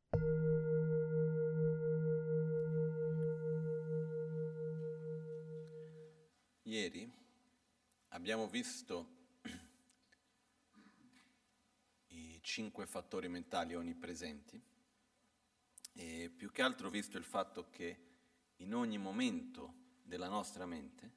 Ieri abbiamo visto i 5 fattori mentali onnipresenti e più che altro visto il fatto che in ogni momento della nostra mente,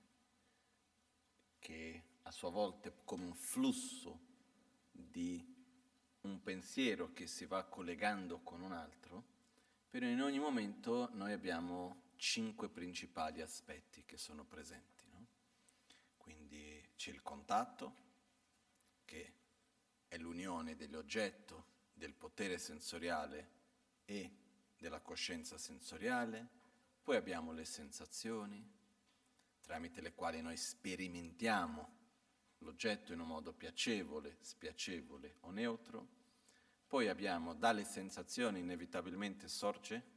che a sua volta è come un flusso di un pensiero che si va collegando con un altro, però in ogni momento noi abbiamo 5 principali aspetti che sono presenti, no? Quindi c'è il contatto, che è l'unione dell'oggetto, del potere sensoriale e della coscienza sensoriale. Poi abbiamo le sensazioni, tramite le quali noi sperimentiamo l'oggetto in un modo piacevole, spiacevole o neutro. Poi abbiamo dalle sensazioni inevitabilmente sorge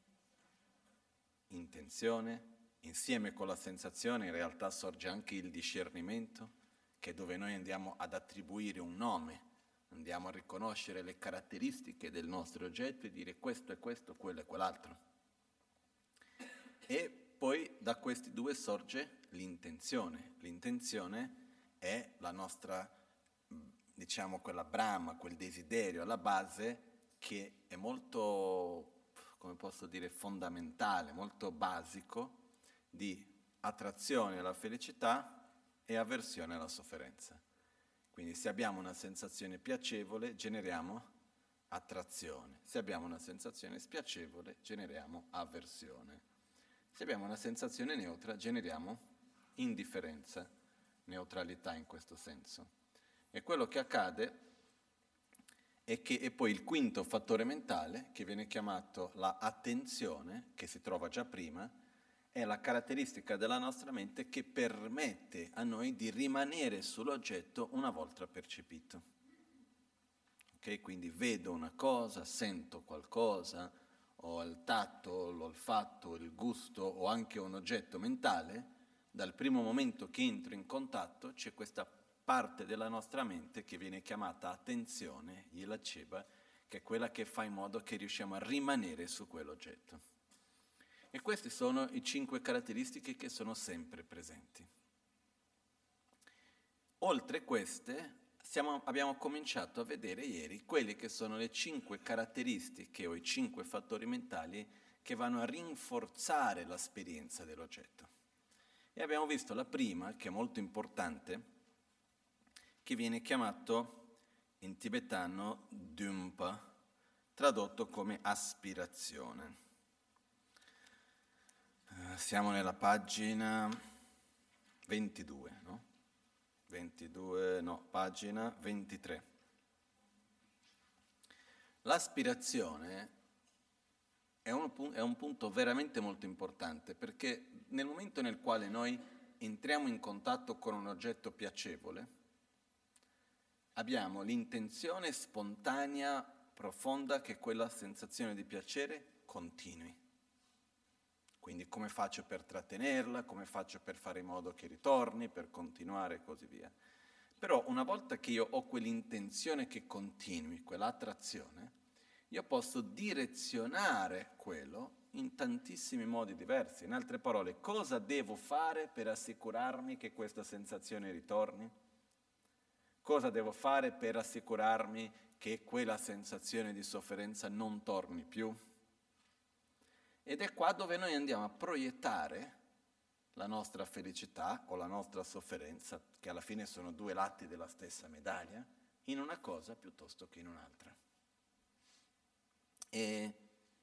intenzione, insieme con la sensazione in realtà sorge anche il discernimento, che è dove noi andiamo ad attribuire un nome, andiamo a riconoscere le caratteristiche del nostro oggetto e dire questo è questo, quello è quell'altro. E poi da questi due sorge l'intenzione. L'intenzione è la nostra, diciamo, quella brama, quel desiderio alla base che è molto, come posso dire, fondamentale, molto basico di attrazione alla felicità e avversione alla sofferenza. Quindi se abbiamo una sensazione piacevole generiamo attrazione, se abbiamo una sensazione spiacevole generiamo avversione. Se abbiamo una sensazione neutra, generiamo indifferenza, neutralità in questo senso. E quello che accade è che è poi il quinto fattore mentale, che viene chiamato la attenzione, che si trova già prima, è la caratteristica della nostra mente che permette a noi di rimanere sull'oggetto una volta percepito. Okay? Quindi vedo una cosa, sento qualcosa, o il tatto, l'olfatto, il gusto o anche un oggetto mentale, dal primo momento che entro in contatto c'è questa parte della nostra mente che viene chiamata attenzione, yilaceba, che è quella che fa in modo che riusciamo a rimanere su quell'oggetto. E queste sono i 5 caratteristiche che sono sempre presenti. Oltre queste, abbiamo cominciato a vedere ieri quelle che sono le 5 caratteristiche o i 5 fattori mentali che vanno a rinforzare l'esperienza dell'oggetto. E abbiamo visto la prima, che è molto importante, che viene chiamato in tibetano Dumpa, tradotto come aspirazione. Siamo nella pagina 22, no? 22, no, pagina 23. L'aspirazione è un punto veramente molto importante, perché nel momento nel quale noi entriamo in contatto con un oggetto piacevole, abbiamo l'intenzione spontanea, profonda, che quella sensazione di piacere continui. Quindi come faccio per trattenerla, come faccio per fare in modo che ritorni, per continuare e così via. Però una volta che io ho quell'intenzione che continui, quell'attrazione, io posso direzionare quello in tantissimi modi diversi. In altre parole, cosa devo fare per assicurarmi che questa sensazione ritorni? Cosa devo fare per assicurarmi che quella sensazione di sofferenza non torni più? Ed è qua dove noi andiamo a proiettare la nostra felicità o la nostra sofferenza, che alla fine sono 2 lati della stessa medaglia, in una cosa piuttosto che in un'altra. E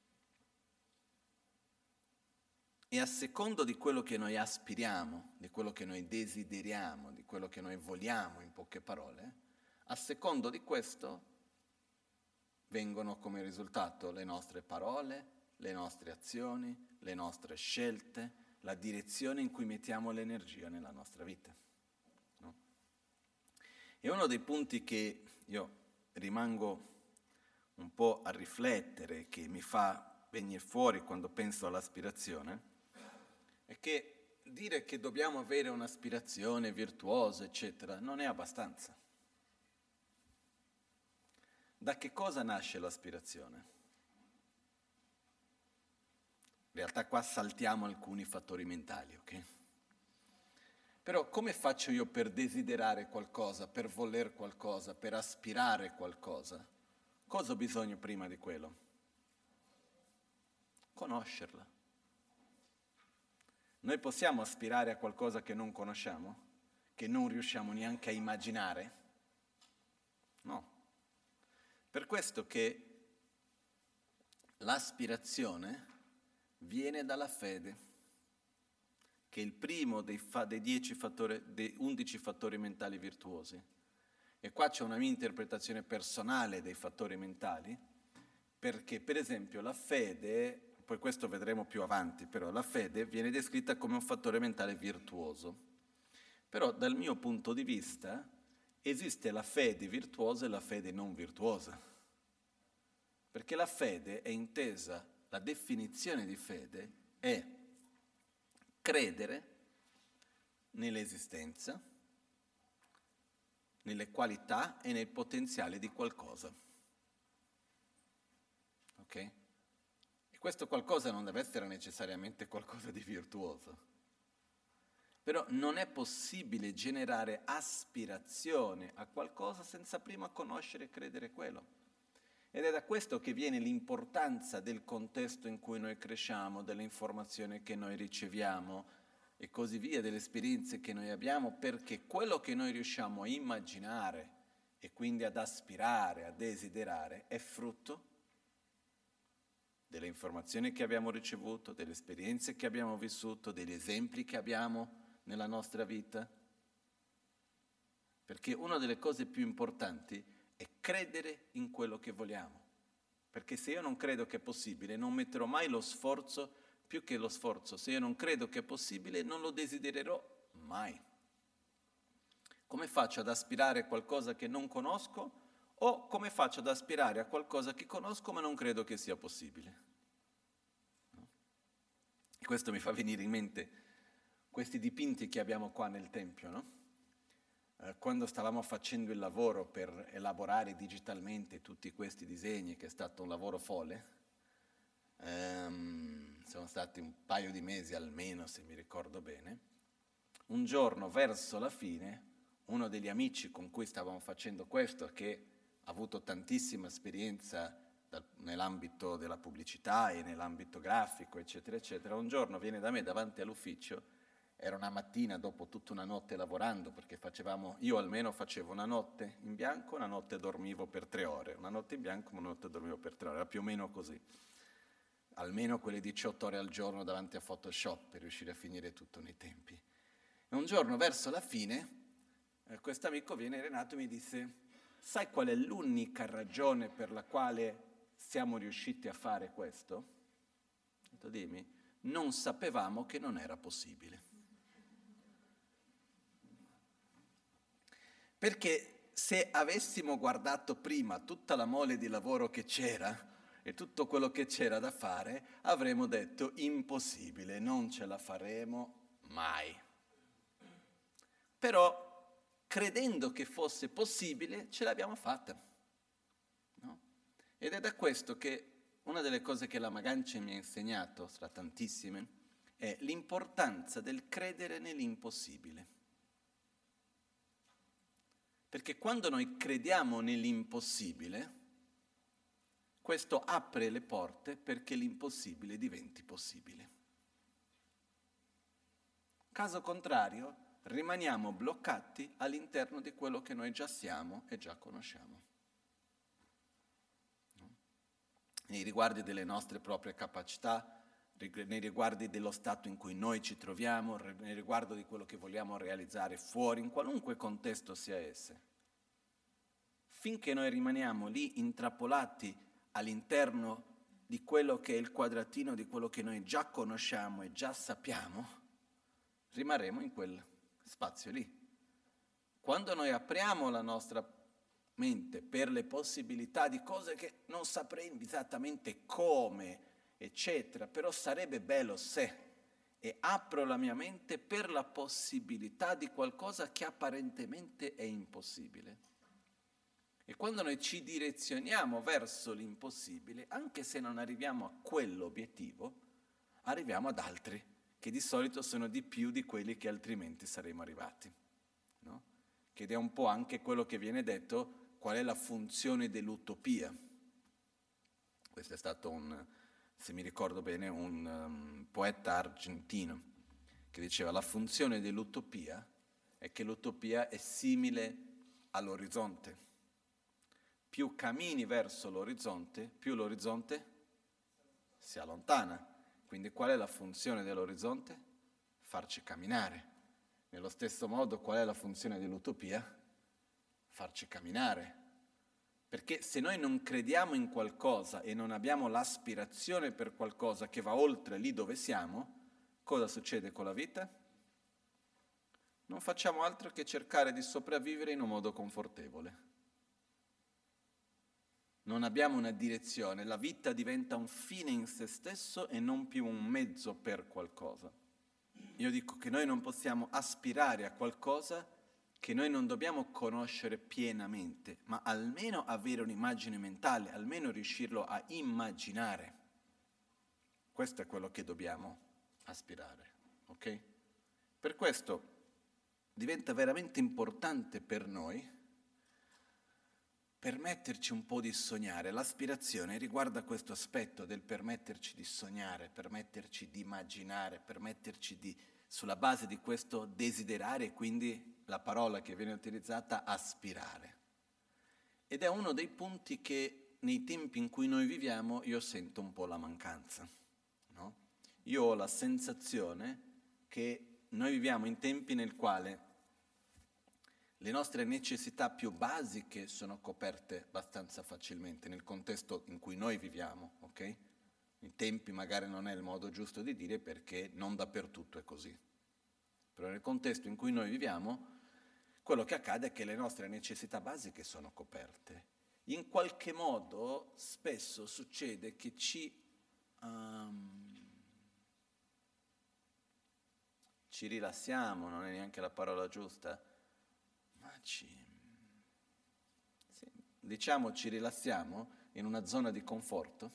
a secondo di quello che noi aspiriamo, di quello che noi desideriamo, di quello che noi vogliamo, in poche parole, a secondo di questo vengono come risultato le nostre parole, le nostre azioni, le nostre scelte, la direzione in cui mettiamo l'energia nella nostra vita. No? E uno dei punti che io rimango un po' a riflettere, che mi fa venire fuori quando penso all'aspirazione, è che dire che dobbiamo avere un'aspirazione virtuosa, eccetera, non è abbastanza. Da che cosa nasce l'aspirazione? realtà qua saltiamo alcuni fattori mentali, ok? Però come faccio io per desiderare qualcosa, per voler qualcosa, per aspirare qualcosa? Cosa ho bisogno prima di quello? Conoscerla. Noi possiamo aspirare a qualcosa che non conosciamo? Che non riusciamo neanche a immaginare? No. Per questo che l'aspirazione viene dalla fede, che è il primo dei 11 fattori mentali virtuosi. E qua c'è una mia interpretazione personale dei fattori mentali, perché per esempio la fede, poi questo vedremo più avanti, però la fede viene descritta come un fattore mentale virtuoso. Però dal mio punto di vista esiste la fede virtuosa e la fede non virtuosa. Perché la fede è intesa, la definizione di fede è credere nell'esistenza, nelle qualità e nel potenziale di qualcosa. Ok? E questo qualcosa non deve essere necessariamente qualcosa di virtuoso. Però non è possibile generare aspirazione a qualcosa senza prima conoscere e credere quello. Ed è da questo che viene l'importanza del contesto in cui noi cresciamo, delle informazioni che noi riceviamo e così via, delle esperienze che noi abbiamo, perché quello che noi riusciamo a immaginare e quindi ad aspirare, a desiderare, è frutto delle informazioni che abbiamo ricevuto, delle esperienze che abbiamo vissuto, degli esempi che abbiamo nella nostra vita. Perché una delle cose più importanti è credere in quello che vogliamo. Perché se io non credo che è possibile, non metterò mai lo sforzo, più che lo sforzo. Se io non credo che è possibile, non lo desidererò mai. Come faccio ad aspirare a qualcosa che non conosco? O come faccio ad aspirare a qualcosa che conosco ma non credo che sia possibile? No? E questo mi fa venire in mente questi dipinti che abbiamo qua nel Tempio, no? Quando stavamo facendo il lavoro per elaborare digitalmente tutti questi disegni, che è stato un lavoro folle, sono stati un paio di mesi almeno, se mi ricordo bene, un giorno verso la fine, uno degli amici con cui stavamo facendo questo, che ha avuto tantissima esperienza nell'ambito della pubblicità e nell'ambito grafico, eccetera, eccetera, un giorno viene da me davanti all'ufficio. Era una mattina dopo tutta una notte lavorando, perché io almeno facevo una notte in bianco, una notte dormivo per 3 ore, una notte in bianco, una notte dormivo per 3 ore, era più o meno così. Almeno quelle 18 ore al giorno davanti a Photoshop per riuscire a finire tutto nei tempi. E un giorno verso la fine, questo amico viene, Renato, e mi disse: sai qual è l'unica ragione per la quale siamo riusciti a fare questo? Ho detto: dimmi. Non sapevamo che non era possibile. Perché se avessimo guardato prima tutta la mole di lavoro che c'era e tutto quello che c'era da fare, avremmo detto: impossibile, non ce la faremo mai. Però, credendo che fosse possibile, ce l'abbiamo fatta. No? Ed è da questo che una delle cose che la Magancia mi ha insegnato, tra tantissime, è l'importanza del credere nell'impossibile. Perché quando noi crediamo nell'impossibile, questo apre le porte perché l'impossibile diventi possibile. Caso contrario, rimaniamo bloccati all'interno di quello che noi già siamo e già conosciamo. Nei riguardi delle nostre proprie capacità, nei riguardi dello stato in cui noi ci troviamo, nei riguardo di quello che vogliamo realizzare fuori, in qualunque contesto sia esse. Finché noi rimaniamo lì intrappolati all'interno di quello che è il quadratino di quello che noi già conosciamo e già sappiamo, rimarremo in quel spazio lì. Quando noi apriamo la nostra mente per le possibilità di cose che non saprei esattamente come, eccetera, però sarebbe bello se, e apro la mia mente per la possibilità di qualcosa che apparentemente è impossibile. E quando noi ci direzioniamo verso l'impossibile, anche se non arriviamo a quell'obiettivo, arriviamo ad altri che di solito sono di più di quelli che altrimenti saremmo arrivati, no? Che è un po' anche quello che viene detto, qual è la funzione dell'utopia. Questo è stato se mi ricordo bene, un poeta argentino che diceva la funzione dell'utopia è che l'utopia è simile all'orizzonte. Più cammini verso l'orizzonte, più l'orizzonte si allontana. Quindi qual è la funzione dell'orizzonte? Farci camminare. Nello stesso modo, qual è la funzione dell'utopia? Farci camminare. Perché se noi non crediamo in qualcosa e non abbiamo l'aspirazione per qualcosa che va oltre lì dove siamo, cosa succede con la vita? Non facciamo altro che cercare di sopravvivere in un modo confortevole. Non abbiamo una direzione, la vita diventa un fine in se stesso e non più un mezzo per qualcosa. Io dico che noi non possiamo aspirare a qualcosa che noi non dobbiamo conoscere pienamente, ma almeno avere un'immagine mentale, almeno riuscirlo a immaginare. Questo è quello che dobbiamo aspirare, ok? Per questo diventa veramente importante per noi permetterci un po' di sognare. L'aspirazione riguarda questo aspetto del permetterci di sognare, permetterci di immaginare, permetterci di, sulla base di questo desiderare, quindi la parola che viene utilizzata, aspirare. Ed è uno dei punti che nei tempi in cui noi viviamo io sento un po' la mancanza, no? Io ho la sensazione che noi viviamo in tempi nel quale le nostre necessità più basiche sono coperte abbastanza facilmente nel contesto in cui noi viviamo, ok? I tempi magari non è il modo giusto di dire perché non dappertutto è così. Però nel contesto in cui noi viviamo, quello che accade è che le nostre necessità basiche sono coperte. In qualche modo spesso succede che ci rilassiamo, non è neanche la parola giusta, ma diciamo ci rilassiamo in una zona di conforto,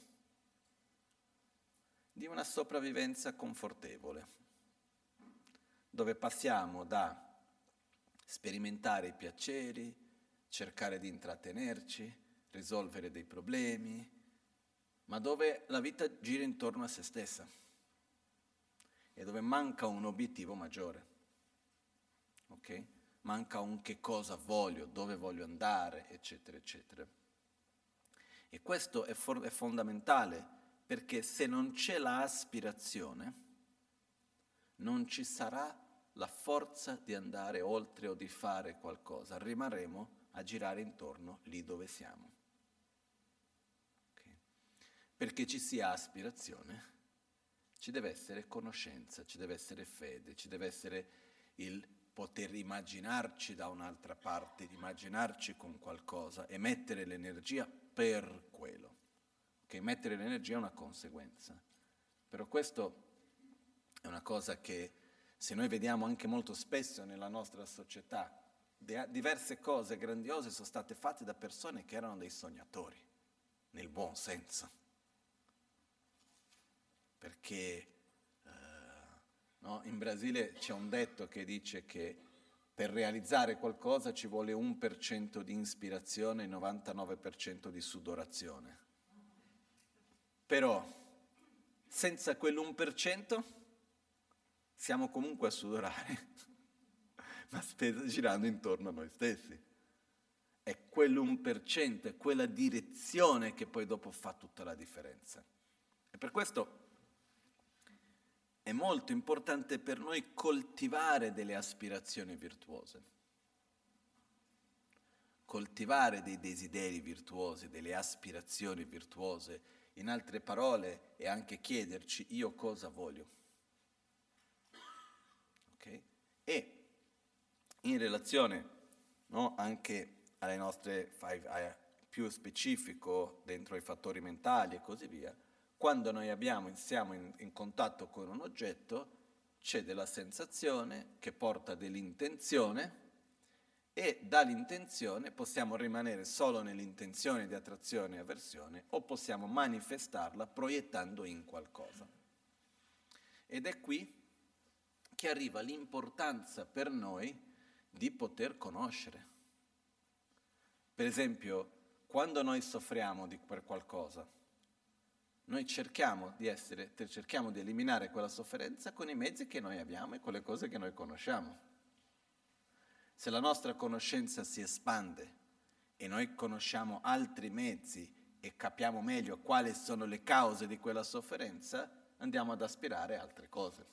di una sopravvivenza confortevole, dove passiamo da sperimentare i piaceri, cercare di intrattenerci, risolvere dei problemi, ma dove la vita gira intorno a se stessa e dove manca un obiettivo maggiore, ok? Manca un che cosa voglio, dove voglio andare, eccetera, eccetera. E questo è fondamentale, perché se non c'è l'aspirazione, non ci sarà la forza di andare oltre o di fare qualcosa, rimarremo a girare intorno lì dove siamo. Okay? Perché ci sia aspirazione, ci deve essere conoscenza, ci deve essere fede, ci deve essere il poter immaginarci da un'altra parte, immaginarci con qualcosa e mettere l'energia per quello. Che mettere l'energia è una conseguenza. Però questo è una cosa che se noi vediamo anche molto spesso nella nostra società, diverse cose grandiose sono state fatte da persone che erano dei sognatori, nel buon senso. Perché no? In Brasile c'è un detto che dice che per realizzare qualcosa ci vuole 1% di ispirazione e 99% di sudorazione. Però senza quell'1% siamo comunque a sudorare, ma girando intorno a noi stessi. È quell'1%, è quella direzione che poi dopo fa tutta la differenza. E per questo è molto importante per noi coltivare delle aspirazioni virtuose, coltivare dei desideri virtuosi, delle aspirazioni virtuose, in altre parole è anche chiederci io cosa voglio. Okay? E in relazione, no, anche alle nostre più specifico dentro i fattori mentali e così via, quando noi siamo in contatto con un oggetto, c'è della sensazione che porta dell'intenzione e dall'intenzione possiamo rimanere solo nell'intenzione di attrazione e avversione o possiamo manifestarla proiettando in qualcosa. Ed è qui che arriva l'importanza per noi di poter conoscere. Per esempio, quando noi soffriamo per qualcosa, noi cerchiamo di eliminare quella sofferenza con i mezzi che noi abbiamo e con le cose che noi conosciamo. Se la nostra conoscenza si espande e noi conosciamo altri mezzi e capiamo meglio quali sono le cause di quella sofferenza, andiamo ad aspirare a altre cose.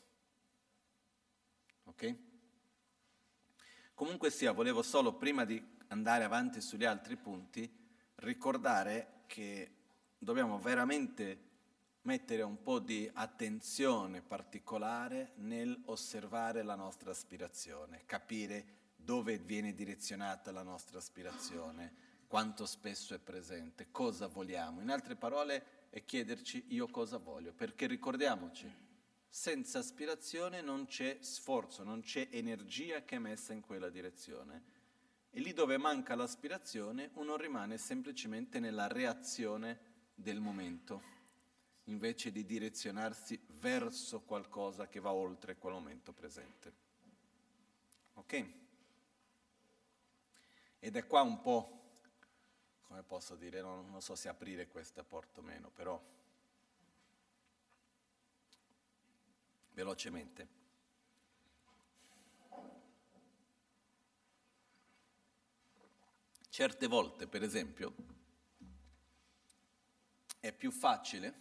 Ok? Comunque sia, volevo solo, prima di andare avanti sugli altri punti, ricordare che dobbiamo veramente mettere un po' di attenzione particolare nel osservare la nostra aspirazione, capire dove viene direzionata la nostra aspirazione, quanto spesso è presente, cosa vogliamo. In altre parole è chiederci io cosa voglio, perché ricordiamoci, senza aspirazione non c'è sforzo, non c'è energia che è messa in quella direzione. E lì dove manca l'aspirazione uno rimane semplicemente nella reazione del momento, invece di direzionarsi verso qualcosa che va oltre quel momento presente. Ok? Ed è qua un po', come posso dire, non so se aprire questa porta o meno, però velocemente. Certe volte, per esempio, è più facile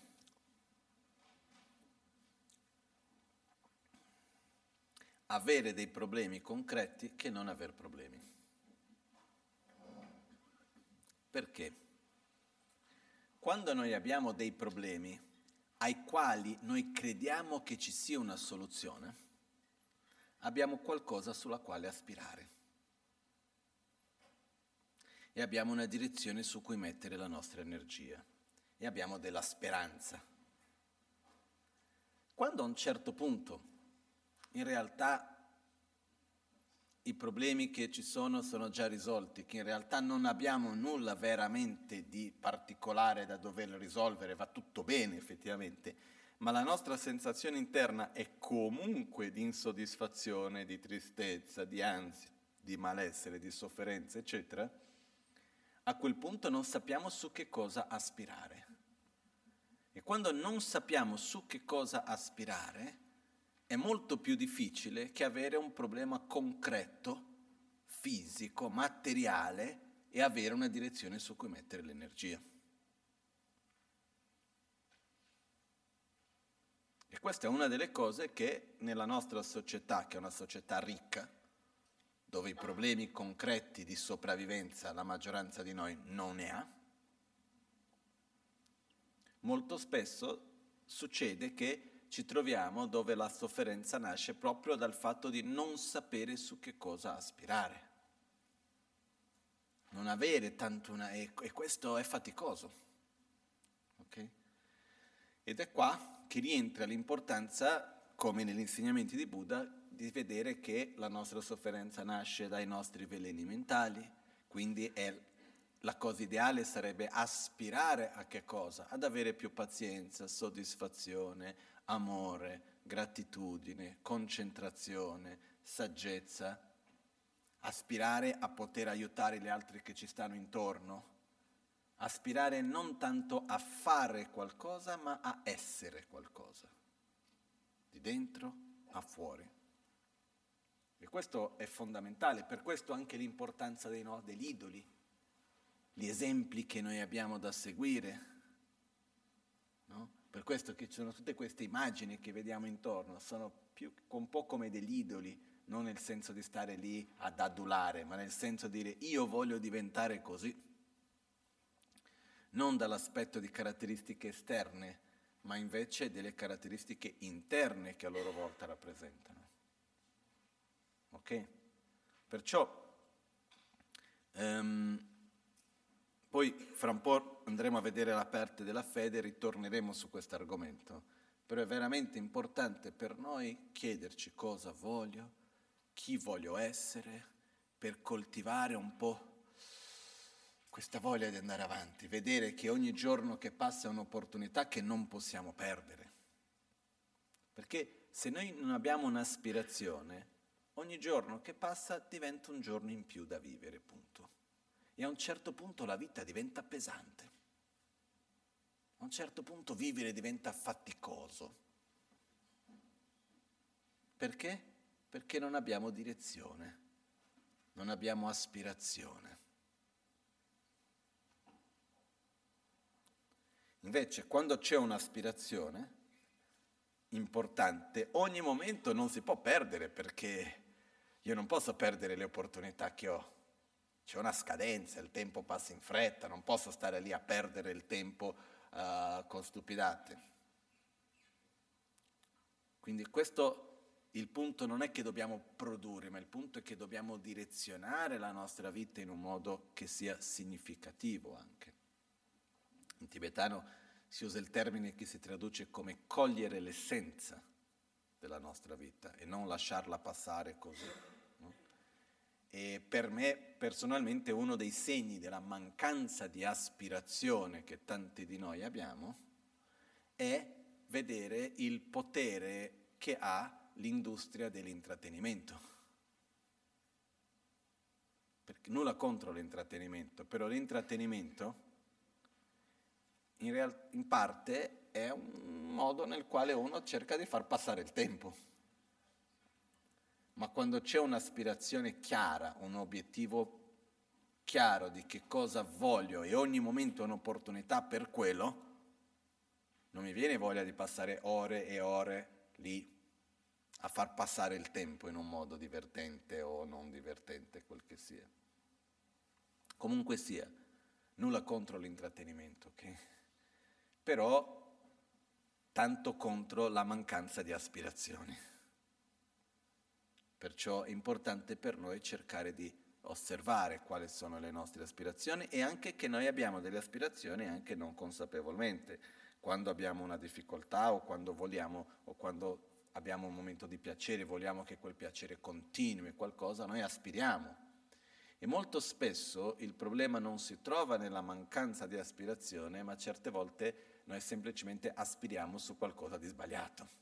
avere dei problemi concreti che non aver problemi. Perché? Quando noi abbiamo dei problemi ai quali noi crediamo che ci sia una soluzione, abbiamo qualcosa sulla quale aspirare e abbiamo una direzione su cui mettere la nostra energia e abbiamo della speranza. Quando a un certo punto in realtà i problemi che ci sono già risolti, che in realtà non abbiamo nulla veramente di particolare da dover risolvere, va tutto bene effettivamente, ma la nostra sensazione interna è comunque di insoddisfazione, di tristezza, di ansia, di malessere, di sofferenza, eccetera, a quel punto non sappiamo su che cosa aspirare. E quando non sappiamo su che cosa aspirare, è molto più difficile che avere un problema concreto, fisico, materiale e avere una direzione su cui mettere l'energia. E questa è una delle cose che nella nostra società, che è una società ricca, dove i problemi concreti di sopravvivenza la maggioranza di noi non ne ha, molto spesso succede che ci troviamo dove la sofferenza nasce proprio dal fatto di non sapere su che cosa aspirare. Non avere tanto e questo è faticoso. Okay? Ed è qua che rientra l'importanza, come negli insegnamenti di Buddha, di vedere che la nostra sofferenza nasce dai nostri veleni mentali, quindi la cosa ideale sarebbe aspirare a che cosa? Ad avere più pazienza, soddisfazione, amore, gratitudine, concentrazione, saggezza, aspirare a poter aiutare gli altri che ci stanno intorno, aspirare non tanto a fare qualcosa, ma a essere qualcosa, di dentro a fuori. E questo è fondamentale, per questo anche l'importanza degli idoli, gli esempi che noi abbiamo da seguire, no? Per questo che ci sono tutte queste immagini che vediamo intorno, sono un po' come degli idoli, non nel senso di stare lì ad adulare, ma nel senso di dire io voglio diventare così. Non dall'aspetto di caratteristiche esterne, ma invece delle caratteristiche interne che a loro volta rappresentano. Ok? Perciò poi fra un po' andremo a vedere la parte della fede e ritorneremo su questo argomento, però è veramente importante per noi chiederci cosa voglio, chi voglio essere, per coltivare un po' questa voglia di andare avanti, vedere che ogni giorno che passa è un'opportunità che non possiamo perdere. Perché se noi non abbiamo un'aspirazione, ogni giorno che passa diventa un giorno in più da vivere, punto. E a un certo punto la vita diventa pesante. A un certo punto vivere diventa faticoso. Perché? Perché non abbiamo direzione, non abbiamo aspirazione. Invece, quando c'è un'aspirazione importante, ogni momento non si può perdere, perché io non posso perdere le opportunità che ho. C'è una scadenza, il tempo passa in fretta, non posso stare lì a perdere il tempo con stupidate. Quindi il punto non è che dobbiamo produrre, ma il punto è che dobbiamo direzionare la nostra vita in un modo che sia significativo anche. In tibetano si usa il termine che si traduce come cogliere l'essenza della nostra vita e non lasciarla passare così. No? E per me personalmente uno dei segni della mancanza di aspirazione che tanti di noi abbiamo è vedere il potere che ha l'industria dell'intrattenimento. Perché nulla contro l'intrattenimento, però l'intrattenimento in parte è un modo nel quale uno cerca di far passare il tempo. Ma quando c'è un'aspirazione chiara, un obiettivo chiaro di che cosa voglio e ogni momento è un'opportunità per quello, non mi viene voglia di passare ore e ore lì a far passare il tempo in un modo divertente o non divertente, quel che sia. Comunque sia, nulla contro l'intrattenimento, ok? Però tanto contro la mancanza di aspirazioni. Perciò è importante per noi cercare di osservare quali sono le nostre aspirazioni e anche che noi abbiamo delle aspirazioni anche non consapevolmente. Quando abbiamo una difficoltà o quando vogliamo o quando abbiamo un momento di piacere, vogliamo che quel piacere continui qualcosa, noi aspiriamo. E molto spesso il problema non si trova nella mancanza di aspirazione, ma certe volte noi semplicemente aspiriamo su qualcosa di sbagliato.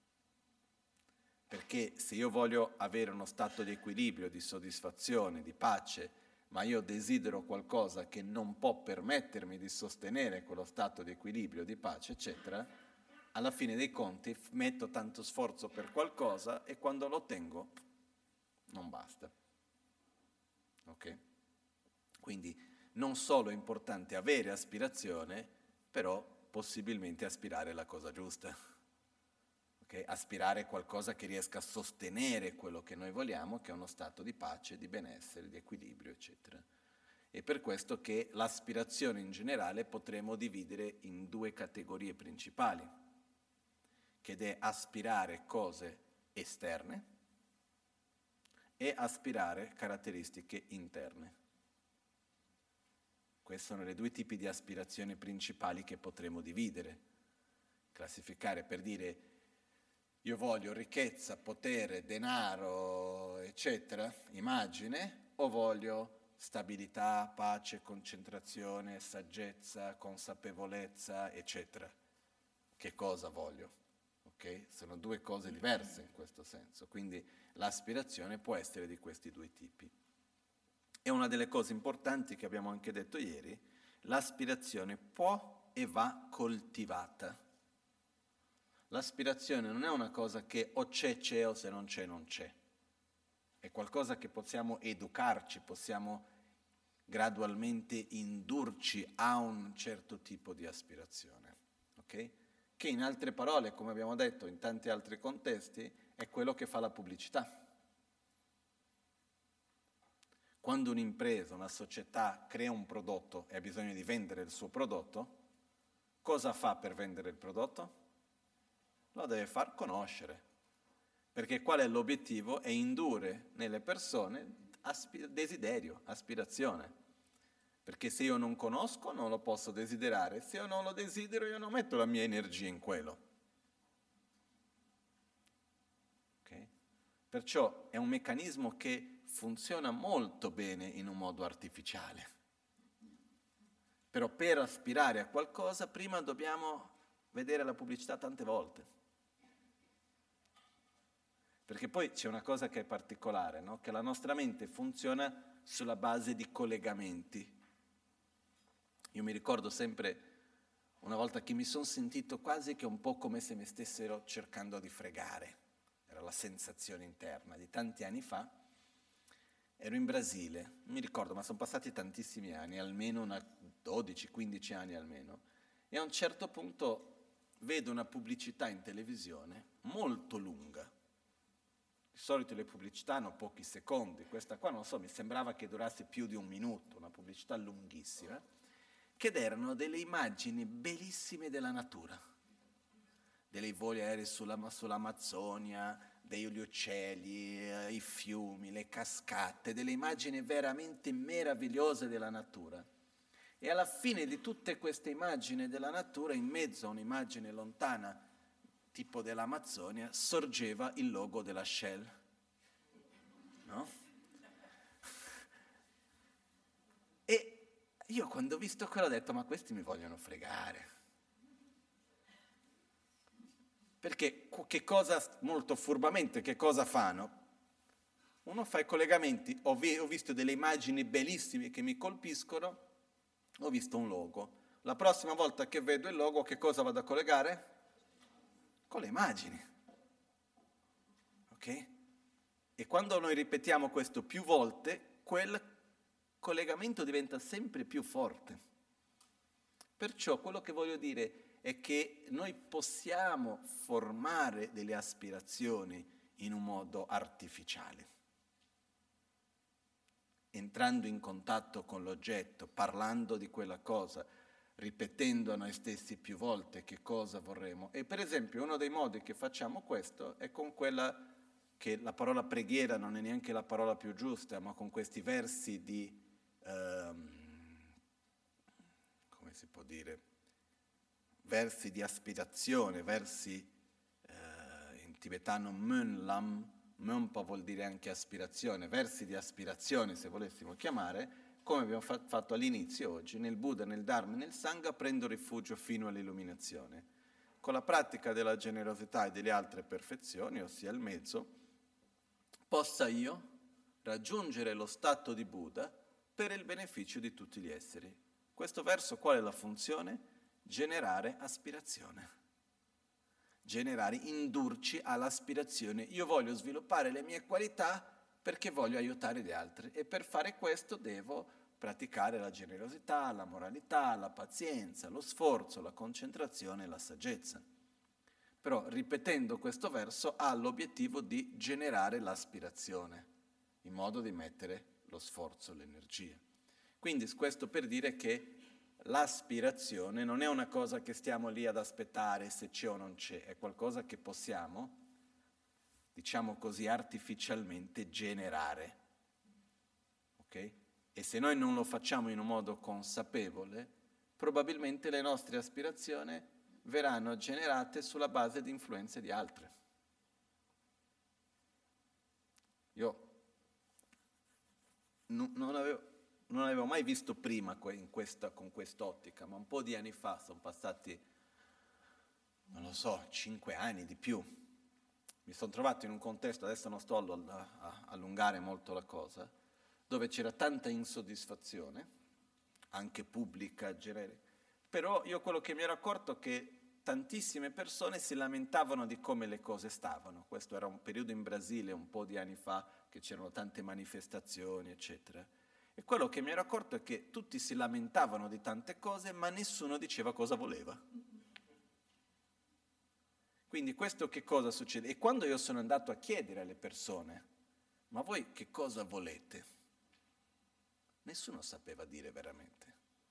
Perché se io voglio avere uno stato di equilibrio, di soddisfazione, di pace, ma io desidero qualcosa che non può permettermi di sostenere quello stato di equilibrio, di pace, eccetera, alla fine dei conti metto tanto sforzo per qualcosa e quando lo ottengo non basta. Ok? Quindi non solo è importante avere aspirazione, però possibilmente aspirare alla cosa giusta. Okay? Aspirare a qualcosa che riesca a sostenere quello che noi vogliamo, che è uno stato di pace, di benessere, di equilibrio, eccetera. E per questo che l'aspirazione in generale potremo dividere in due categorie principali, che è aspirare cose esterne e aspirare caratteristiche interne. Questi sono i due tipi di aspirazioni principali che potremo dividere, classificare per dire io voglio ricchezza, potere, denaro, eccetera, immagine, o voglio stabilità, pace, concentrazione, saggezza, consapevolezza, eccetera. Che cosa voglio? Okay? Sono due cose diverse in questo senso, quindi l'aspirazione può essere di questi due tipi. E una delle cose importanti che abbiamo anche detto ieri, l'aspirazione può e va coltivata. L'aspirazione non è una cosa che o c'è o se non c'è non c'è. È qualcosa che possiamo educarci, possiamo gradualmente indurci a un certo tipo di aspirazione. Ok? Che in altre parole, come abbiamo detto in tanti altri contesti, è quello che fa la pubblicità. Quando un'impresa, una società crea un prodotto e ha bisogno di vendere il suo prodotto, cosa fa per vendere il prodotto? Lo deve far conoscere. Perché qual è l'obiettivo? È indurre nelle persone desiderio, aspirazione. Perché se io non conosco non lo posso desiderare, se io non lo desidero io non metto la mia energia in quello. Okay? Perciò è un meccanismo che funziona molto bene in un modo artificiale. Però per aspirare a qualcosa prima dobbiamo vedere la pubblicità tante volte. Perché poi c'è una cosa che è particolare, no? Che la nostra mente funziona sulla base di collegamenti. Io mi ricordo sempre una volta che mi sono sentito quasi che un po' come se mi stessero cercando di fregare. Era la sensazione interna di tanti anni fa. Ero in Brasile, non mi ricordo, ma sono passati tantissimi anni, almeno 12-15 anni almeno. E a un certo punto vedo una pubblicità in televisione molto lunga. Di solito le pubblicità hanno pochi secondi, questa qua non so, mi sembrava che durasse più di un minuto, una pubblicità lunghissima, che erano delle immagini bellissime della natura, dei voli aerei sull'Amazzonia, degli uccelli, i fiumi, le cascate, delle immagini veramente meravigliose della natura. E alla fine di tutte queste immagini della natura, in mezzo a un'immagine lontana, tipo dell'Amazzonia, sorgeva il logo della Shell. No? E io quando ho visto quello ho detto, ma questi mi vogliono fregare. Perché che cosa, molto furbamente, che cosa fanno? Uno fa i collegamenti, ho visto delle immagini bellissime che mi colpiscono, ho visto un logo. La prossima volta che vedo il logo, che cosa vado a collegare? Con le immagini. Ok? E quando noi ripetiamo questo più volte, quel collegamento diventa sempre più forte. Perciò quello che voglio dire è che noi possiamo formare delle aspirazioni in un modo artificiale. Entrando in contatto con l'oggetto, parlando di quella cosa, ripetendo a noi stessi più volte che cosa vorremmo. E per esempio uno dei modi che facciamo questo è con quella che la parola preghiera non è neanche la parola più giusta, ma con questi versi di, come si può dire, versi di aspirazione, versi in tibetano Mönlam, Mönpa vuol dire anche aspirazione, versi di aspirazione se volessimo chiamare, come abbiamo fatto all'inizio oggi, nel Buddha, nel Dharma e nel Sangha prendo rifugio fino all'illuminazione. Con la pratica della generosità e delle altre perfezioni, ossia il mezzo, possa io raggiungere lo stato di Buddha per il beneficio di tutti gli esseri. Questo verso qual è la funzione? Generare aspirazione. Generare, indurci all'aspirazione. Io voglio sviluppare le mie qualità perché voglio aiutare gli altri e per fare questo devo praticare la generosità, la moralità, la pazienza, lo sforzo, la concentrazione e la saggezza. Però ripetendo questo verso ha l'obiettivo di generare l'aspirazione, in modo di mettere lo sforzo, l'energia. Quindi questo per dire che l'aspirazione non è una cosa che stiamo lì ad aspettare se c'è o non c'è, è qualcosa che possiamo, diciamo così, artificialmente generare. Ok? E se noi non lo facciamo in un modo consapevole, probabilmente le nostre aspirazioni verranno generate sulla base di influenze di altre. Io non avevo mai visto prima con quest'ottica, ma un po' di anni fa, sono passati, non lo so, 5 anni di più. Mi sono trovato in un contesto, adesso non sto a allungare molto la cosa, dove c'era tanta insoddisfazione, anche pubblica, però io quello che mi ero accorto è che tantissime persone si lamentavano di come le cose stavano. Questo era un periodo in Brasile, un po' di anni fa, che c'erano tante manifestazioni, eccetera. E quello che mi ero accorto è che tutti si lamentavano di tante cose, ma nessuno diceva cosa voleva. Quindi questo che cosa succede? E quando io sono andato a chiedere alle persone, ma voi che cosa volete? Nessuno sapeva dire veramente.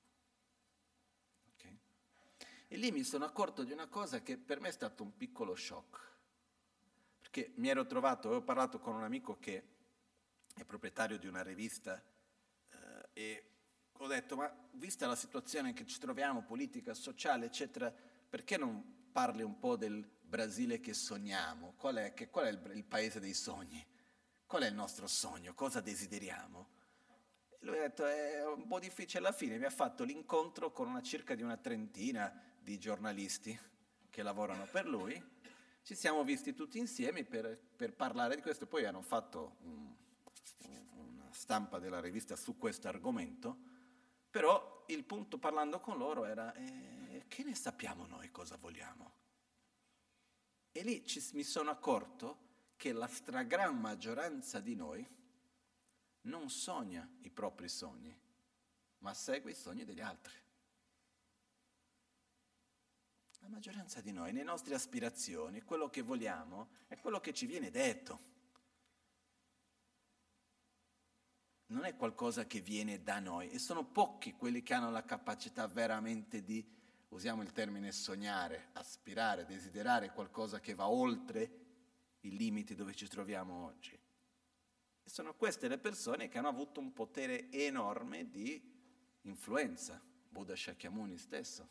Okay? E lì mi sono accorto di una cosa che per me è stato un piccolo shock. Perché avevo parlato con un amico che è proprietario di una rivista e ho detto, ma vista la situazione in che ci troviamo, politica, sociale, eccetera, perché non parli un po' del Brasile che sogniamo? Qual è il paese dei sogni? Qual è il nostro sogno? Cosa desideriamo? E lui ha detto, è un po' difficile alla fine, mi ha fatto l'incontro con circa di una trentina di giornalisti che lavorano per lui, ci siamo visti tutti insieme per parlare di questo, poi hanno fatto una stampa della rivista su questo argomento, però il punto parlando con loro era che ne sappiamo noi cosa vogliamo? E lì mi sono accorto che la stragrande maggioranza di noi non sogna i propri sogni, ma segue i sogni degli altri. La maggioranza di noi, le nostre aspirazioni, quello che vogliamo, è quello che ci viene detto. Non è qualcosa che viene da noi, e sono pochi quelli che hanno la capacità veramente di, usiamo il termine sognare, aspirare, desiderare qualcosa che va oltre i limiti dove ci troviamo oggi. E sono queste le persone che hanno avuto un potere enorme di influenza, Buddha Shakyamuni stesso.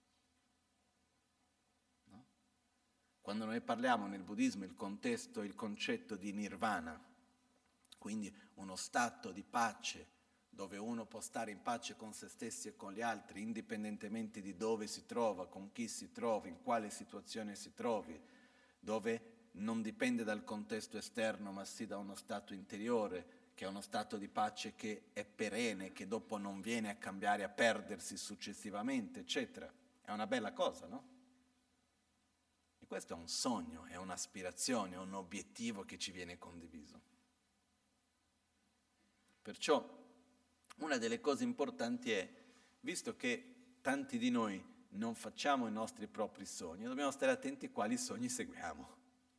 No? Quando noi parliamo nel buddismo il concetto di nirvana, quindi uno stato di pace dove uno può stare in pace con se stessi e con gli altri, indipendentemente di dove si trova, con chi si trovi, in quale situazione si trovi, dove non dipende dal contesto esterno, ma sì da uno stato interiore, che è uno stato di pace che è perenne, che dopo non viene a cambiare, a perdersi successivamente, eccetera. È una bella cosa, no? E questo è un sogno, è un'aspirazione, è un obiettivo che ci viene condiviso. Perciò una delle cose importanti è, visto che tanti di noi non facciamo i nostri propri sogni, dobbiamo stare attenti a quali sogni seguiamo.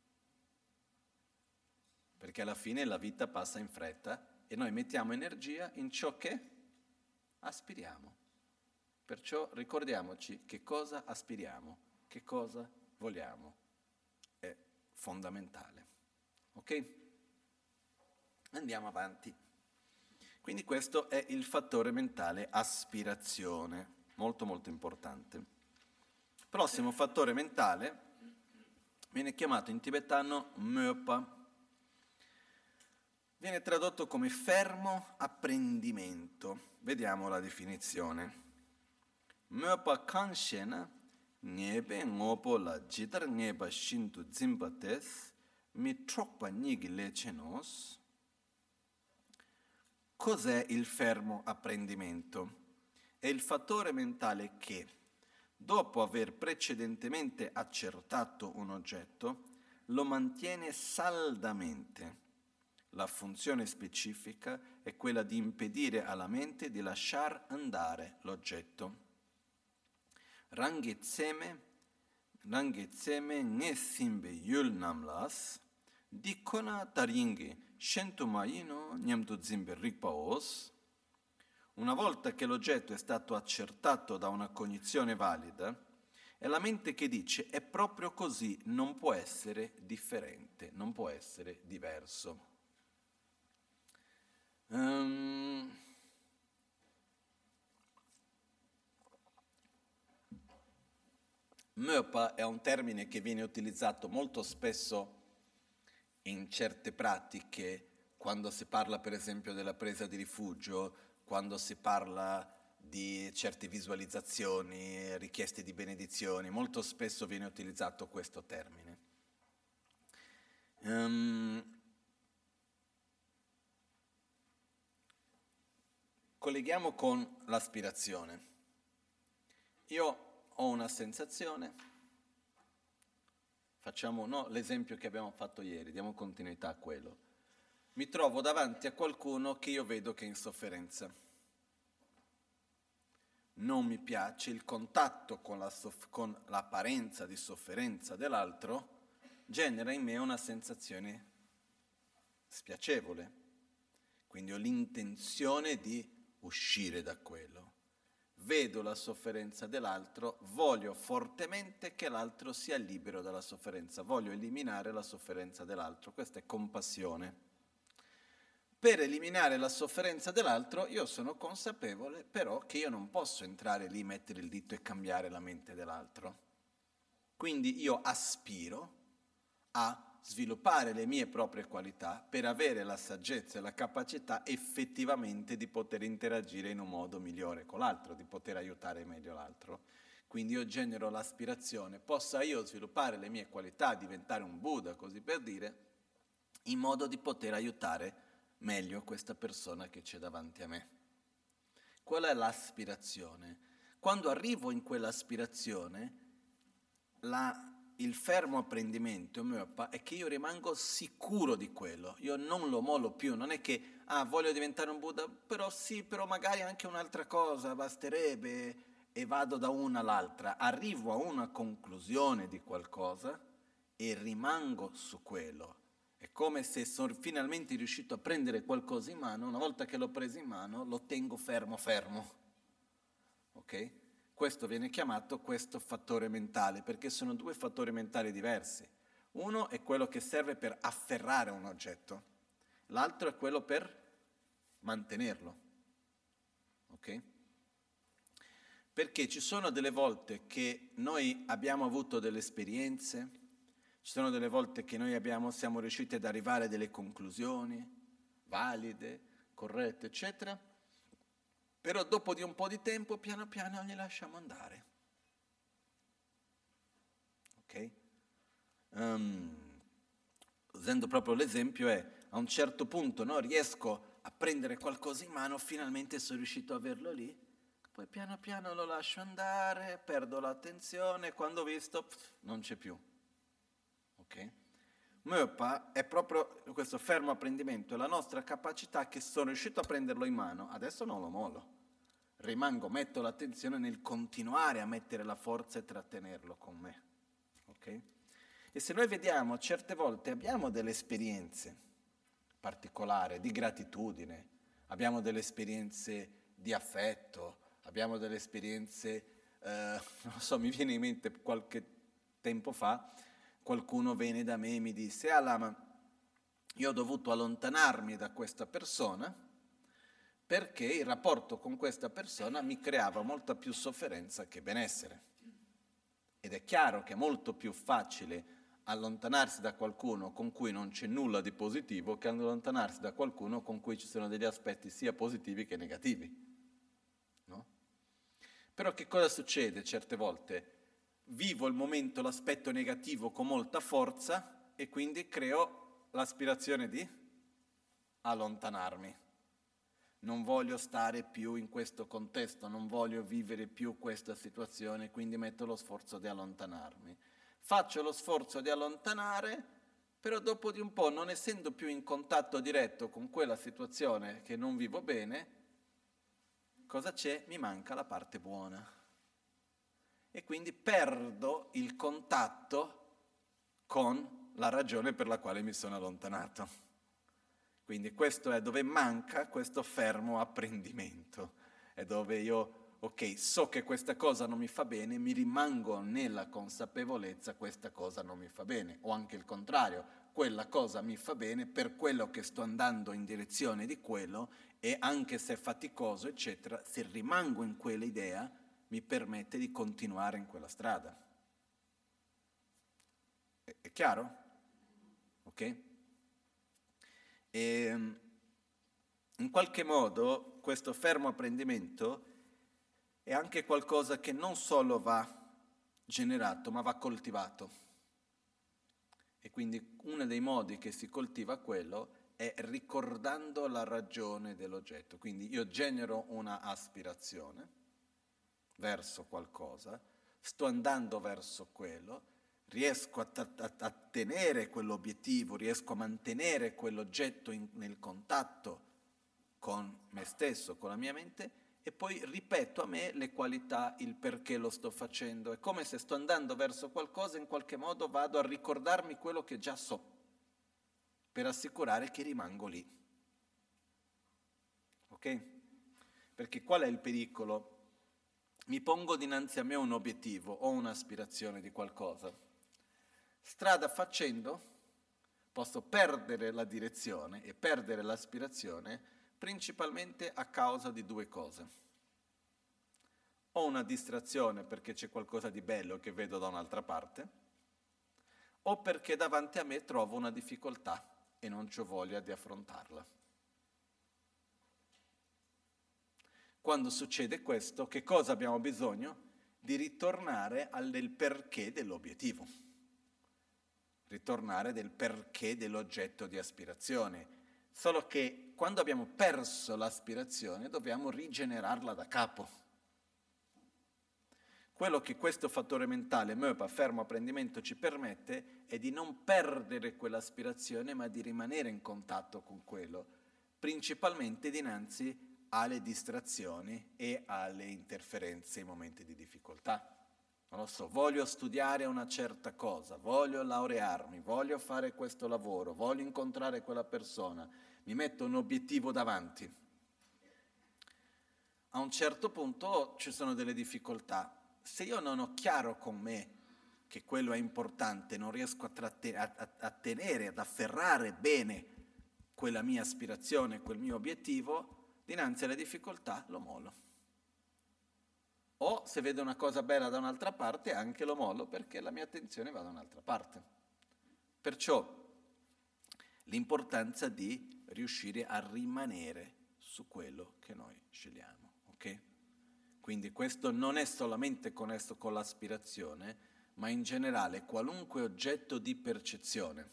Perché alla fine la vita passa in fretta e noi mettiamo energia in ciò che aspiriamo. Perciò ricordiamoci che cosa aspiriamo, che cosa vogliamo. È fondamentale. Ok? Andiamo avanti. Quindi questo è il fattore mentale aspirazione, molto molto importante. Prossimo fattore mentale viene chiamato in tibetano Möpa. Viene tradotto come fermo apprendimento. Vediamo la definizione. Möpa kanshena ngebe ngopo la jidar ngeba shintu zimbates mi trokpa nigi lechenos. Cos'è il fermo apprendimento? È il fattore mentale che, dopo aver precedentemente accertato un oggetto, lo mantiene saldamente. La funzione specifica è quella di impedire alla mente di lasciar andare l'oggetto. Rangetseme ne simbe yul namlas, dikona taringe shentumaino nyamtu zimbe rikpaos. Una volta che l'oggetto è stato accertato da una cognizione valida, è la mente che dice è proprio così, non può essere differente, non può essere diverso. Möpa è un termine che viene utilizzato molto spesso in certe pratiche, quando si parla per esempio della presa di rifugio, quando si parla di certe visualizzazioni, richieste di benedizioni, molto spesso viene utilizzato questo termine. Colleghiamo con l'aspirazione. Io ho una sensazione, facciamo l'esempio che abbiamo fatto ieri, diamo continuità a quello. Mi trovo davanti a qualcuno che io vedo che è in sofferenza. Non mi piace il contatto con l'apparenza di sofferenza dell'altro, genera in me una sensazione spiacevole. Quindi ho l'intenzione di uscire da quello. Vedo la sofferenza dell'altro, voglio fortemente che l'altro sia libero dalla sofferenza, voglio eliminare la sofferenza dell'altro, questa è compassione. Per eliminare la sofferenza dell'altro io sono consapevole però che io non posso entrare lì, mettere il dito e cambiare la mente dell'altro. Quindi io aspiro a sviluppare le mie proprie qualità per avere la saggezza e la capacità effettivamente di poter interagire in un modo migliore con l'altro, di poter aiutare meglio l'altro. quindi io genero l'aspirazione, possa io sviluppare le mie qualità, diventare un Buddha, così per dire, in modo di poter aiutare meglio questa persona che c'è davanti a me. Qual è l'aspirazione? Quando arrivo in quell'aspirazione, il fermo apprendimento è che io rimango sicuro di quello, io non lo mollo più, non è che voglio diventare un Buddha, però sì, però magari anche un'altra cosa basterebbe e vado da una all'altra, arrivo a una conclusione di qualcosa e rimango su quello. È come se sono finalmente riuscito a prendere qualcosa in mano, una volta che l'ho preso in mano lo tengo fermo. Ok? Questo viene chiamato questo fattore mentale, perché sono due fattori mentali diversi. Uno è quello che serve per afferrare un oggetto, l'altro è quello per mantenerlo. Ok? Perché ci sono delle volte che noi abbiamo avuto delle esperienze, ci sono delle volte che noi siamo riusciti ad arrivare a delle conclusioni valide, corrette, eccetera, però dopo di un po' di tempo, piano piano, li lasciamo andare. Ok? Usando proprio l'esempio a un certo punto riesco a prendere qualcosa in mano, finalmente sono riuscito a averlo lì, poi piano piano lo lascio andare, perdo l'attenzione, quando ho visto, non c'è più. Ok? Myopa è proprio questo fermo apprendimento, è la nostra capacità che sono riuscito a prenderlo in mano, adesso non lo mollo, metto l'attenzione nel continuare a mettere la forza e trattenerlo con me. Ok? E se noi vediamo, certe volte abbiamo delle esperienze particolari di gratitudine, abbiamo delle esperienze di affetto, abbiamo delle esperienze, non so, mi viene in mente qualche tempo fa, qualcuno venne da me e mi disse: Lama, io ho dovuto allontanarmi da questa persona perché il rapporto con questa persona mi creava molta più sofferenza che benessere. Ed è chiaro che è molto più facile allontanarsi da qualcuno con cui non c'è nulla di positivo che allontanarsi da qualcuno con cui ci sono degli aspetti sia positivi che negativi. No? Però che cosa succede certe volte? Vivo il momento, l'aspetto negativo con molta forza e quindi creo l'aspirazione di allontanarmi. Non voglio stare più in questo contesto, non voglio vivere più questa situazione, quindi metto lo sforzo di allontanarmi. Faccio lo sforzo di allontanare, però dopo di un po', non essendo più in contatto diretto con quella situazione che non vivo bene, cosa c'è? Mi manca la parte buona. E quindi perdo il contatto con la ragione per la quale mi sono allontanato. Quindi questo è dove manca questo fermo apprendimento, è dove io, ok, so che questa cosa non mi fa bene, mi rimango nella consapevolezza questa cosa non mi fa bene, o anche il contrario, quella cosa mi fa bene per quello che sto andando in direzione di quello e anche se è faticoso, eccetera, se rimango in quell'idea mi permette di continuare in quella strada. È chiaro? Ok? E in qualche modo questo fermo apprendimento è anche qualcosa che non solo va generato, ma va coltivato. E quindi uno dei modi che si coltiva quello è ricordando la ragione dell'oggetto. Quindi io genero una aspirazione verso qualcosa, sto andando verso quello, riesco a tenere quell'obiettivo, riesco a mantenere quell'oggetto nel contatto con me stesso, con la mia mente, e poi ripeto a me le qualità, il perché lo sto facendo. È come se sto andando verso qualcosa, in qualche modo vado a ricordarmi quello che già so, per assicurare che rimango lì. Ok? Perché qual è il pericolo? Mi pongo dinanzi a me un obiettivo o un'aspirazione di qualcosa. Strada facendo, posso perdere la direzione e perdere l'aspirazione principalmente a causa di due cose. O una distrazione perché c'è qualcosa di bello che vedo da un'altra parte, o perché davanti a me trovo una difficoltà e non c'ho voglia di affrontarla. Quando succede questo, che cosa abbiamo bisogno? di ritornare del perché dell'obiettivo, ritornare del perché dell'oggetto di aspirazione. Solo che quando abbiamo perso l'aspirazione dobbiamo rigenerarla da capo. Quello che questo fattore mentale, MEPA, fermo apprendimento, ci permette è di non perdere quell'aspirazione, ma di rimanere in contatto con quello, principalmente dinanzi alle distrazioni e alle interferenze in momenti di difficoltà. Non lo so, voglio studiare una certa cosa, voglio laurearmi, voglio fare questo lavoro, voglio incontrare quella persona, mi metto un obiettivo davanti. A un certo punto ci sono delle difficoltà. Se io non ho chiaro con me che quello è importante, non riesco a tenere, ad afferrare bene quella mia aspirazione, quel mio obiettivo, dinanzi alle difficoltà lo mollo. O se vedo una cosa bella da un'altra parte, anche lo mollo perché la mia attenzione va da un'altra parte. Perciò l'importanza di riuscire a rimanere su quello che noi scegliamo, ok? Quindi questo non è solamente connesso con l'aspirazione, ma in generale qualunque oggetto di percezione.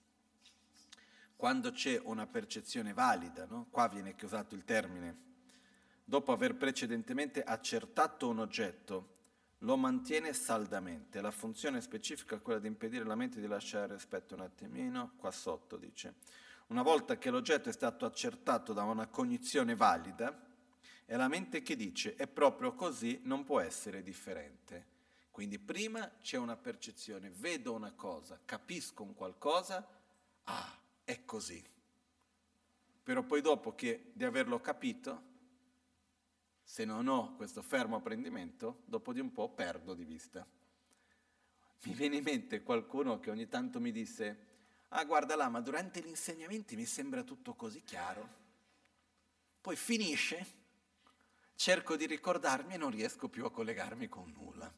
Quando c'è una percezione valida, no? Qua viene usato il termine, dopo aver precedentemente accertato un oggetto, lo mantiene saldamente. La funzione specifica è quella di impedire alla mente di lasciare, aspetta un attimino, qua sotto dice, una volta che l'oggetto è stato accertato da una cognizione valida, è la mente che dice è proprio così, non può essere differente. Quindi prima c'è una percezione, vedo una cosa, capisco un qualcosa, è così. Però poi dopo di averlo capito, se non ho questo fermo apprendimento, dopo di un po' perdo di vista. Mi viene in mente qualcuno che ogni tanto mi disse, guarda là, ma durante gli insegnamenti mi sembra tutto così chiaro. Poi finisce, cerco di ricordarmi e non riesco più a collegarmi con nulla.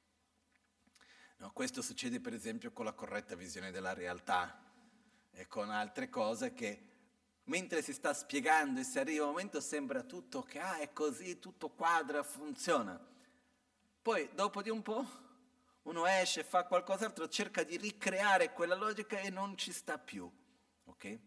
No, questo succede per esempio con la corretta visione della realtà e con altre cose che mentre si sta spiegando e si arriva a un momento sembra tutto che è così, tutto quadra, funziona. Poi dopo di un po' uno esce, fa qualcos'altro, cerca di ricreare quella logica e non ci sta più. Ok?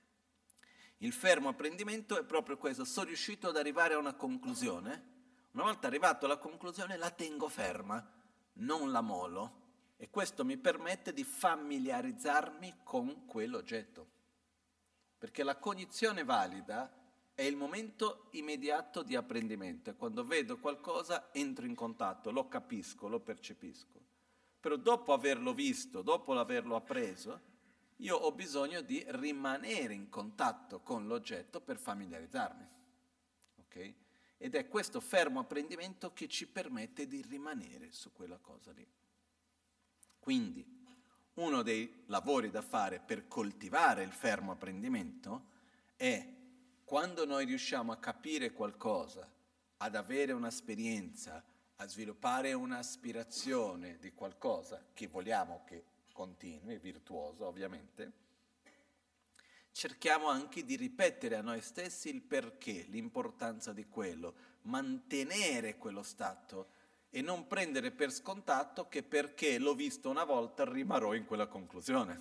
Il fermo apprendimento è proprio questo, sono riuscito ad arrivare a una conclusione, una volta arrivato alla conclusione la tengo ferma, non la mollo e questo mi permette di familiarizzarmi con quell'oggetto. Perché la cognizione valida è il momento immediato di apprendimento, è quando vedo qualcosa, entro in contatto, lo capisco, lo percepisco. Però dopo averlo visto, dopo averlo appreso, io ho bisogno di rimanere in contatto con l'oggetto per familiarizzarmi. Okay? Ed è questo fermo apprendimento che ci permette di rimanere su quella cosa lì. Quindi, uno dei lavori da fare per coltivare il fermo apprendimento è quando noi riusciamo a capire qualcosa, ad avere un'esperienza, a sviluppare un'aspirazione di qualcosa che vogliamo che continui, virtuoso ovviamente, cerchiamo anche di ripetere a noi stessi il perché, l'importanza di quello, mantenere quello stato e non prendere per scontato che perché l'ho visto una volta rimarrò in quella conclusione.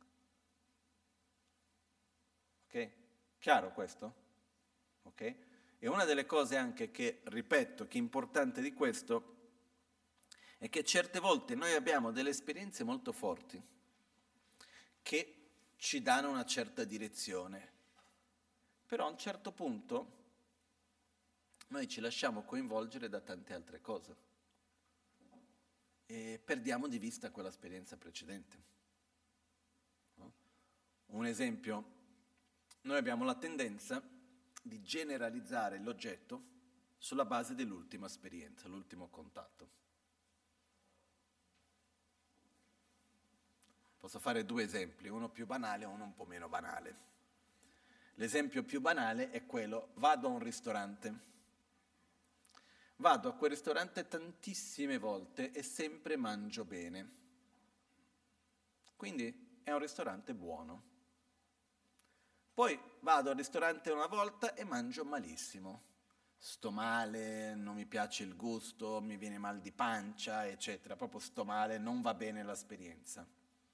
Ok? Chiaro questo? Ok? E una delle cose anche che, ripeto, che è importante di questo è che certe volte noi abbiamo delle esperienze molto forti che ci danno una certa direzione, però a un certo punto noi ci lasciamo coinvolgere da tante altre cose e perdiamo di vista quell'esperienza precedente. No? Un esempio, noi abbiamo la tendenza di generalizzare l'oggetto sulla base dell'ultima esperienza, l'ultimo contatto. Posso fare due esempi, uno più banale e uno un po' meno banale. L'esempio più banale è quello, vado a un ristorante. Vado a quel ristorante tantissime volte e sempre mangio bene. Quindi è un ristorante buono. Poi vado al ristorante una volta e mangio malissimo. sto male, non mi piace il gusto, mi viene mal di pancia, eccetera, proprio sto male, non va bene l'esperienza.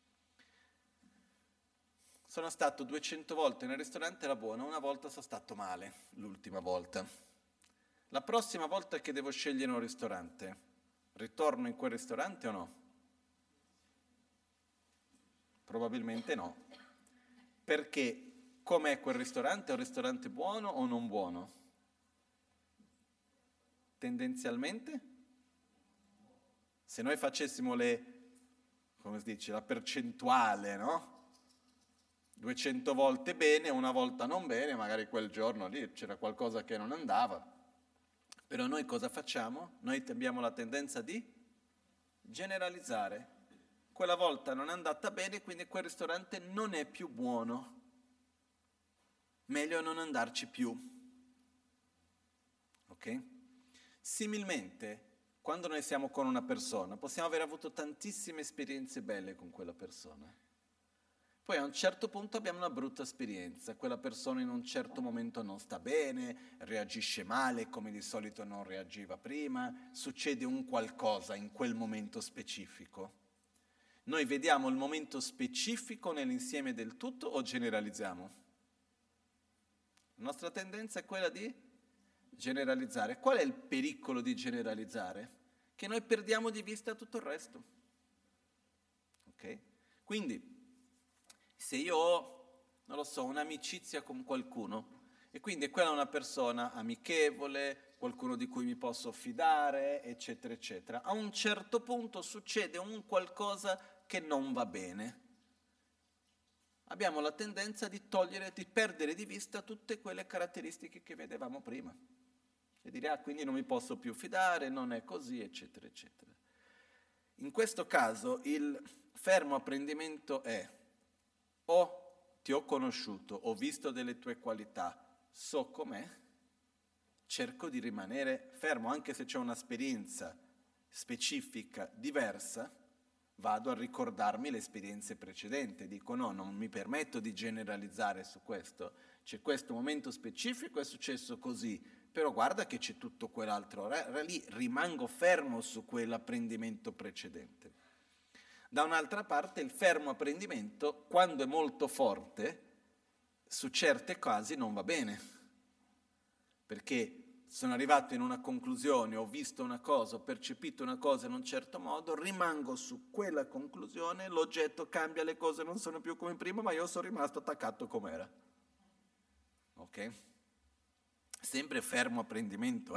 Sono stato 200 volte nel ristorante, era buono, una volta sono stato male, l'ultima volta. La prossima volta che devo scegliere un ristorante, ritorno in quel ristorante o no? Probabilmente no. Perché com'è quel ristorante? È un ristorante buono o non buono? Tendenzialmente? Se noi facessimo come si dice, la percentuale, no? 200 volte bene, una volta non bene, magari quel giorno lì c'era qualcosa che non andava. Però noi cosa facciamo? Noi abbiamo la tendenza di generalizzare. Quella volta non è andata bene, quindi quel ristorante non è più buono. Meglio non andarci più. Ok? Similmente, quando noi siamo con una persona, possiamo aver avuto tantissime esperienze belle con quella persona. Poi a un certo punto abbiamo una brutta esperienza, quella persona in un certo momento non sta bene, reagisce male come di solito non reagiva prima, succede un qualcosa in quel momento specifico. Noi vediamo il momento specifico nell'insieme del tutto o generalizziamo? La nostra tendenza è quella di generalizzare. Qual è il pericolo di generalizzare? Che noi perdiamo di vista tutto il resto. Ok? Quindi, se io ho, non lo so, un'amicizia con qualcuno, e quindi è quella una persona amichevole, qualcuno di cui mi posso fidare, eccetera, eccetera, a un certo punto succede un qualcosa che non va bene. Abbiamo la tendenza di perdere di vista tutte quelle caratteristiche che vedevamo prima. E dire, quindi non mi posso più fidare, non è così, eccetera, eccetera. In questo caso il fermo apprendimento è: o ti ho conosciuto, ho visto delle tue qualità, so com'è, cerco di rimanere fermo, anche se c'è un'esperienza specifica diversa, vado a ricordarmi le esperienze precedenti, dico no, non mi permetto di generalizzare su questo, c'è questo momento specifico, è successo così, però guarda che c'è tutto quell'altro, lì rimango fermo su quell'apprendimento precedente. Da un'altra parte il fermo apprendimento, quando è molto forte, su certe casi non va bene, perché sono arrivato in una conclusione, ho visto una cosa, ho percepito una cosa in un certo modo, rimango su quella conclusione, l'oggetto cambia, le cose non sono più come prima, ma io sono rimasto attaccato com'era. Ok? Sempre fermo apprendimento,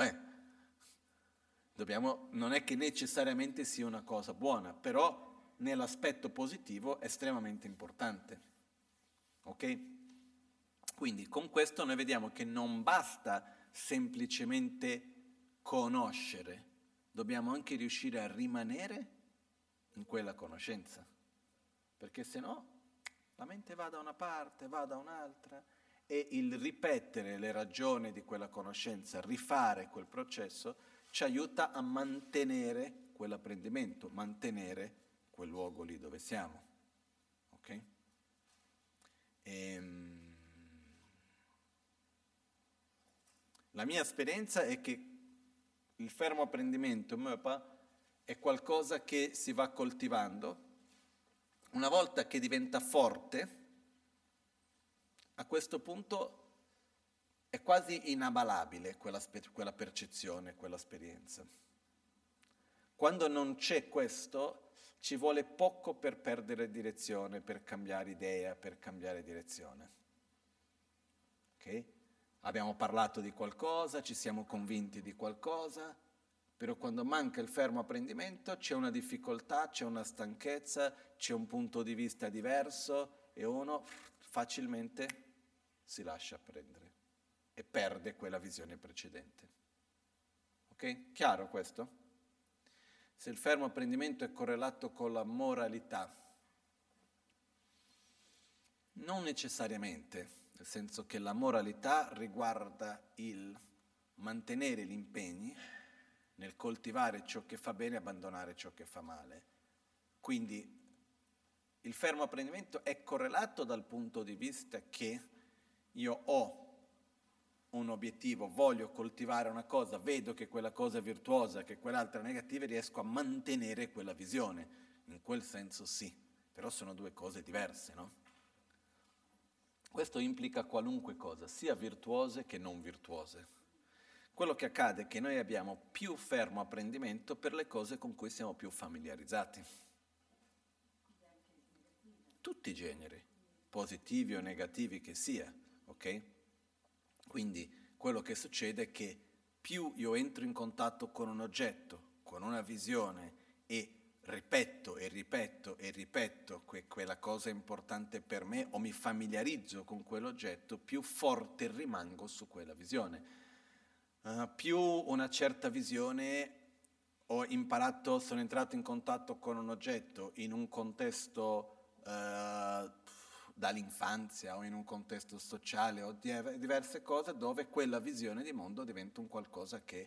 non è che necessariamente sia una cosa buona, però nell'aspetto positivo è estremamente importante. Ok? Quindi con questo noi vediamo che non basta semplicemente conoscere, dobbiamo anche riuscire a rimanere in quella conoscenza, perché se no la mente va da una parte, va da un'altra, e il ripetere le ragioni di quella conoscenza, rifare quel processo, ci aiuta a mantenere quell'apprendimento, mantenere quel luogo lì dove siamo. Ok? La mia esperienza è che il fermo apprendimento è qualcosa che si va coltivando. Una volta che diventa forte, a questo punto è quasi inabalabile quella percezione, quell'esperienza. Quando non c'è questo, ci vuole poco per perdere direzione, per cambiare idea, per cambiare direzione. Ok? Abbiamo parlato di qualcosa, ci siamo convinti di qualcosa, però quando manca il fermo apprendimento c'è una difficoltà, c'è una stanchezza, c'è un punto di vista diverso e uno facilmente si lascia prendere e perde quella visione precedente. Ok? Chiaro questo? Se il fermo apprendimento è correlato con la moralità, non necessariamente, nel senso che la moralità riguarda il mantenere gli impegni nel coltivare ciò che fa bene e abbandonare ciò che fa male. Quindi il fermo apprendimento è correlato dal punto di vista che io ho un obiettivo, voglio coltivare una cosa, vedo che quella cosa è virtuosa, che quell'altra è negativa, e riesco a mantenere quella visione. In quel senso sì, però sono due cose diverse, no? Questo implica qualunque cosa, sia virtuose che non virtuose. Quello che accade è che noi abbiamo più fermo apprendimento per le cose con cui siamo più familiarizzati. Tutti i generi, positivi o negativi che sia, ok? Quindi quello che succede è che più io entro in contatto con un oggetto, con una visione e ripeto e ripeto e ripeto quella cosa importante per me o mi familiarizzo con quell'oggetto, più forte rimango su quella visione. Più una certa visione ho imparato, sono entrato in contatto con un oggetto in un contesto dall'infanzia o in un contesto sociale o diverse cose dove quella visione di mondo diventa un qualcosa che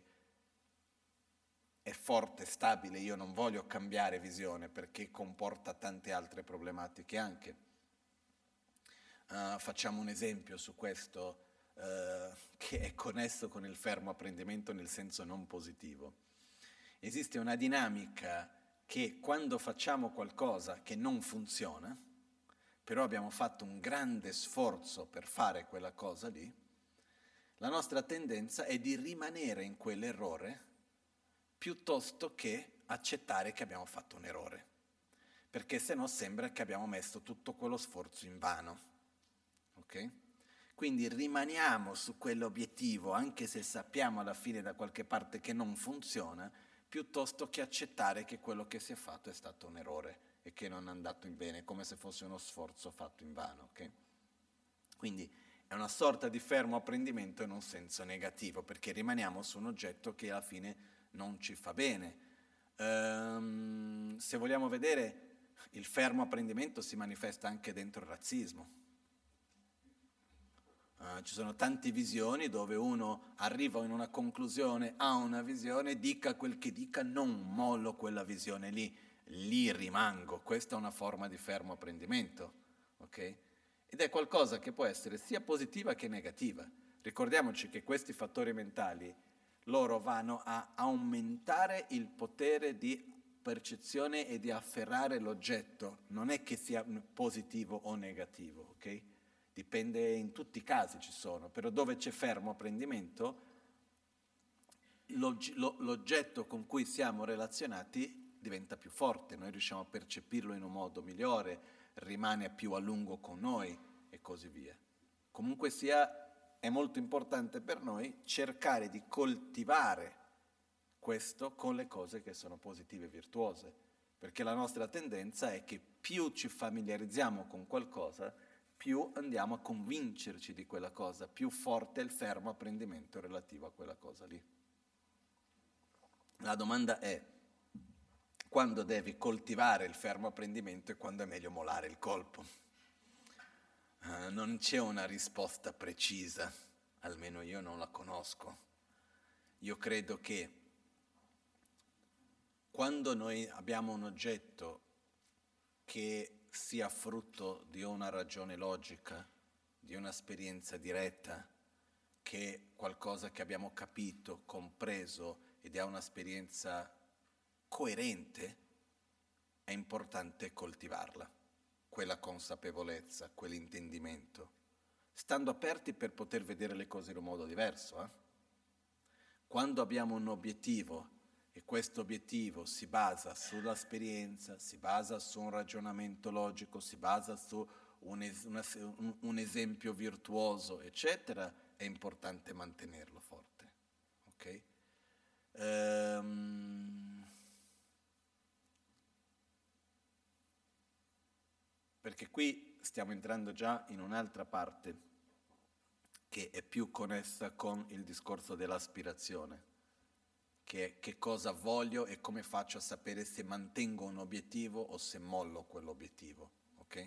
è forte, stabile. Io non voglio cambiare visione perché comporta tante altre problematiche anche. Facciamo un esempio su questo che è connesso con il fermo apprendimento nel senso non positivo. Esiste una dinamica che quando facciamo qualcosa che non funziona, però abbiamo fatto un grande sforzo per fare quella cosa lì, la nostra tendenza è di rimanere in quell'errore piuttosto che accettare che abbiamo fatto un errore, perché se no sembra che abbiamo messo tutto quello sforzo in vano. Ok? Quindi rimaniamo su quell'obiettivo, anche se sappiamo alla fine da qualche parte che non funziona, piuttosto che accettare che quello che si è fatto è stato un errore e che non è andato in bene, come se fosse uno sforzo fatto in vano. Okay? Quindi è una sorta di fermo apprendimento in un senso negativo, perché rimaniamo su un oggetto che alla fine non ci fa bene. Se vogliamo vedere, il fermo apprendimento si manifesta anche dentro il razzismo. Ci sono tante visioni dove uno arriva in una conclusione, ha una visione, dica quel che dica, non mollo quella visione lì rimango. Questa è una forma di fermo apprendimento, ok? Ed è qualcosa che può essere sia positiva che negativa. Ricordiamoci che questi fattori mentali, loro vanno a aumentare il potere di percezione e di afferrare l'oggetto, non è che sia positivo o negativo, ok? Dipende, in tutti i casi ci sono, però dove c'è fermo apprendimento, l'oggetto con cui siamo relazionati diventa più forte, noi riusciamo a percepirlo in un modo migliore, rimane più a lungo con noi e così via. Comunque sia, è molto importante per noi cercare di coltivare questo con le cose che sono positive e virtuose, perché la nostra tendenza è che più ci familiarizziamo con qualcosa, più andiamo a convincerci di quella cosa, più forte è il fermo apprendimento relativo a quella cosa lì. La domanda è quando devi coltivare il fermo apprendimento e quando è meglio molare il colpo. Non c'è una risposta precisa, almeno io non la conosco. Io credo che quando noi abbiamo un oggetto che sia frutto di una ragione logica, di un'esperienza diretta, che è qualcosa che abbiamo capito, compreso ed è un'esperienza coerente, è importante coltivarla, quella consapevolezza, quell'intendimento, stando aperti per poter vedere le cose in un modo diverso. Quando abbiamo un obiettivo e questo obiettivo si basa sull'esperienza, si basa su un ragionamento logico, si basa su un esempio virtuoso, eccetera, è importante mantenerlo forte. Ok? Perché qui stiamo entrando già in un'altra parte che è più connessa con il discorso dell'aspirazione, che è che cosa voglio e come faccio a sapere se mantengo un obiettivo o se mollo quell'obiettivo, ok?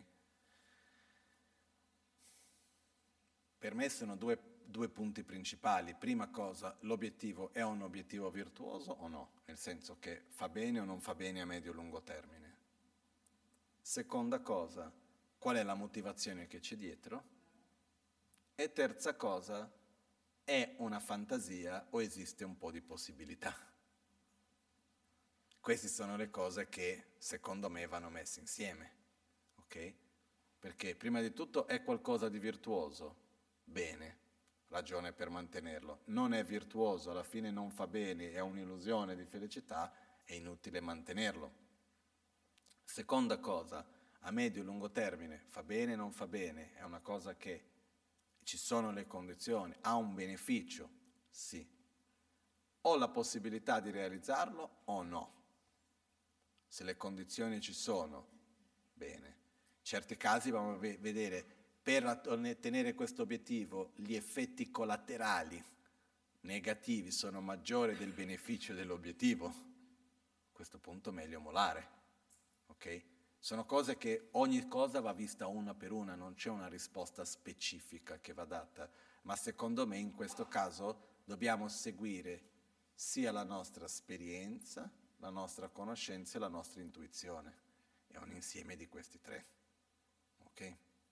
Per me sono due punti principali. Prima cosa, l'obiettivo è un obiettivo virtuoso o no? Nel senso che fa bene o non fa bene a medio-lungo termine. Seconda cosa, qual è la motivazione che c'è dietro? E terza cosa, è una fantasia o esiste un po' di possibilità. Queste sono le cose che secondo me vanno messe insieme, ok? Perché prima di tutto è qualcosa di virtuoso, bene, ragione per mantenerlo. Non è virtuoso, alla fine non fa bene, è un'illusione di felicità, è inutile mantenerlo. Seconda cosa, a medio e lungo termine, fa bene o non fa bene, è una cosa che ci sono le condizioni, ha un beneficio, sì. Ho la possibilità di realizzarlo o no? Se le condizioni ci sono, bene. In certi casi vamos a vedere, per ottenere questo obiettivo, gli effetti collaterali negativi sono maggiori del beneficio dell'obiettivo. A questo punto meglio molare, ok? Sono cose che ogni cosa va vista una per una, non c'è una risposta specifica che va data, ma secondo me in questo caso dobbiamo seguire sia la nostra esperienza, la nostra conoscenza e la nostra intuizione. È un insieme di questi tre. Ok?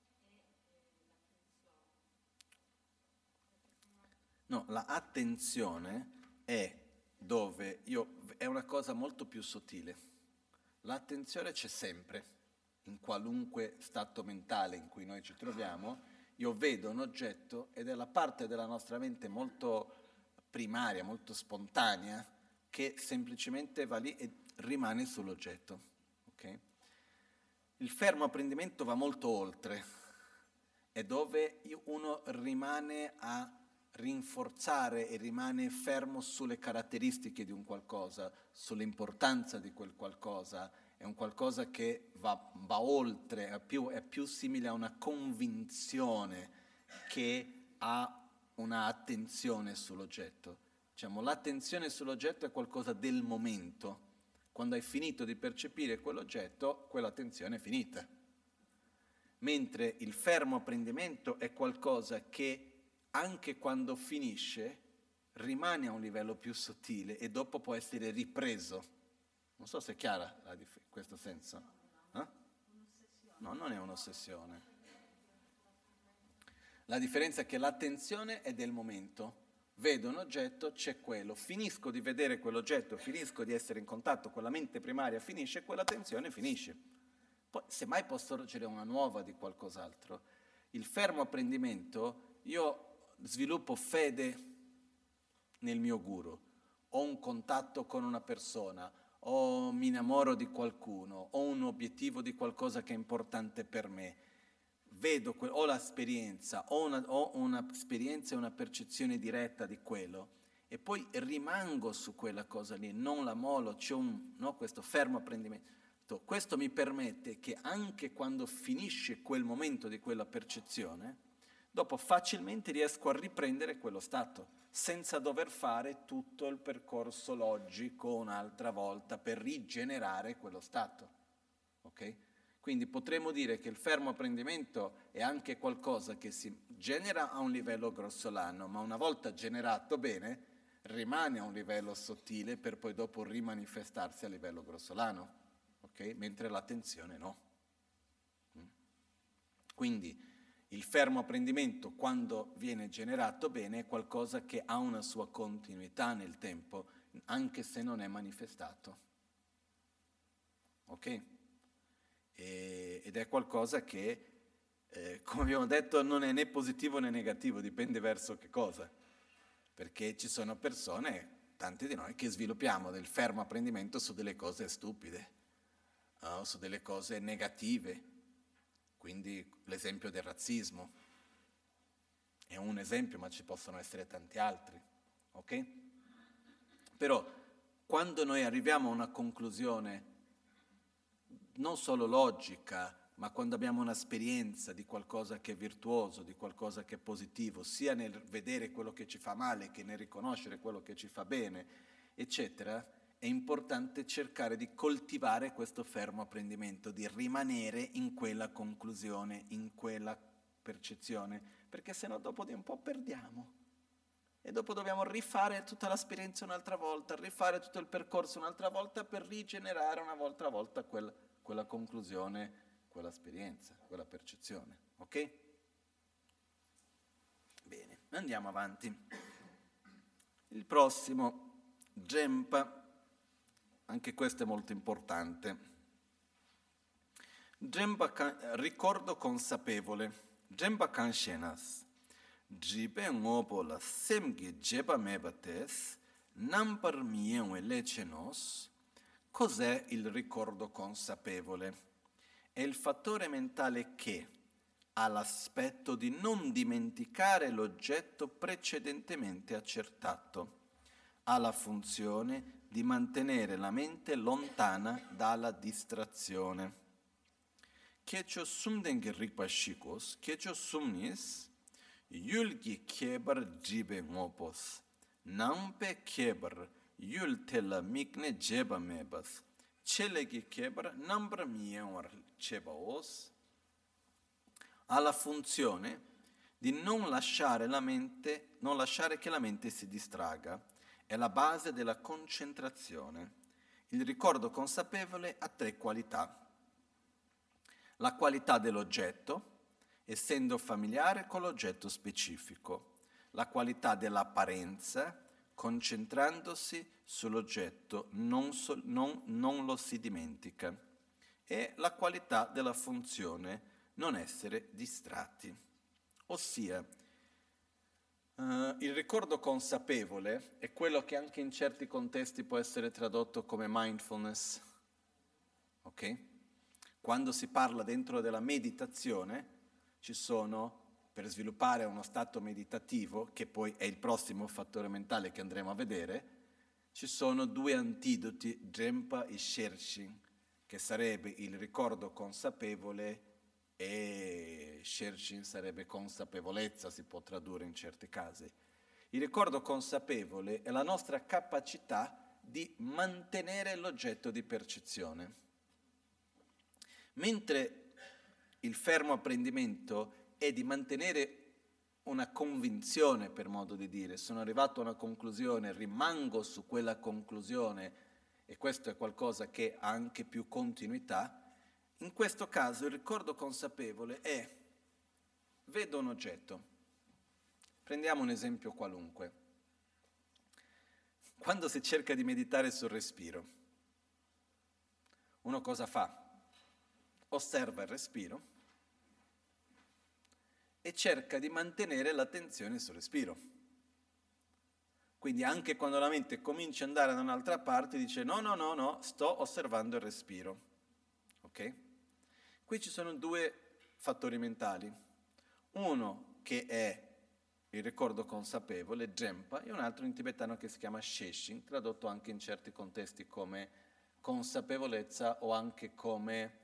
No, la attenzione è è una cosa molto più sottile. L'attenzione c'è sempre, in qualunque stato mentale in cui noi ci troviamo. Io vedo un oggetto ed è la parte della nostra mente molto primaria, molto spontanea, che semplicemente va lì e rimane sull'oggetto. Okay? Il fermo apprendimento va molto oltre, è dove uno rimane a rinforzare e rimane fermo sulle caratteristiche di un qualcosa, sull'importanza di quel qualcosa. È un qualcosa che va oltre, è più simile a una convinzione che a una attenzione sull'oggetto. Diciamo, l'attenzione sull'oggetto è qualcosa del momento. Quando hai finito di percepire quell'oggetto, quell'attenzione è finita. Mentre il fermo apprendimento è qualcosa che anche quando finisce rimane a un livello più sottile e dopo può essere ripreso. Non so se è chiara questo senso. Eh? No, non è un'ossessione. La differenza è che l'attenzione è del momento. Vedo un oggetto, c'è quello, finisco di vedere quell'oggetto, finisco di essere in contatto con la mente primaria, finisce, quell'attenzione finisce. Poi semmai può sorgere una nuova di qualcos'altro. Il fermo apprendimento, io sviluppo fede nel mio guru, ho un contatto con una persona, o mi innamoro di qualcuno, ho un obiettivo di qualcosa che è importante per me, ho l'esperienza, ho un'esperienza e una percezione diretta di quello e poi rimango su quella cosa lì, non la molo, c'è questo fermo apprendimento. Questo mi permette che anche quando finisce quel momento di quella percezione, dopo facilmente riesco a riprendere quello stato, senza dover fare tutto il percorso logico un'altra volta per rigenerare quello stato. Ok? Quindi potremmo dire che il fermo apprendimento è anche qualcosa che si genera a un livello grossolano, ma una volta generato bene rimane a un livello sottile per poi dopo rimanifestarsi a livello grossolano. Okay? Mentre l'attenzione no. Quindi il fermo apprendimento, quando viene generato bene, è qualcosa che ha una sua continuità nel tempo, anche se non è manifestato. Ok? Ed è qualcosa che, come abbiamo detto, non è né positivo né negativo, dipende verso che cosa. Perché ci sono persone, tanti di noi, che sviluppiamo del fermo apprendimento su delle cose stupide, su delle cose negative. Quindi l'esempio del razzismo è un esempio, ma ci possono essere tanti altri, ok? Però quando noi arriviamo a una conclusione non solo logica, ma quando abbiamo un'esperienza di qualcosa che è virtuoso, di qualcosa che è positivo, sia nel vedere quello che ci fa male che nel riconoscere quello che ci fa bene, eccetera, è importante cercare di coltivare questo fermo apprendimento, di rimanere in quella conclusione, in quella percezione, perché sennò dopo di un po' perdiamo. E dopo dobbiamo rifare tutta l'esperienza un'altra volta, rifare tutto il percorso un'altra volta per rigenerare una volta a volta quella conclusione, quella esperienza, quella percezione. Ok? Bene, andiamo avanti. Il prossimo, Gempa, anche questo è molto importante. Gempa, ricordo consapevole. Gempa Kanshenas. Jibe ngopo la semgi jeba mebates, nampar mienwe lecenos. Cos'è il ricordo consapevole? È il fattore mentale che ha l'aspetto di non dimenticare l'oggetto precedentemente accertato. Ha la funzione di mantenere la mente lontana dalla distrazione. Kecho sumdenge rikpashikos, kecho sumnis, yulgi kebar jibe ngopos, nampe kebar yul tela mikne jeba mebas, chelegi kebar nambra mienwar cebaos, ha la funzione di non lasciare che la mente si distraga. È la base della concentrazione. Il ricordo consapevole ha 3 qualità. La qualità dell'oggetto, essendo familiare con l'oggetto specifico. La qualità dell'apparenza, concentrandosi sull'oggetto, non lo si dimentica. E la qualità della funzione, non essere distratti. Ossia, il ricordo consapevole è quello che anche in certi contesti può essere tradotto come mindfulness. Ok? Quando si parla dentro della meditazione, ci sono, per sviluppare uno stato meditativo, che poi è il prossimo fattore mentale che andremo a vedere, ci sono 2 antidoti, Gempa e Shershin, che sarebbe il ricordo consapevole e Shershin sarebbe consapevolezza, si può tradurre in certi casi. Il ricordo consapevole è la nostra capacità di mantenere l'oggetto di percezione. Mentre il fermo apprendimento è di mantenere una convinzione, per modo di dire, sono arrivato a una conclusione, rimango su quella conclusione e questo è qualcosa che ha anche più continuità. In questo caso il ricordo consapevole è, vedo un oggetto, prendiamo un esempio qualunque. Quando si cerca di meditare sul respiro, uno cosa fa? Osserva il respiro e cerca di mantenere l'attenzione sul respiro. Quindi anche quando la mente comincia ad andare da un'altra parte dice no, sto osservando il respiro. Ok? Qui ci sono 2 fattori mentali. Uno che è il ricordo consapevole, Gempa, e un altro in tibetano che si chiama Sheshin, tradotto anche in certi contesti come consapevolezza o anche come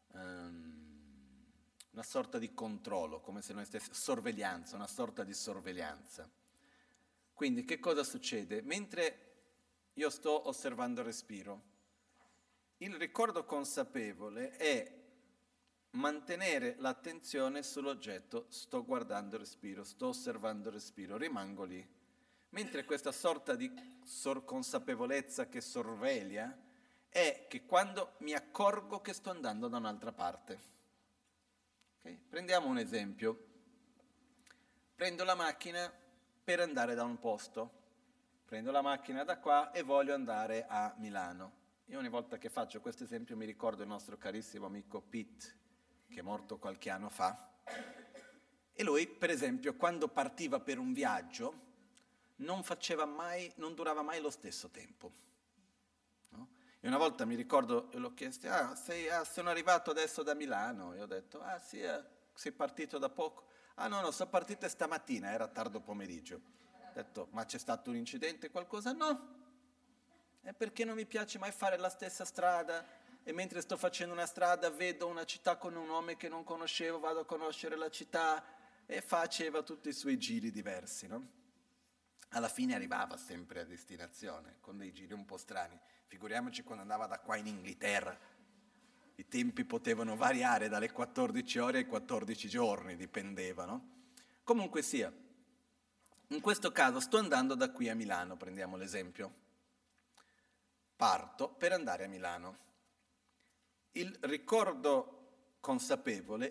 una sorta di controllo, come se noi stessimo, sorveglianza, una sorta di sorveglianza. Quindi che cosa succede? Mentre io sto osservando il respiro, il ricordo consapevole è mantenere l'attenzione sull'oggetto, sto guardando il respiro, sto osservando il respiro, rimango lì. Mentre questa sorta di consapevolezza che sorveglia è che quando mi accorgo che sto andando da un'altra parte. Okay? Prendiamo un esempio. Prendo la macchina per andare da un posto. Prendo la macchina da qua e voglio andare a Milano. Io ogni volta che faccio questo esempio mi ricordo il nostro carissimo amico Pete, che è morto qualche anno fa. E lui, per esempio, quando partiva per un viaggio, non durava mai lo stesso tempo. E una volta mi ricordo, l'ho chiesto, sono arrivato adesso da Milano. E ho detto, sì, sei partito da poco? No, sono partito stamattina, era tardo pomeriggio. Ho detto, ma c'è stato un incidente, qualcosa? No, è perché non mi piace mai fare la stessa strada. E mentre sto facendo una strada vedo una città con un nome che non conoscevo, vado a conoscere la città e faceva tutti i suoi giri diversi, no? Alla fine arrivava sempre a destinazione, con dei giri un po' strani. Figuriamoci quando andava da qua in Inghilterra. I tempi potevano variare dalle 14 ore ai 14 giorni, dipendeva, no? Comunque sia, in questo caso sto andando da qui a Milano, prendiamo l'esempio. Parto per andare a Milano. Il ricordo consapevole è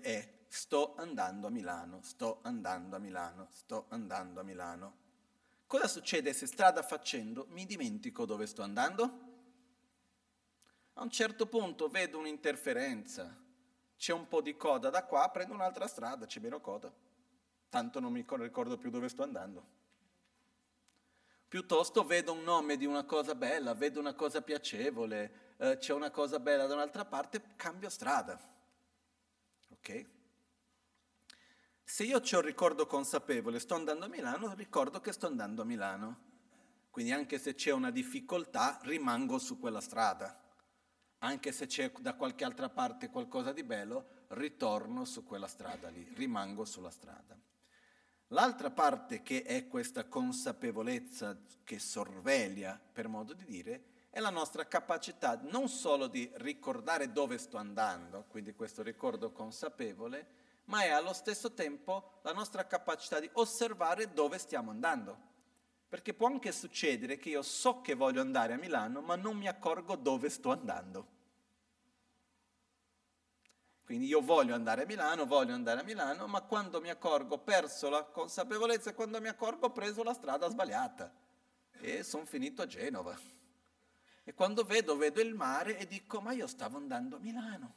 sto andando a Milano, sto andando a Milano, sto andando a Milano. Cosa succede se strada facendo mi dimentico dove sto andando? A un certo punto vedo un'interferenza, c'è un po' di coda da qua, prendo un'altra strada, c'è meno coda, tanto non mi ricordo più dove sto andando. Piuttosto vedo un nome di una cosa bella, vedo una cosa piacevole, c'è una cosa bella da un'altra parte, cambio strada. Ok? Se io ho un ricordo consapevole, sto andando a Milano, ricordo che sto andando a Milano. Quindi anche se c'è una difficoltà, rimango su quella strada. Anche se c'è da qualche altra parte qualcosa di bello, ritorno su quella strada lì, rimango sulla strada. L'altra parte che è questa consapevolezza che sorveglia, per modo di dire, è la nostra capacità non solo di ricordare dove sto andando, quindi questo ricordo consapevole, ma è allo stesso tempo la nostra capacità di osservare dove stiamo andando. Perché può anche succedere che io so che voglio andare a Milano, ma non mi accorgo dove sto andando. Quindi io voglio andare a Milano, ma quando mi accorgo ho perso la consapevolezza e quando mi accorgo ho preso la strada sbagliata e sono finito a Genova. E quando vedo il mare e dico, ma io stavo andando a Milano.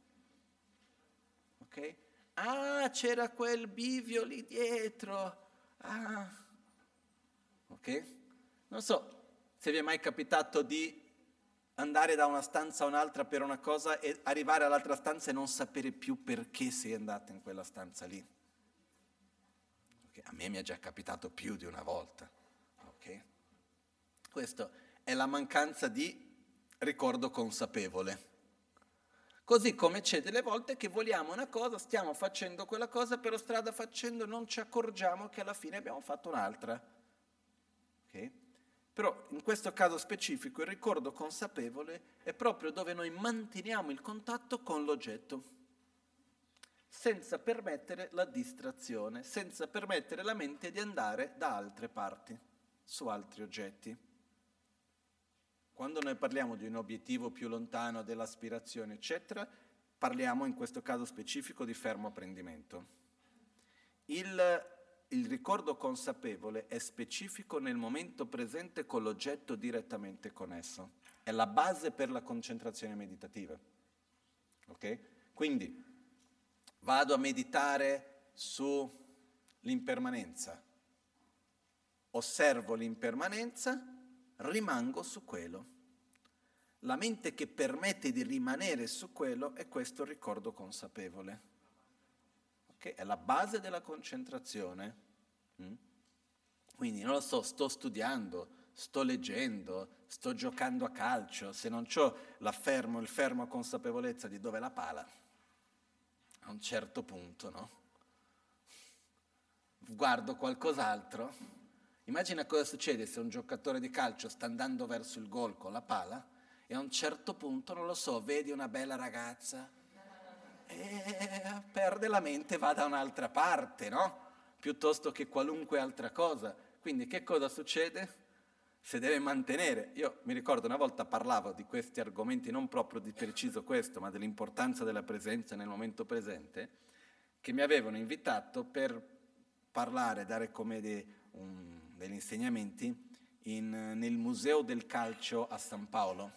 Ok? Ah, c'era quel bivio lì dietro. Ah. Ok? Non so se vi è mai capitato di andare da una stanza a un'altra per una cosa e arrivare all'altra stanza e non sapere più perché sei andato in quella stanza lì. Okay? A me mi è già capitato più di una volta. Okay? Questo è la mancanza di ricordo consapevole. Così come c'è delle volte che vogliamo una cosa, stiamo facendo quella cosa, però strada facendo non ci accorgiamo che alla fine abbiamo fatto un'altra. Okay? Però in questo caso specifico il ricordo consapevole è proprio dove noi manteniamo il contatto con l'oggetto, senza permettere la distrazione, senza permettere alla mente di andare da altre parti, su altri oggetti. Quando noi parliamo di un obiettivo più lontano, dell'aspirazione, eccetera, parliamo in questo caso specifico di fermo apprendimento. Il ricordo consapevole è specifico nel momento presente con l'oggetto direttamente connesso. È la base per la concentrazione meditativa. Ok? Quindi vado a meditare sull'impermanenza. Osservo l'impermanenza, rimango su quello. La mente che permette di rimanere su quello è questo ricordo consapevole. Che è la base della concentrazione. Quindi non lo so, sto studiando, sto leggendo, sto giocando a calcio, se non ho il fermo consapevolezza di dove è la pala, a un certo punto, no? Guardo qualcos'altro, immagina cosa succede se un giocatore di calcio sta andando verso il gol con la pala e a un certo punto, non lo so, vedi una bella ragazza e perde la mente e va da un'altra parte, no? Piuttosto che qualunque altra cosa. Quindi che cosa succede? Se deve mantenere. Io mi ricordo una volta parlavo di questi argomenti, non proprio di preciso questo, ma dell'importanza della presenza nel momento presente, che mi avevano invitato per parlare, dare come degli insegnamenti nel Museo del Calcio a San Paolo.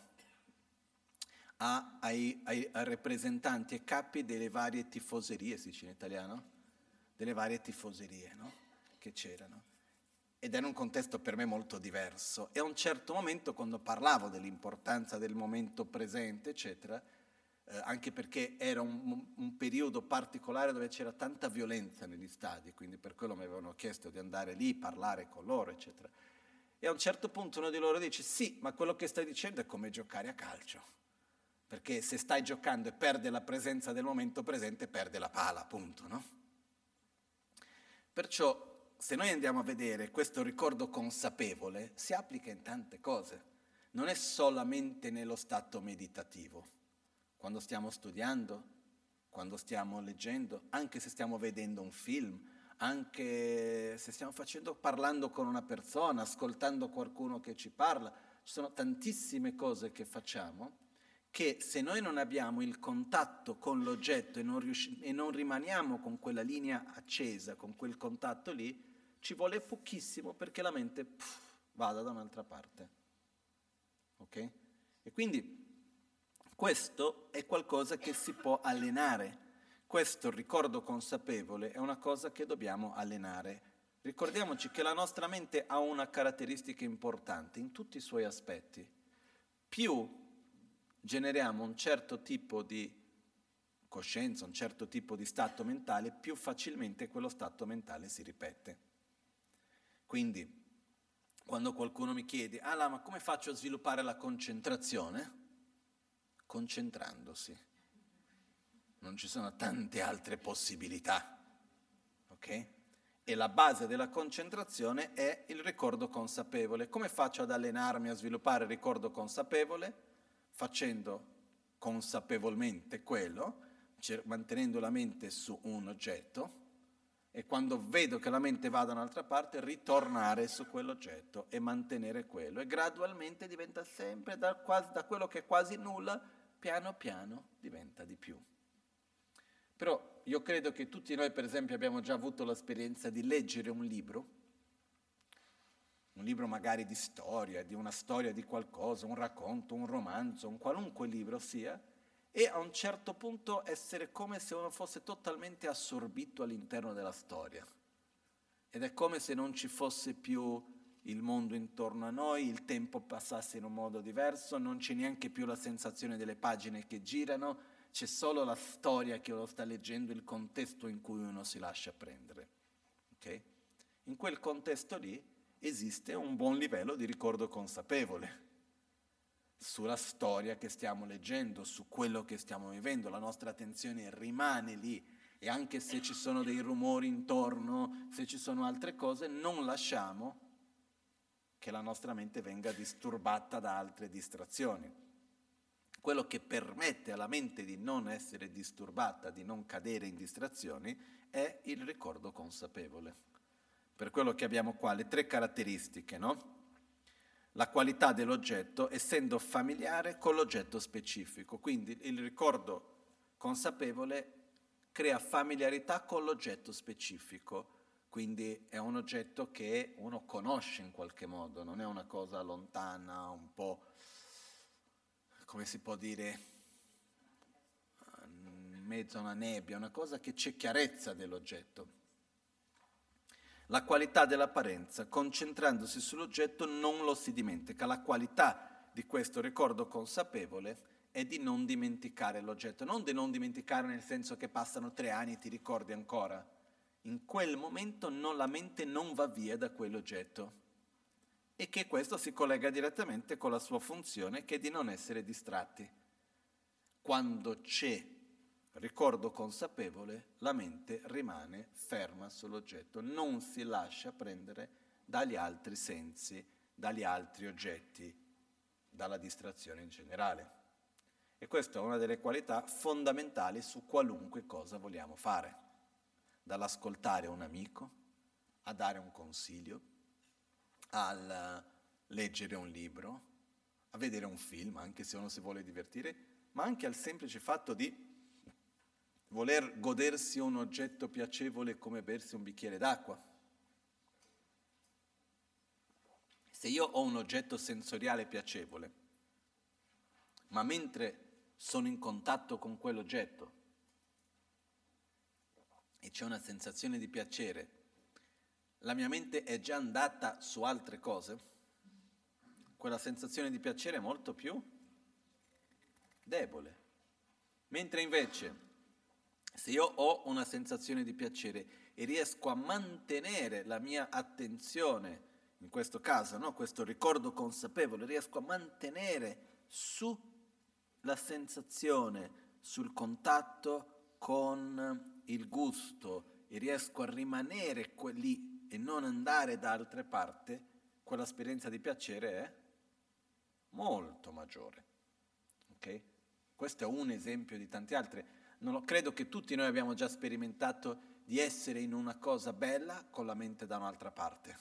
Ai rappresentanti e capi delle varie tifoserie, si dice in italiano? Delle varie tifoserie, no? Che c'erano. Ed era un contesto per me molto diverso. E a un certo momento, quando parlavo dell'importanza del momento presente, eccetera, anche perché era un periodo particolare dove c'era tanta violenza negli stadi, quindi per quello mi avevano chiesto di andare lì, parlare con loro, eccetera. E a un certo punto uno di loro dice, sì, ma quello che stai dicendo è come giocare a calcio. Perché se stai giocando e perde la presenza del momento presente, perde la pala, appunto, no? Perciò, se noi andiamo a vedere questo ricordo consapevole, si applica in tante cose. Non è solamente nello stato meditativo. Quando stiamo studiando, quando stiamo leggendo, anche se stiamo vedendo un film, anche se stiamo parlando con una persona, ascoltando qualcuno che ci parla, ci sono tantissime cose che facciamo che se noi non abbiamo il contatto con l'oggetto e non rimaniamo con quella linea accesa, con quel contatto lì, ci vuole pochissimo perché la mente vada da un'altra parte. Ok? E quindi questo è qualcosa che si può allenare. Questo ricordo consapevole è una cosa che dobbiamo allenare. Ricordiamoci che la nostra mente ha una caratteristica importante in tutti i suoi aspetti. Più generiamo un certo tipo di coscienza, un certo tipo di stato mentale, più facilmente quello stato mentale si ripete. Quindi, quando qualcuno mi chiede, ma come faccio a sviluppare la concentrazione? Concentrandosi. Non ci sono tante altre possibilità, ok? E la base della concentrazione è il ricordo consapevole. Come faccio ad allenarmi a sviluppare il ricordo consapevole? Facendo consapevolmente quello, mantenendo la mente su un oggetto, e quando vedo che la mente va da un'altra parte, ritornare su quell'oggetto e mantenere quello. E gradualmente diventa sempre, da quello che è quasi nulla, piano piano diventa di più. Però io credo che tutti noi, per esempio, abbiamo già avuto l'esperienza di leggere un libro magari di storia, di una storia di qualcosa, un racconto, un romanzo, un qualunque libro sia, e a un certo punto essere come se uno fosse totalmente assorbito all'interno della storia. Ed è come se non ci fosse più il mondo intorno a noi, il tempo passasse in un modo diverso, non c'è neanche più la sensazione delle pagine che girano, c'è solo la storia che uno sta leggendo, il contesto in cui uno si lascia prendere. Okay? In quel contesto lì esiste un buon livello di ricordo consapevole sulla storia che stiamo leggendo, su quello che stiamo vivendo, la nostra attenzione rimane lì e anche se ci sono dei rumori intorno, se ci sono altre cose, non lasciamo che la nostra mente venga disturbata da altre distrazioni. Quello che permette alla mente di non essere disturbata, di non cadere in distrazioni, è il ricordo consapevole. Per quello che abbiamo qua, le 3 caratteristiche, no? La qualità dell'oggetto essendo familiare con l'oggetto specifico. Quindi il ricordo consapevole crea familiarità con l'oggetto specifico. Quindi è un oggetto che uno conosce in qualche modo, non è una cosa lontana, un po', come si può dire, in mezzo a una nebbia, una cosa che c'è chiarezza dell'oggetto. La qualità dell'apparenza, concentrandosi sull'oggetto, non lo si dimentica. La qualità di questo ricordo consapevole è di non dimenticare l'oggetto, non di non dimenticare nel senso che passano 3 anni e ti ricordi ancora. In quel momento la mente non va via da quell'oggetto e che questo si collega direttamente con la sua funzione che è di non essere distratti. Quando c'è ricordo consapevole, la mente rimane ferma sull'oggetto, non si lascia prendere dagli altri sensi, dagli altri oggetti, dalla distrazione in generale. E questa è una delle qualità fondamentali su qualunque cosa vogliamo fare, dall'ascoltare un amico, a dare un consiglio, al leggere un libro, a vedere un film, anche se uno si vuole divertire, ma anche al semplice fatto di voler godersi un oggetto piacevole come bersi un bicchiere d'acqua. Se io ho un oggetto sensoriale piacevole, ma mentre sono in contatto con quell'oggetto e c'è una sensazione di piacere, la mia mente è già andata su altre cose, quella sensazione di piacere è molto più debole. Mentre invece se io ho una sensazione di piacere e riesco a mantenere la mia attenzione, in questo caso, no, questo ricordo consapevole, riesco a mantenere sulla sensazione, sul contatto con il gusto e riesco a rimanere lì e non andare da altre parti, quell'esperienza di piacere è molto maggiore. Ok? Questo è un esempio di tanti altri. Credo che tutti noi abbiamo già sperimentato di essere in una cosa bella con la mente da un'altra parte.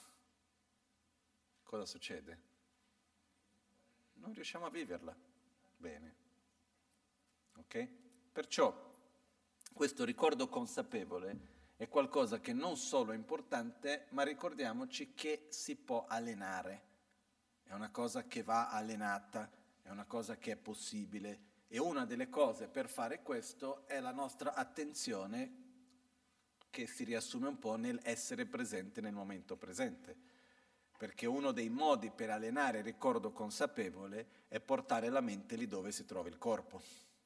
Cosa succede? Non riusciamo a viverla bene. Ok? Perciò questo ricordo consapevole è qualcosa che non solo è importante, ma ricordiamoci che si può allenare. È una cosa che va allenata, è una cosa che è possibile. E una delle cose per fare questo è la nostra attenzione, che si riassume un po' nel essere presente nel momento presente. Perché uno dei modi per allenare il ricordo consapevole è portare la mente lì dove si trova il corpo.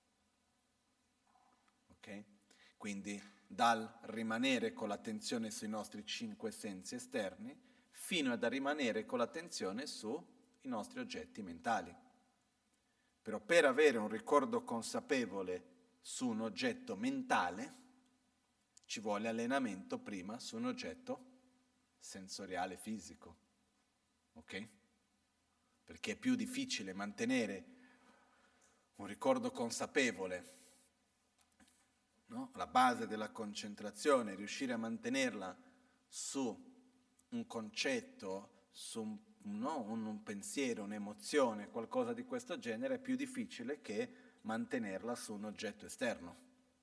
Ok? Quindi dal rimanere con l'attenzione sui nostri 5 sensi esterni fino ad rimanere con l'attenzione sui nostri oggetti mentali. Però per avere un ricordo consapevole su un oggetto mentale ci vuole allenamento prima su un oggetto sensoriale fisico. Ok? Perché è più difficile mantenere un ricordo consapevole, no? La base della concentrazione, riuscire a mantenerla su un concetto, su un pensiero, un'emozione, qualcosa di questo genere, è più difficile che mantenerla su un oggetto esterno.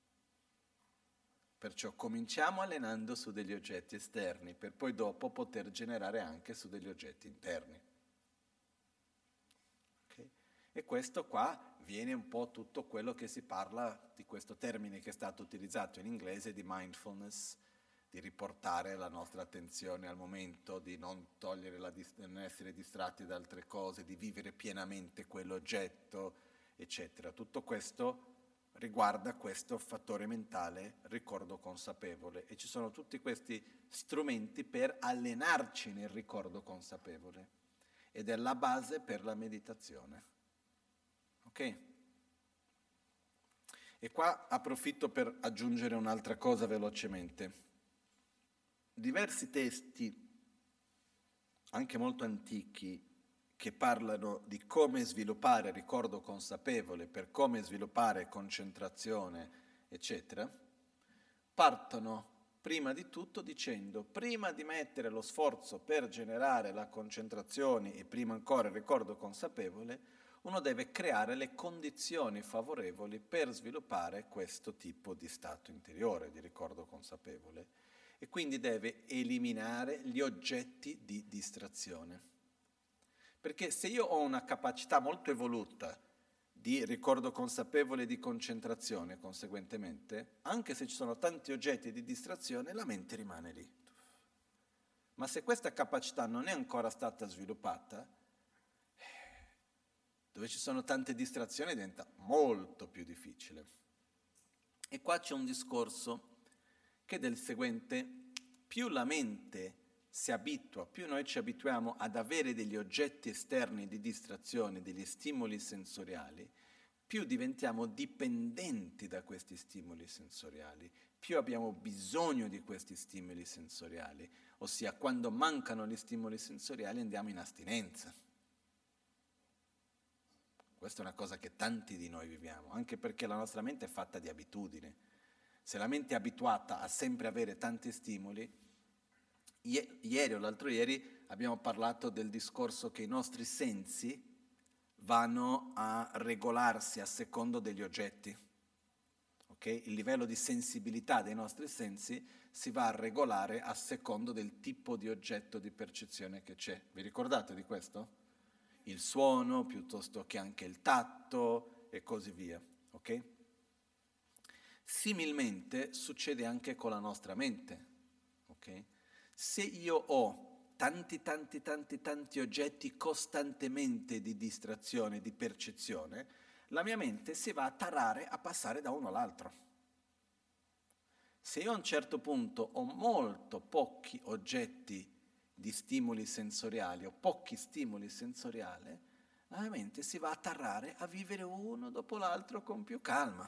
Perciò cominciamo allenando su degli oggetti esterni, per poi dopo poter generare anche su degli oggetti interni. Okay? E questo qua viene un po' tutto quello che si parla di questo termine che è stato utilizzato in inglese di mindfulness, di riportare la nostra attenzione al momento, di non togliere non essere distratti da altre cose, di vivere pienamente quell'oggetto, eccetera. Tutto questo riguarda questo fattore mentale, ricordo consapevole, e ci sono tutti questi strumenti per allenarci nel ricordo consapevole ed è la base per la meditazione. Ok? E qua approfitto per aggiungere un'altra cosa velocemente. Diversi testi, anche molto antichi, che parlano di come sviluppare ricordo consapevole, per come sviluppare concentrazione, eccetera, partono prima di tutto dicendo: prima di mettere lo sforzo per generare la concentrazione e prima ancora il ricordo consapevole, uno deve creare le condizioni favorevoli per sviluppare questo tipo di stato interiore, di ricordo consapevole. E quindi deve eliminare gli oggetti di distrazione. Perché se io ho una capacità molto evoluta di ricordo consapevole e di concentrazione, conseguentemente, anche se ci sono tanti oggetti di distrazione, la mente rimane lì. Ma se questa capacità non è ancora stata sviluppata, dove ci sono tante distrazioni diventa molto più difficile. E qua c'è un discorso che è del seguente: più la mente si abitua, più noi ci abituiamo ad avere degli oggetti esterni di distrazione, degli stimoli sensoriali, più diventiamo dipendenti da questi stimoli sensoriali, più abbiamo bisogno di questi stimoli sensoriali, ossia quando mancano gli stimoli sensoriali andiamo in astinenza. Questa è una cosa che tanti di noi viviamo, anche perché la nostra mente è fatta di abitudine. Se la mente è abituata a sempre avere tanti stimoli, ieri o l'altro ieri abbiamo parlato del discorso che i nostri sensi vanno a regolarsi a secondo degli oggetti. Okay? Il livello di sensibilità dei nostri sensi si va a regolare a secondo del tipo di oggetto di percezione che c'è. Vi ricordate di questo? Il suono piuttosto che anche il tatto e così via. Ok? Similmente succede anche con la nostra mente. Okay? Se io ho tanti oggetti costantemente di distrazione, di percezione, la mia mente si va a tarare a passare da uno all'altro. Se io a un certo punto ho molto pochi oggetti di stimoli sensoriali o pochi stimoli sensoriali, la mia mente si va a tarare a vivere uno dopo l'altro con più calma.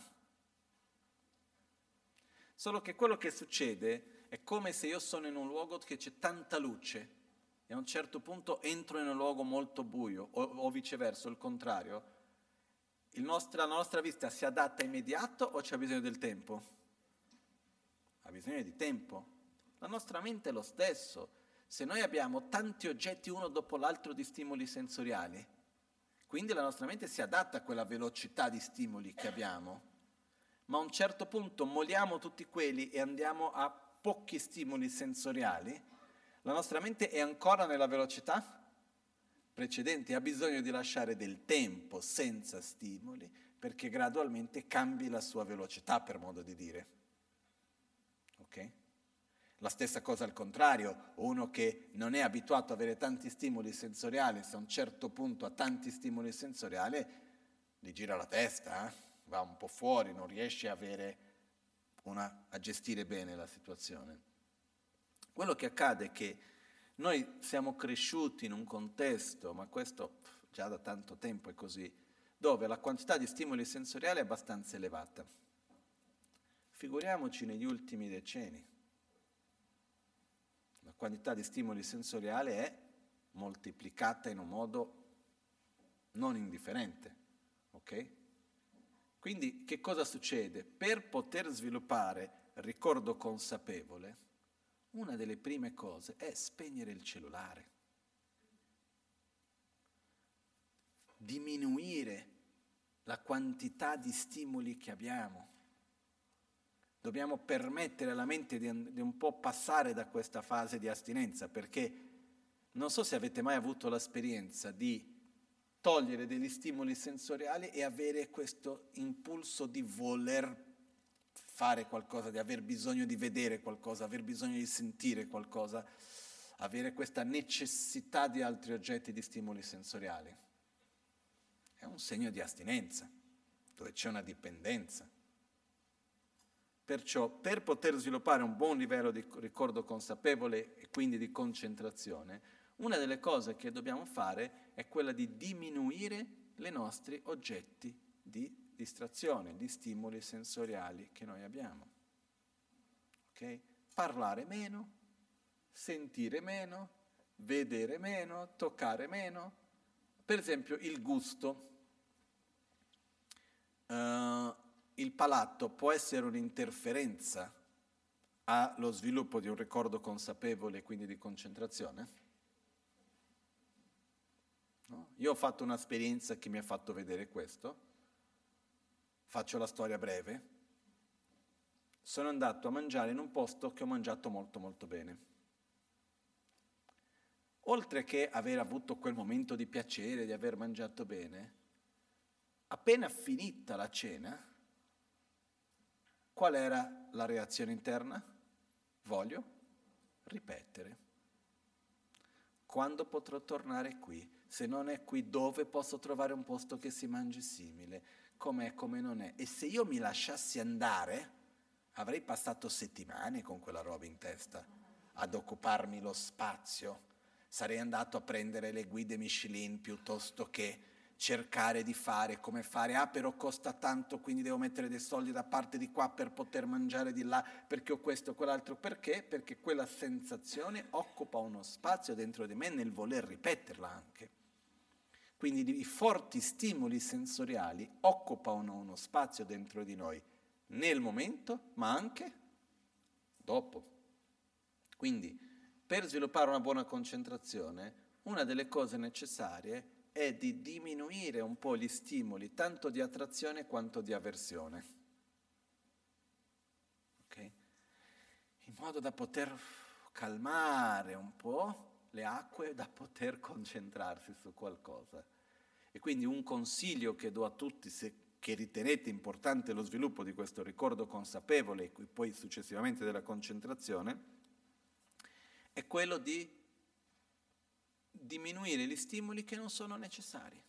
Solo che quello che succede è come se io sono in un luogo che c'è tanta luce e a un certo punto entro in un luogo molto buio o viceversa, il contrario. La nostra vista si adatta immediato o c'è bisogno del tempo? Ha bisogno di tempo. La nostra mente è lo stesso. Se noi abbiamo tanti oggetti uno dopo l'altro di stimoli sensoriali, Quindi la nostra mente si adatta a quella velocità di stimoli che abbiamo, ma a un certo punto molliamo tutti quelli e andiamo a pochi stimoli sensoriali, la nostra mente è ancora nella velocità precedente, ha bisogno di lasciare del tempo senza stimoli perché gradualmente cambi la sua velocità, per modo di dire. Ok? La stessa cosa al contrario, uno che non è abituato ad avere tanti stimoli sensoriali, se a un certo punto ha tanti stimoli sensoriali, gli gira la testa, va un po' fuori, non riesce a gestire bene la situazione. Quello che accade è che noi siamo cresciuti in un contesto, ma questo già da tanto tempo è così, dove la quantità di stimoli sensoriali è abbastanza elevata. Figuriamoci negli ultimi decenni. La quantità di stimoli sensoriali è moltiplicata in un modo non indifferente, ok? Quindi che cosa succede? Per poter sviluppare il ricordo consapevole, una delle prime cose è spegnere il cellulare, diminuire la quantità di stimoli che abbiamo. Dobbiamo permettere alla mente di un po' passare da questa fase di astinenza, perché non so se avete mai avuto l'esperienza di togliere degli stimoli sensoriali e avere questo impulso di voler fare qualcosa, di aver bisogno di vedere qualcosa, aver bisogno di sentire qualcosa, avere questa necessità di altri oggetti di stimoli sensoriali. È un segno di astinenza, dove c'è una dipendenza. Perciò, per poter sviluppare un buon livello di ricordo consapevole e quindi di concentrazione, una delle cose che dobbiamo fare è quella di diminuire i nostri oggetti di distrazione, di stimoli sensoriali che noi abbiamo. Okay? Parlare meno, sentire meno, vedere meno, toccare meno. Per esempio il gusto. Il palato può essere un'interferenza allo sviluppo di un ricordo consapevole e quindi di concentrazione? No? Io ho fatto un'esperienza che mi ha fatto vedere questo. Faccio la storia breve. Sono andato a mangiare in un posto che ho mangiato molto molto bene. Oltre che aver avuto quel momento di piacere, di aver mangiato bene, appena finita la cena, qual era la reazione interna? Voglio ripetere. Quando potrò tornare qui? Se non è qui, dove posso trovare un posto che si mangi simile? Com'è, come non è? E se io mi lasciassi andare, avrei passato settimane con quella roba in testa, ad occuparmi lo spazio. Sarei andato a prendere le guide Michelin piuttosto che cercare di fare, come fare, però costa tanto, quindi devo mettere dei soldi da parte di qua per poter mangiare di là, perché ho questo o quell'altro. Perché? Perché quella sensazione occupa uno spazio dentro di me nel voler ripeterla anche. Quindi i forti stimoli sensoriali occupano uno spazio dentro di noi nel momento, ma anche dopo. Quindi, per sviluppare una buona concentrazione, una delle cose necessarie è di diminuire un po' gli stimoli, tanto di attrazione quanto di avversione. Okay? In modo da poter calmare un po' le acque, da poter concentrarsi su qualcosa. E quindi un consiglio che do a tutti, che ritenete importante lo sviluppo di questo ricordo consapevole e poi successivamente della concentrazione, è quello di diminuire gli stimoli che non sono necessari.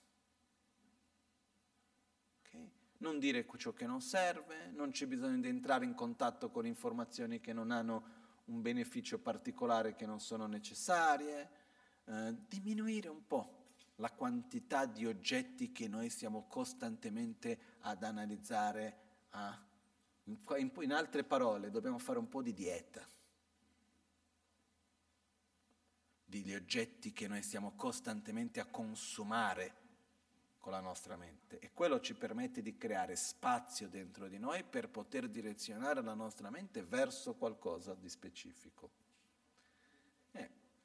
Okay? Non dire ciò che non serve, non c'è bisogno di entrare in contatto con informazioni che non hanno un beneficio particolare, che non sono necessarie, diminuire un po' la quantità di oggetti che noi siamo costantemente ad analizzare. In altre parole, dobbiamo fare un po' di dieta degli oggetti che noi stiamo costantemente a consumare con la nostra mente, e quello ci permette di creare spazio dentro di noi per poter direzionare la nostra mente verso qualcosa di specifico.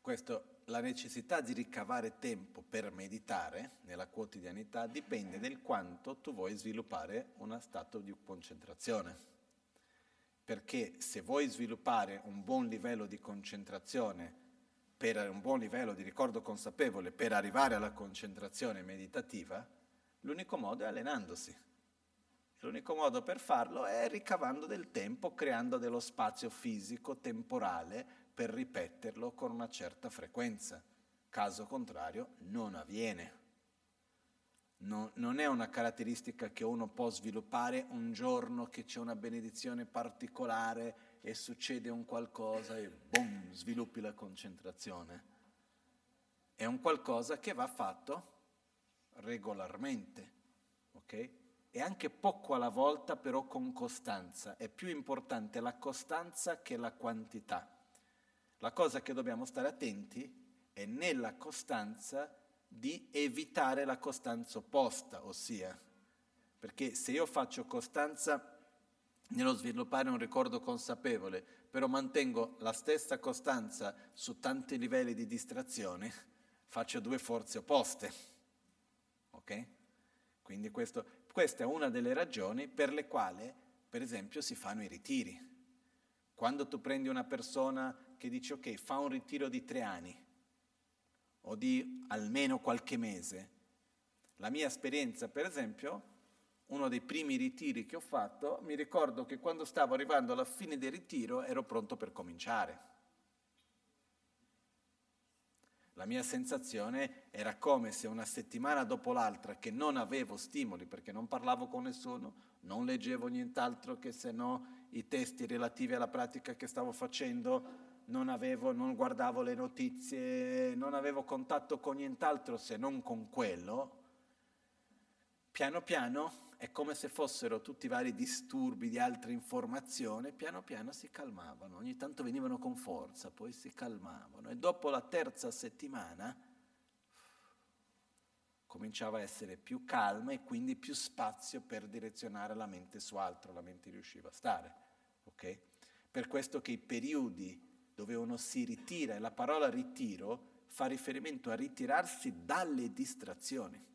La necessità di ricavare tempo per meditare nella quotidianità dipende del quanto tu vuoi sviluppare uno stato di concentrazione. Perché se vuoi sviluppare un buon livello di concentrazione, per un buon livello di ricordo consapevole per arrivare alla concentrazione meditativa, l'unico modo è allenandosi. L'unico modo per farlo è ricavando del tempo, creando dello spazio fisico, temporale, per ripeterlo con una certa frequenza. Caso contrario, non avviene. Non è una caratteristica che uno può sviluppare un giorno che c'è una benedizione particolare e succede un qualcosa e boom, sviluppi la concentrazione. È un qualcosa che va fatto regolarmente, ok? E anche poco alla volta, però con costanza. È più importante la costanza che la quantità. La cosa che dobbiamo stare attenti è nella costanza di evitare la costanza opposta, ossia, perché se io faccio costanza nello sviluppare un ricordo consapevole, però mantengo la stessa costanza su tanti livelli di distrazione, faccio due forze opposte. Ok? Quindi questa è una delle ragioni per le quali, per esempio, si fanno i ritiri. Quando tu prendi una persona che dice ok, fa un ritiro di 3 anni o di almeno qualche mese, la mia esperienza, per esempio, uno dei primi ritiri che ho fatto, mi ricordo che quando stavo arrivando alla fine del ritiro ero pronto per cominciare. La mia sensazione era come se una settimana dopo l'altra che non avevo stimoli perché non parlavo con nessuno, non leggevo nient'altro che se no i testi relativi alla pratica che stavo facendo, non guardavo le notizie, non avevo contatto con nient'altro se non con quello, piano piano è come se fossero tutti i vari disturbi di altre informazioni, piano piano si calmavano, ogni tanto venivano con forza, poi si calmavano e dopo la terza settimana cominciava a essere più calma e quindi più spazio per direzionare la mente su altro, la mente riusciva a stare, ok? Per questo che i periodi dove uno si ritira, e la parola ritiro fa riferimento a ritirarsi dalle distrazioni,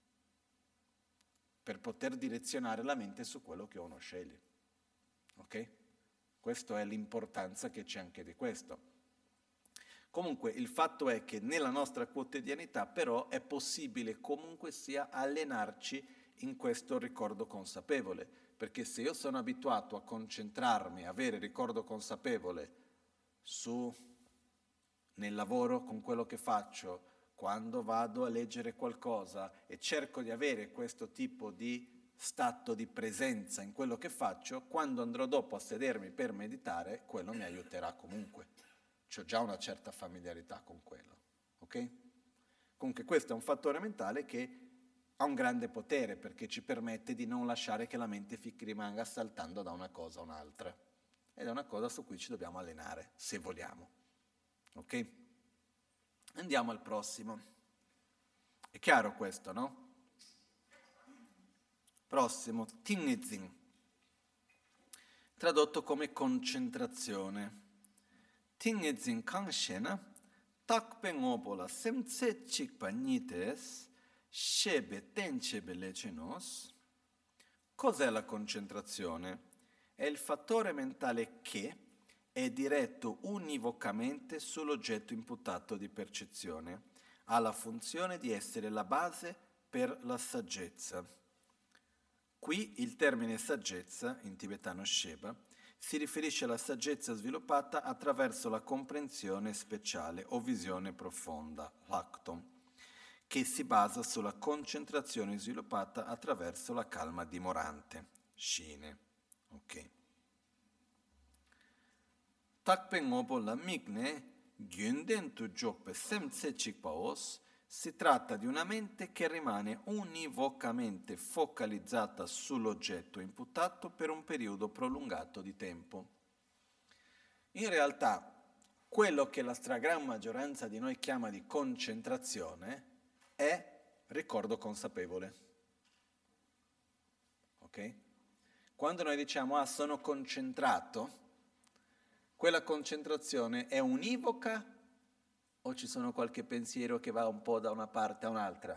per poter direzionare la mente su quello che uno sceglie. Ok? Questa è l'importanza che c'è anche di questo. Comunque il fatto è che nella nostra quotidianità però è possibile comunque sia allenarci in questo ricordo consapevole, perché se io sono abituato a concentrarmi, avere ricordo consapevole nel lavoro con quello che faccio, quando vado a leggere qualcosa e cerco di avere questo tipo di stato di presenza in quello che faccio, quando andrò dopo a sedermi per meditare, quello mi aiuterà comunque. C'ho già una certa familiarità con quello, ok? Comunque questo è un fattore mentale che ha un grande potere perché ci permette di non lasciare che la mente rimanga saltando da una cosa a un'altra. Ed è una cosa su cui ci dobbiamo allenare, se vogliamo. Ok? Andiamo al prossimo. È chiaro questo, no? Prossimo, Tingezin, tradotto come concentrazione. Tingezin Kangshena, takpe ngobola semtse chikpa nites, shebe tenchebe lecenos. Cos'è la concentrazione? È il fattore mentale che è diretto univocamente sull'oggetto imputato di percezione. Ha la funzione di essere la base per la saggezza. Qui il termine saggezza, in tibetano Sheba, si riferisce alla saggezza sviluppata attraverso la comprensione speciale o visione profonda, l'Akton, che si basa sulla concentrazione sviluppata attraverso la calma dimorante, Shine. Ok. Takpen obo la migne, gyunden tu jokpe semtse chikpaos, si tratta di una mente che rimane univocamente focalizzata sull'oggetto imputato per un periodo prolungato di tempo. In realtà, quello che la stragrande maggioranza di noi chiama di concentrazione è ricordo consapevole. Ok? Quando noi diciamo sono concentrato, quella concentrazione è univoca O ci sono qualche pensiero che va un po' da una parte a un'altra?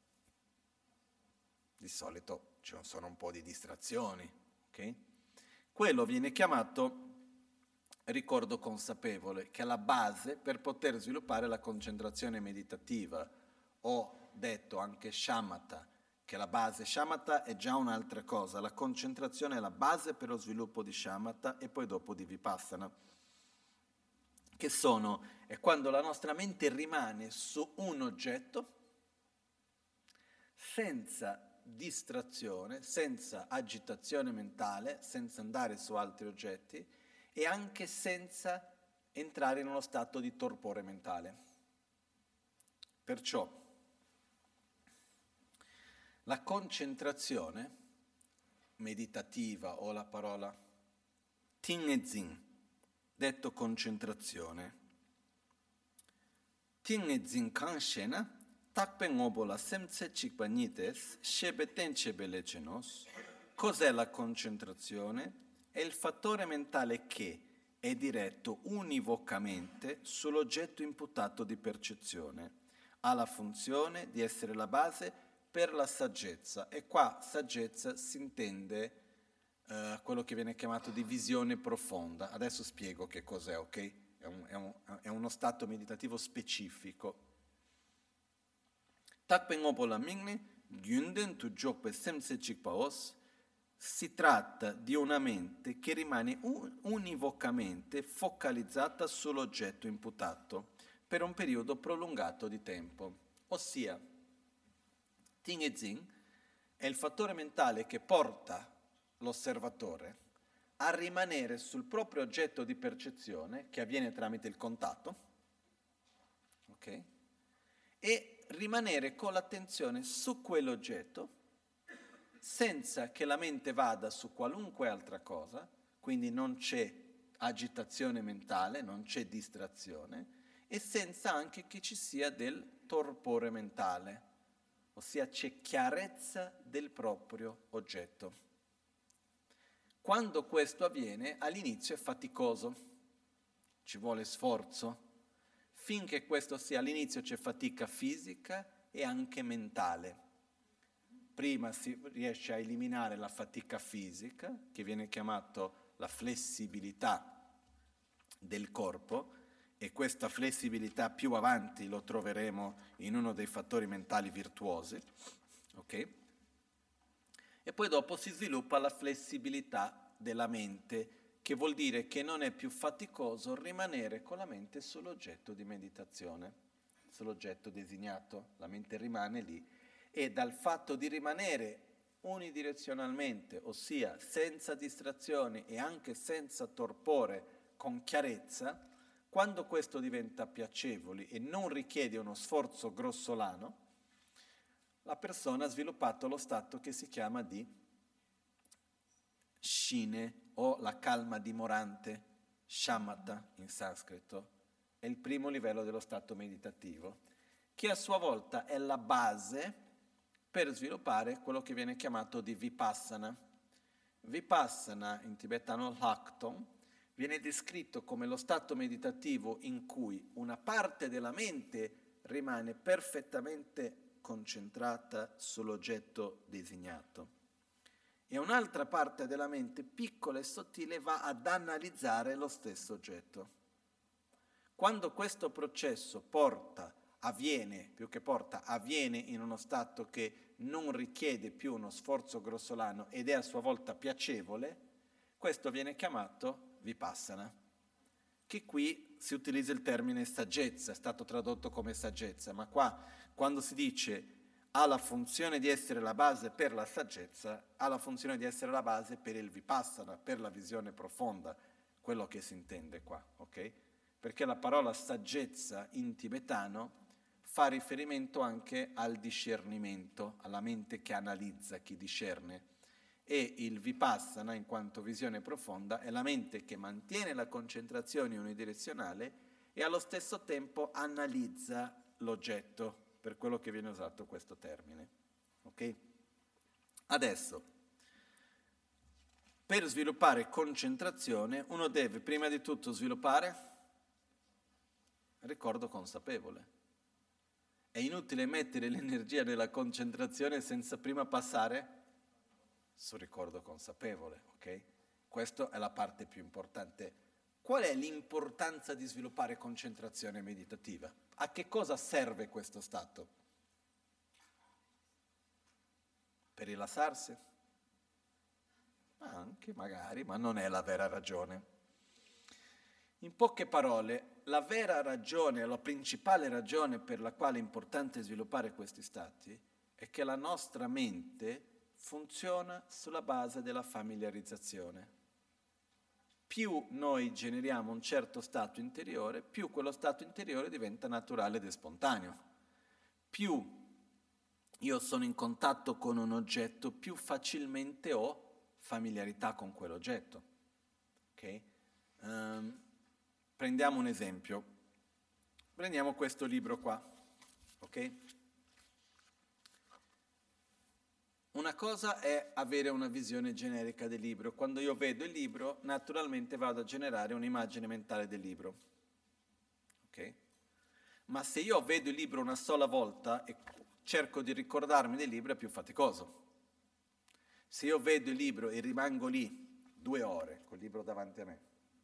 Di solito ci sono un po' di distrazioni, ok? Quello viene chiamato ricordo consapevole, che è la base per poter sviluppare la concentrazione meditativa. Ho detto anche shamatha, che la base shamatha è già un'altra cosa, la concentrazione è la base per lo sviluppo di shamatha e poi dopo di vipassana, che è quando la nostra mente rimane su un oggetto senza distrazione, senza agitazione mentale, senza andare su altri oggetti e anche senza entrare in uno stato di torpore mentale. Perciò la concentrazione meditativa o la parola Tin e Zin, detto concentrazione. Tin e Zin Kanshena, Takpen Obola Semtse Chikpanites, Shebeten Chebelecenos. Cos'è la concentrazione? È il fattore mentale che è diretto univocamente sull'oggetto imputato di percezione. Ha la funzione di essere la base per la saggezza. E qua saggezza si intende quello che viene chiamato di visione profonda. Adesso spiego che cos'è, ok? È uno stato meditativo specifico. Takpen Obola Mingni, Gyunden tu Jokpe Semtse Chikpaos. Si tratta di una mente che rimane univocamente focalizzata sull'oggetto imputato per un periodo prolungato di tempo. Ossia, Tin e Zin è il fattore mentale che porta l'osservatore a rimanere sul proprio oggetto di percezione, che avviene tramite il contatto, ok? E rimanere con l'attenzione su quell'oggetto senza che la mente vada su qualunque altra cosa, quindi non c'è agitazione mentale, non c'è distrazione, e senza anche che ci sia del torpore mentale, ossia c'è chiarezza del proprio oggetto. Quando questo avviene, all'inizio è faticoso, ci vuole sforzo. Finché questo sia all'inizio c'è fatica fisica e anche mentale. Prima si riesce a eliminare la fatica fisica, che viene chiamata la flessibilità del corpo, e questa flessibilità più avanti lo troveremo in uno dei fattori mentali virtuosi, ok? E poi dopo si sviluppa la flessibilità della mente, che vuol dire che non è più faticoso rimanere con la mente sull'oggetto di meditazione, sull'oggetto designato, la mente rimane lì. E dal fatto di rimanere unidirezionalmente, ossia senza distrazioni e anche senza torpore, con chiarezza, quando questo diventa piacevole e non richiede uno sforzo grossolano, la persona ha sviluppato lo stato che si chiama di shine o la calma dimorante, shamatha in sanscrito, è il primo livello dello stato meditativo, che a sua volta è la base per sviluppare quello che viene chiamato di vipassana. Vipassana, in tibetano lakton, viene descritto come lo stato meditativo in cui una parte della mente rimane perfettamente concentrata sull'oggetto designato e un'altra parte della mente piccola e sottile va ad analizzare lo stesso oggetto. Quando questo processo avviene in uno stato che non richiede più uno sforzo grossolano ed è a sua volta piacevole, questo viene chiamato vipassana, che qui si utilizza il termine saggezza, è stato tradotto come saggezza, ma qua quando si dice ha la funzione di essere la base per la saggezza, ha la funzione di essere la base per il vipassana, per la visione profonda, quello che si intende qua, ok? Perché la parola saggezza in tibetano fa riferimento anche al discernimento, alla mente che analizza, che discerne. E il vipassana, in quanto visione profonda, è la mente che mantiene la concentrazione unidirezionale e allo stesso tempo analizza l'oggetto, per quello che viene usato questo termine. Ok? Adesso, per sviluppare concentrazione, uno deve prima di tutto sviluppare Ricordo consapevole. È inutile mettere l'energia della concentrazione senza prima passare sul ricordo consapevole, ok? Questa è la parte più importante. Qual è l'importanza di sviluppare concentrazione meditativa? A che cosa serve questo stato? Per rilassarsi? Anche magari, ma non è la vera ragione. In poche parole, la vera ragione, la principale ragione per la quale è importante sviluppare questi stati è che la nostra mente funziona sulla base della familiarizzazione. Più noi generiamo un certo stato interiore, più quello stato interiore diventa naturale ed spontaneo. Più io sono in contatto con un oggetto, più facilmente ho familiarità con quell'oggetto. Ok? Prendiamo un esempio. Prendiamo questo libro qua. Ok? Una cosa è avere una visione generica del libro. Quando io vedo il libro, naturalmente vado a generare un'immagine mentale del libro. Ok? Ma se io vedo il libro una sola volta e cerco di ricordarmi del libro, è più faticoso. Se io vedo il libro e rimango lì 2 ore col libro davanti a me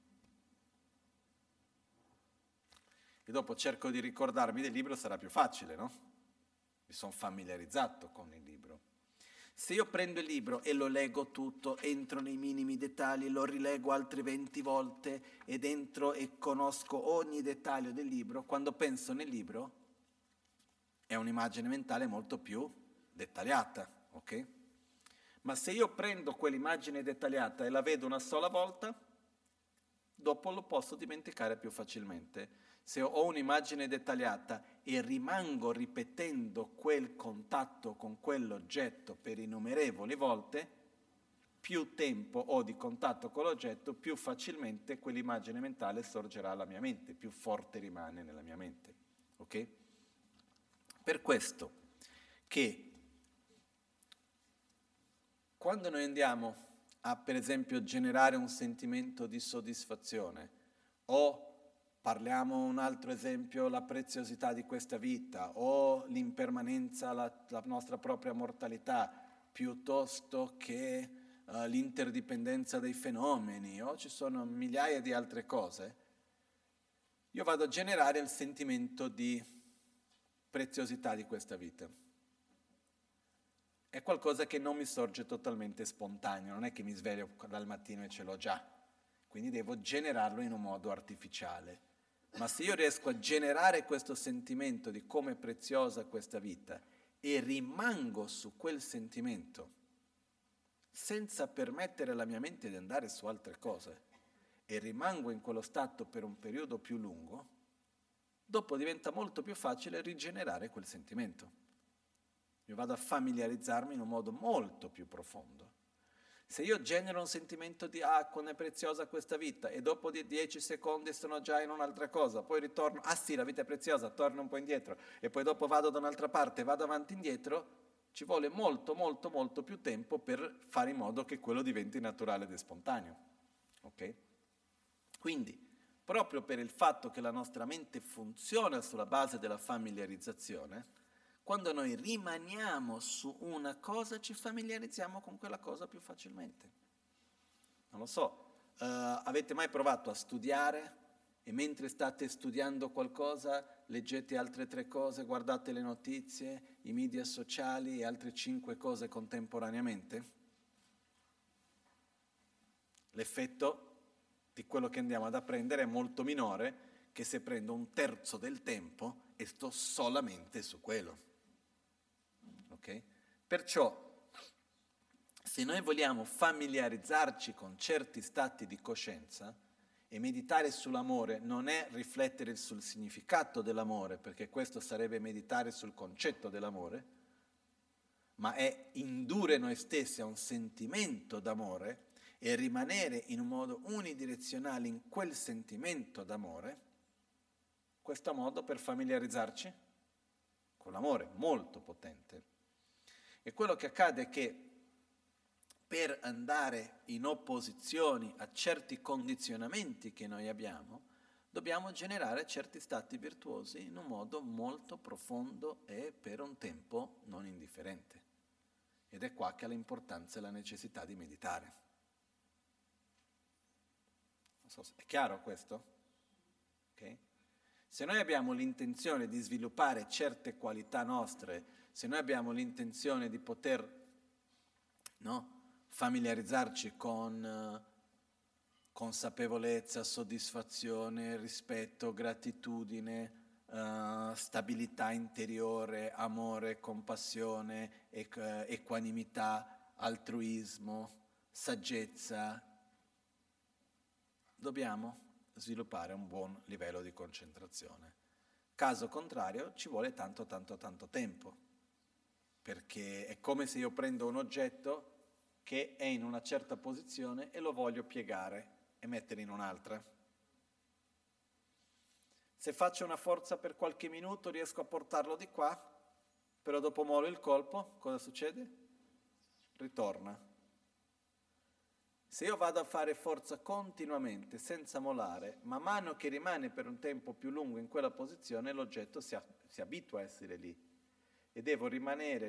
e dopo cerco di ricordarmi del libro, sarà più facile, no? Mi sono familiarizzato con il libro. Se io prendo il libro e lo leggo tutto, entro nei minimi dettagli, lo rilego altre 20 volte ed entro e conosco ogni dettaglio del libro, quando penso nel libro è un'immagine mentale molto più dettagliata, ok? Ma se io prendo quell'immagine dettagliata e la vedo una sola volta, dopo lo posso dimenticare più facilmente. Se ho un'immagine dettagliata e rimango ripetendo quel contatto con quell'oggetto per innumerevoli volte, più tempo ho di contatto con l'oggetto, più facilmente quell'immagine mentale sorgerà alla mia mente, più forte rimane nella mia mente. Ok? Per questo che quando noi andiamo a, per esempio, generare un sentimento di soddisfazione o parliamo un altro esempio, la preziosità di questa vita o l'impermanenza, la nostra propria mortalità, piuttosto che l'interdipendenza dei fenomeni o ci sono migliaia di altre cose, io vado a generare il sentimento di preziosità di questa vita. È qualcosa che non mi sorge totalmente spontaneo, non è che mi sveglio dal mattino e ce l'ho già, quindi devo generarlo in un modo artificiale. Ma se io riesco a generare questo sentimento di come è preziosa questa vita e rimango su quel sentimento senza permettere alla mia mente di andare su altre cose e rimango in quello stato per un periodo più lungo, dopo diventa molto più facile rigenerare quel sentimento. Io vado a familiarizzarmi in un modo molto più profondo. Se io genero un sentimento di quanto è preziosa questa vita e dopo di 10 secondi sono già in un'altra cosa, poi ritorno, sì, la vita è preziosa, torno un po' indietro e poi dopo vado da un'altra parte, vado avanti e indietro, ci vuole molto, molto, molto più tempo per fare in modo che quello diventi naturale ed spontaneo. Ok? Quindi, proprio per il fatto che la nostra mente funziona sulla base della familiarizzazione, quando noi rimaniamo su una cosa ci familiarizziamo con quella cosa più facilmente. Non lo so, avete mai provato a studiare e mentre state studiando qualcosa leggete altre 3 cose, guardate le notizie, i media sociali e altre 5 cose contemporaneamente? L'effetto di quello che andiamo ad apprendere è molto minore che se prendo 1/3 del tempo e sto solamente su quello. Okay? Perciò, se noi vogliamo familiarizzarci con certi stati di coscienza, e meditare sull'amore non è riflettere sul significato dell'amore, perché questo sarebbe meditare sul concetto dell'amore, ma è indurre noi stessi a un sentimento d'amore e rimanere in un modo unidirezionale in quel sentimento d'amore, questo modo per familiarizzarci con l'amore, molto potente. E quello che accade è che per andare in opposizione a certi condizionamenti che noi abbiamo, dobbiamo generare certi stati virtuosi in un modo molto profondo e per un tempo non indifferente. Ed è qua che ha l'importanza e la necessità di meditare. Non so se è chiaro questo? Okay? Se noi abbiamo l'intenzione di sviluppare certe qualità nostre, se noi abbiamo l'intenzione di poter, no, familiarizzarci con consapevolezza, soddisfazione, rispetto, gratitudine, stabilità interiore, amore, compassione, equanimità, altruismo, saggezza, dobbiamo sviluppare un buon livello di concentrazione. Caso contrario ci vuole tanto tempo, perché è come se io prendo un oggetto che è in una certa posizione e lo voglio piegare e mettere in un'altra. Se faccio una forza per qualche minuto riesco a portarlo di qua, però dopo mollo il colpo, cosa succede? Ritorna. Se io vado a fare forza continuamente, senza mollare, man mano che rimane per un tempo più lungo in quella posizione, l'oggetto si abitua a essere lì. E devo rimanere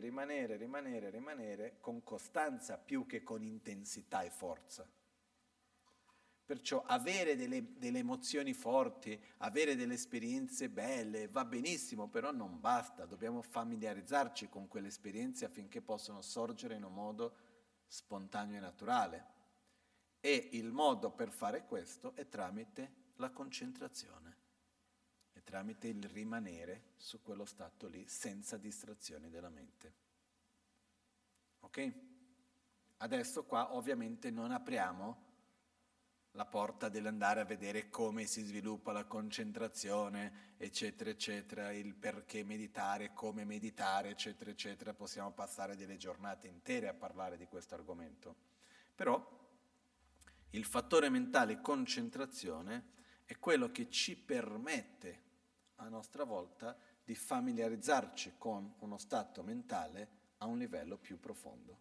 con costanza più che con intensità e forza. Perciò avere delle emozioni forti, avere delle esperienze belle, va benissimo, però non basta, dobbiamo familiarizzarci con quelle esperienze affinché possano sorgere in un modo spontaneo e naturale. E il modo per fare questo è tramite la concentrazione, è tramite il rimanere su quello stato lì senza distrazioni della mente. Ok? Adesso qua ovviamente non apriamo la porta dell'andare a vedere come si sviluppa la concentrazione, eccetera, eccetera, il perché meditare, come meditare, eccetera, eccetera. Possiamo passare delle giornate intere a parlare di questo argomento. Però il fattore mentale concentrazione è quello che ci permette, a nostra volta, di familiarizzarci con uno stato mentale a un livello più profondo.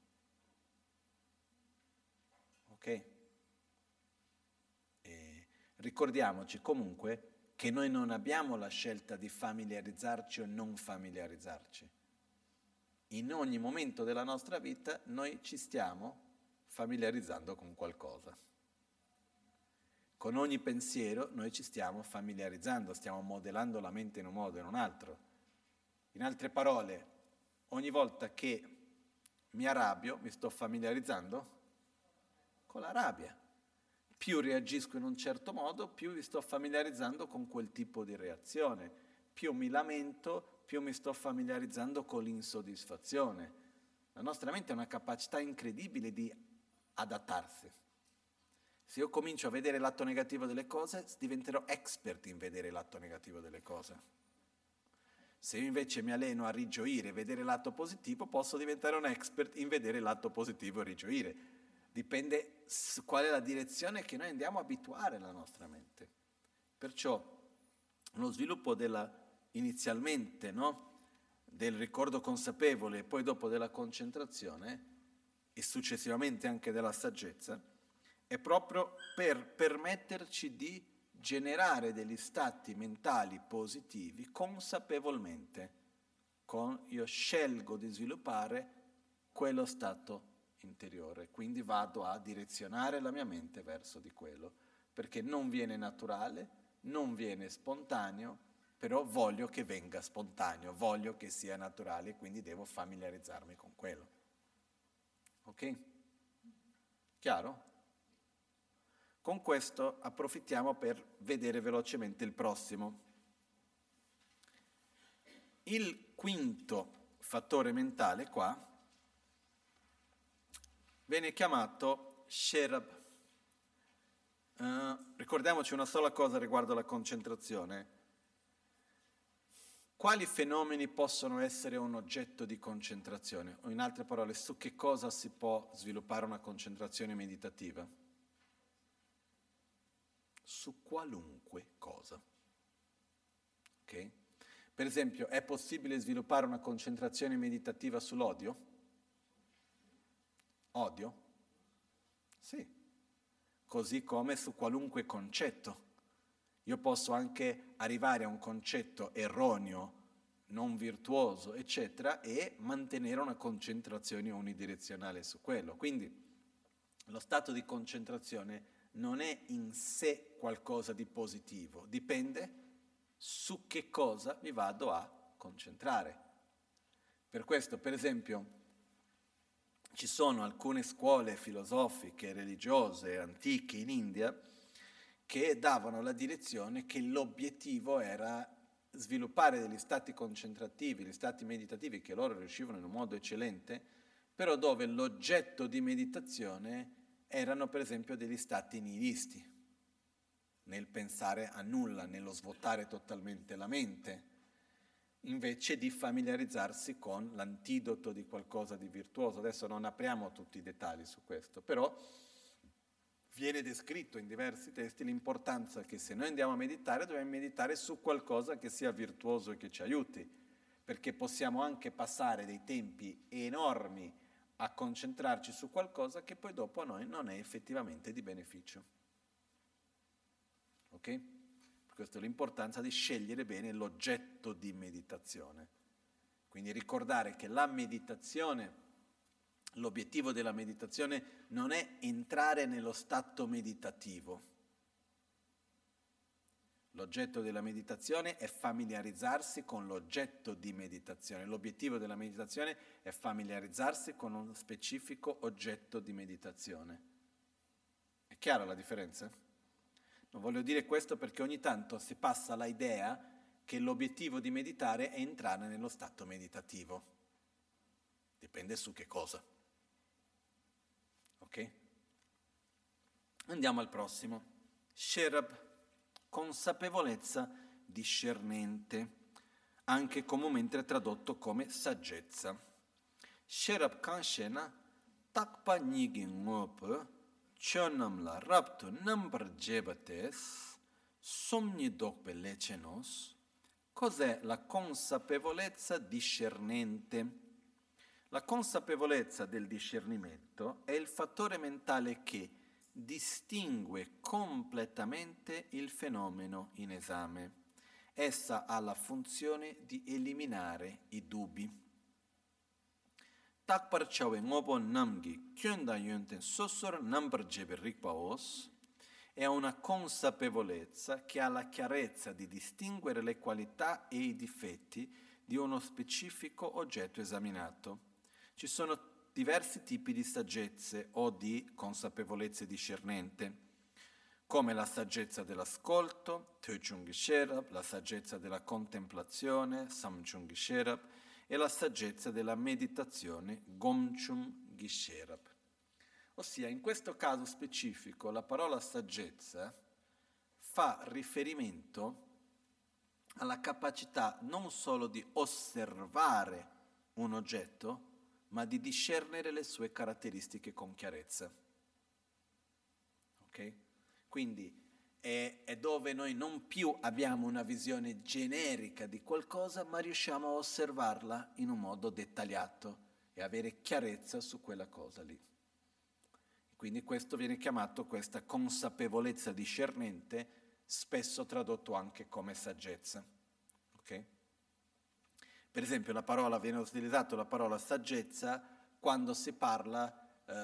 Ok? E ricordiamoci comunque che noi non abbiamo la scelta di familiarizzarci o non familiarizzarci. In ogni momento della nostra vita noi ci stiamo familiarizzando con qualcosa. Con ogni pensiero noi ci stiamo familiarizzando, stiamo modellando la mente in un modo o in un altro. In altre parole, ogni volta che mi arrabbio mi sto familiarizzando con la rabbia. Più reagisco in un certo modo, più mi sto familiarizzando con quel tipo di reazione. Più mi lamento, più mi sto familiarizzando con l'insoddisfazione. La nostra mente ha una capacità incredibile di adattarsi. Se io comincio a vedere il lato negativo delle cose, diventerò expert in vedere il lato negativo delle cose. Se io invece mi alleno a rigioire e vedere il lato positivo, posso diventare un expert in vedere il lato positivo e rigioire. Dipende qual è la direzione che noi andiamo a abituare la nostra mente. Perciò lo sviluppo inizialmente, no? Del ricordo consapevole e poi dopo della concentrazione e successivamente anche della saggezza, è proprio per permetterci di generare degli stati mentali positivi consapevolmente. Io scelgo di sviluppare quello stato interiore, quindi vado a direzionare la mia mente verso di quello, perché non viene naturale, non viene spontaneo, però voglio che venga spontaneo, voglio che sia naturale, quindi devo familiarizzarmi con quello. Ok? Chiaro? Con questo approfittiamo per vedere velocemente il prossimo. Il quinto fattore mentale qua viene chiamato Sherab. Ricordiamoci una sola cosa riguardo alla concentrazione. Quali fenomeni possono essere un oggetto di concentrazione? O in altre parole, su che cosa si può sviluppare una concentrazione meditativa? Su qualunque cosa. Ok? Per esempio, è possibile sviluppare una concentrazione meditativa sull'odio? Odio? Sì. Così come su qualunque concetto. Io posso anche arrivare a un concetto erroneo, non virtuoso, eccetera, e mantenere una concentrazione unidirezionale su quello. Quindi lo stato di concentrazione non è in sé qualcosa di positivo, dipende su che cosa mi vado a concentrare. Per questo, per esempio, ci sono alcune scuole filosofiche, religiose, antiche in India, che davano la direzione che l'obiettivo era sviluppare degli stati concentrativi, gli stati meditativi che loro riuscivano in un modo eccellente, però dove l'oggetto di meditazione erano per esempio degli stati nihilisti, nel pensare a nulla, nello svuotare totalmente la mente, invece di familiarizzarsi con l'antidoto di qualcosa di virtuoso. Adesso non apriamo tutti i dettagli su questo, però viene descritto in diversi testi l'importanza che se noi andiamo a meditare dobbiamo meditare su qualcosa che sia virtuoso e che ci aiuti, perché possiamo anche passare dei tempi enormi a concentrarci su qualcosa che poi dopo a noi non è effettivamente di beneficio. Ok? Questa è l'importanza di scegliere bene l'oggetto di meditazione. Quindi ricordare che la meditazione, l'obiettivo della meditazione non è entrare nello stato meditativo. L'oggetto della meditazione è familiarizzarsi con l'oggetto di meditazione. L'obiettivo della meditazione è familiarizzarsi con uno specifico oggetto di meditazione. È chiara la differenza? Non voglio dire questo perché ogni tanto si passa l'idea che l'obiettivo di meditare è entrare nello stato meditativo. Dipende su che cosa. Ok? Andiamo al prossimo. Sherab, consapevolezza discernente, anche comunemente tradotto come saggezza. Sherab kanshena takpa nigin ngop chonamla raptu nambar jebates somni dokpe lecenos. Cos'è la consapevolezza discernente? La consapevolezza del discernimento è il fattore mentale che distingue completamente il fenomeno in esame. Essa ha la funzione di eliminare i dubbi. Takpar chawe ngobo namgi kyonda yonten sosor nambar jebe rikpaos è una consapevolezza che ha la chiarezza di distinguere le qualità e i difetti di uno specifico oggetto esaminato. Ci sono diversi tipi di saggezze o di consapevolezze discernente, come la saggezza dell'ascolto, Töchung Sherab, la saggezza della contemplazione, Samchung Sherab, e la saggezza della meditazione, Gomchum Gisherab. Ossia, in questo caso specifico, la parola saggezza fa riferimento alla capacità non solo di osservare un oggetto, ma di discernere le sue caratteristiche con chiarezza. Ok? Quindi è dove noi non più abbiamo una visione generica di qualcosa, ma riusciamo a osservarla in un modo dettagliato e avere chiarezza su quella cosa lì. Quindi questo viene chiamato, questa consapevolezza discernente, spesso tradotto anche come saggezza. Ok? Per esempio viene utilizzata la parola saggezza quando si parla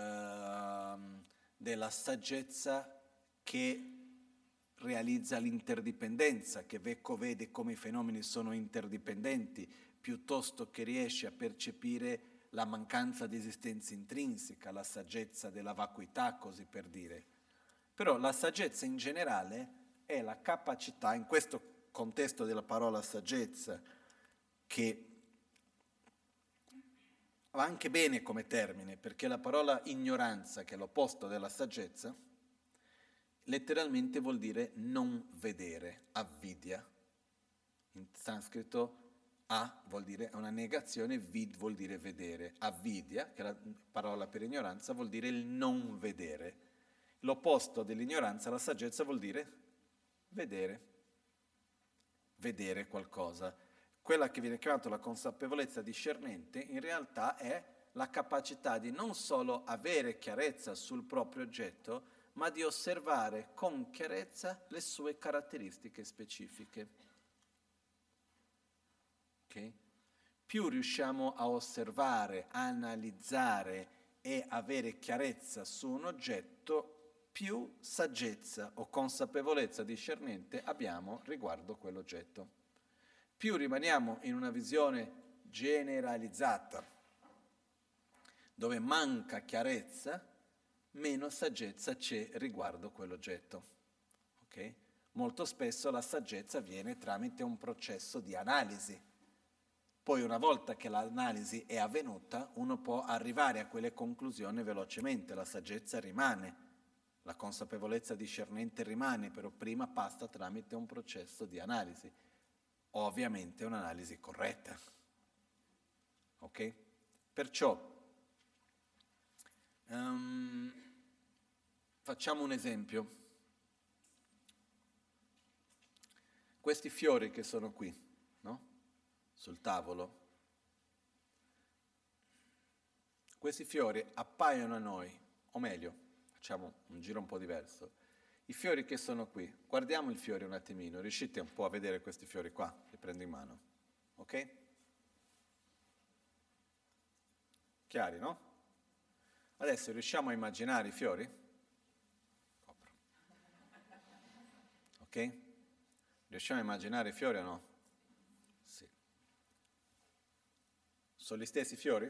della saggezza che realizza l'interdipendenza, che vede come i fenomeni sono interdipendenti, piuttosto che riesce a percepire la mancanza di esistenza intrinseca, la saggezza della vacuità, così per dire. Però la saggezza in generale è la capacità, in questo contesto della parola saggezza, che va anche bene come termine, perché la parola ignoranza, che è l'opposto della saggezza, letteralmente vuol dire non vedere, avidya. In sanscrito a vuol dire una negazione, vid vuol dire vedere. Avidya, che è la parola per ignoranza, vuol dire il non vedere. L'opposto dell'ignoranza, la saggezza, vuol dire vedere. Vedere qualcosa. Quella che viene chiamata la consapevolezza discernente in realtà è la capacità di non solo avere chiarezza sul proprio oggetto, ma di osservare con chiarezza le sue caratteristiche specifiche. Okay? Più riusciamo a osservare, a analizzare e avere chiarezza su un oggetto, più saggezza o consapevolezza discernente abbiamo riguardo quell'oggetto. Più rimaniamo in una visione generalizzata, dove manca chiarezza, meno saggezza c'è riguardo quell'oggetto. Okay? Molto spesso la saggezza viene tramite un processo di analisi. Poi una volta che l'analisi è avvenuta, uno può arrivare a quelle conclusioni velocemente, la saggezza rimane, la consapevolezza discernente rimane, però prima passa tramite un processo di analisi. Ovviamente un'analisi corretta. Ok? Perciò, facciamo un esempio. Questi fiori che sono qui, no? Sul tavolo. Questi fiori appaiono a noi, o meglio, facciamo un giro un po' diverso. I fiori che sono qui, guardiamo il fiore un attimino, riuscite un po' a vedere questi fiori qua? Li prendo in mano, ok? Chiari, no? Adesso riusciamo a immaginare i fiori? Copro. Ok? Riusciamo a immaginare i fiori o no? Sì. Sono gli stessi fiori?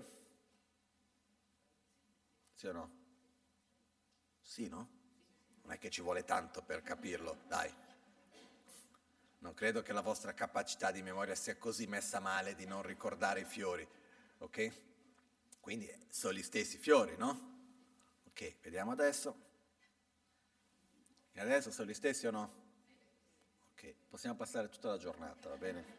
Sì o no? Sì, no? Non è che ci vuole tanto per capirlo, dai. Non credo che la vostra capacità di memoria sia così messa male di non ricordare i fiori, ok? Quindi sono gli stessi fiori, no? Ok, vediamo adesso. E adesso sono gli stessi o no? Ok, possiamo passare tutta la giornata, va bene?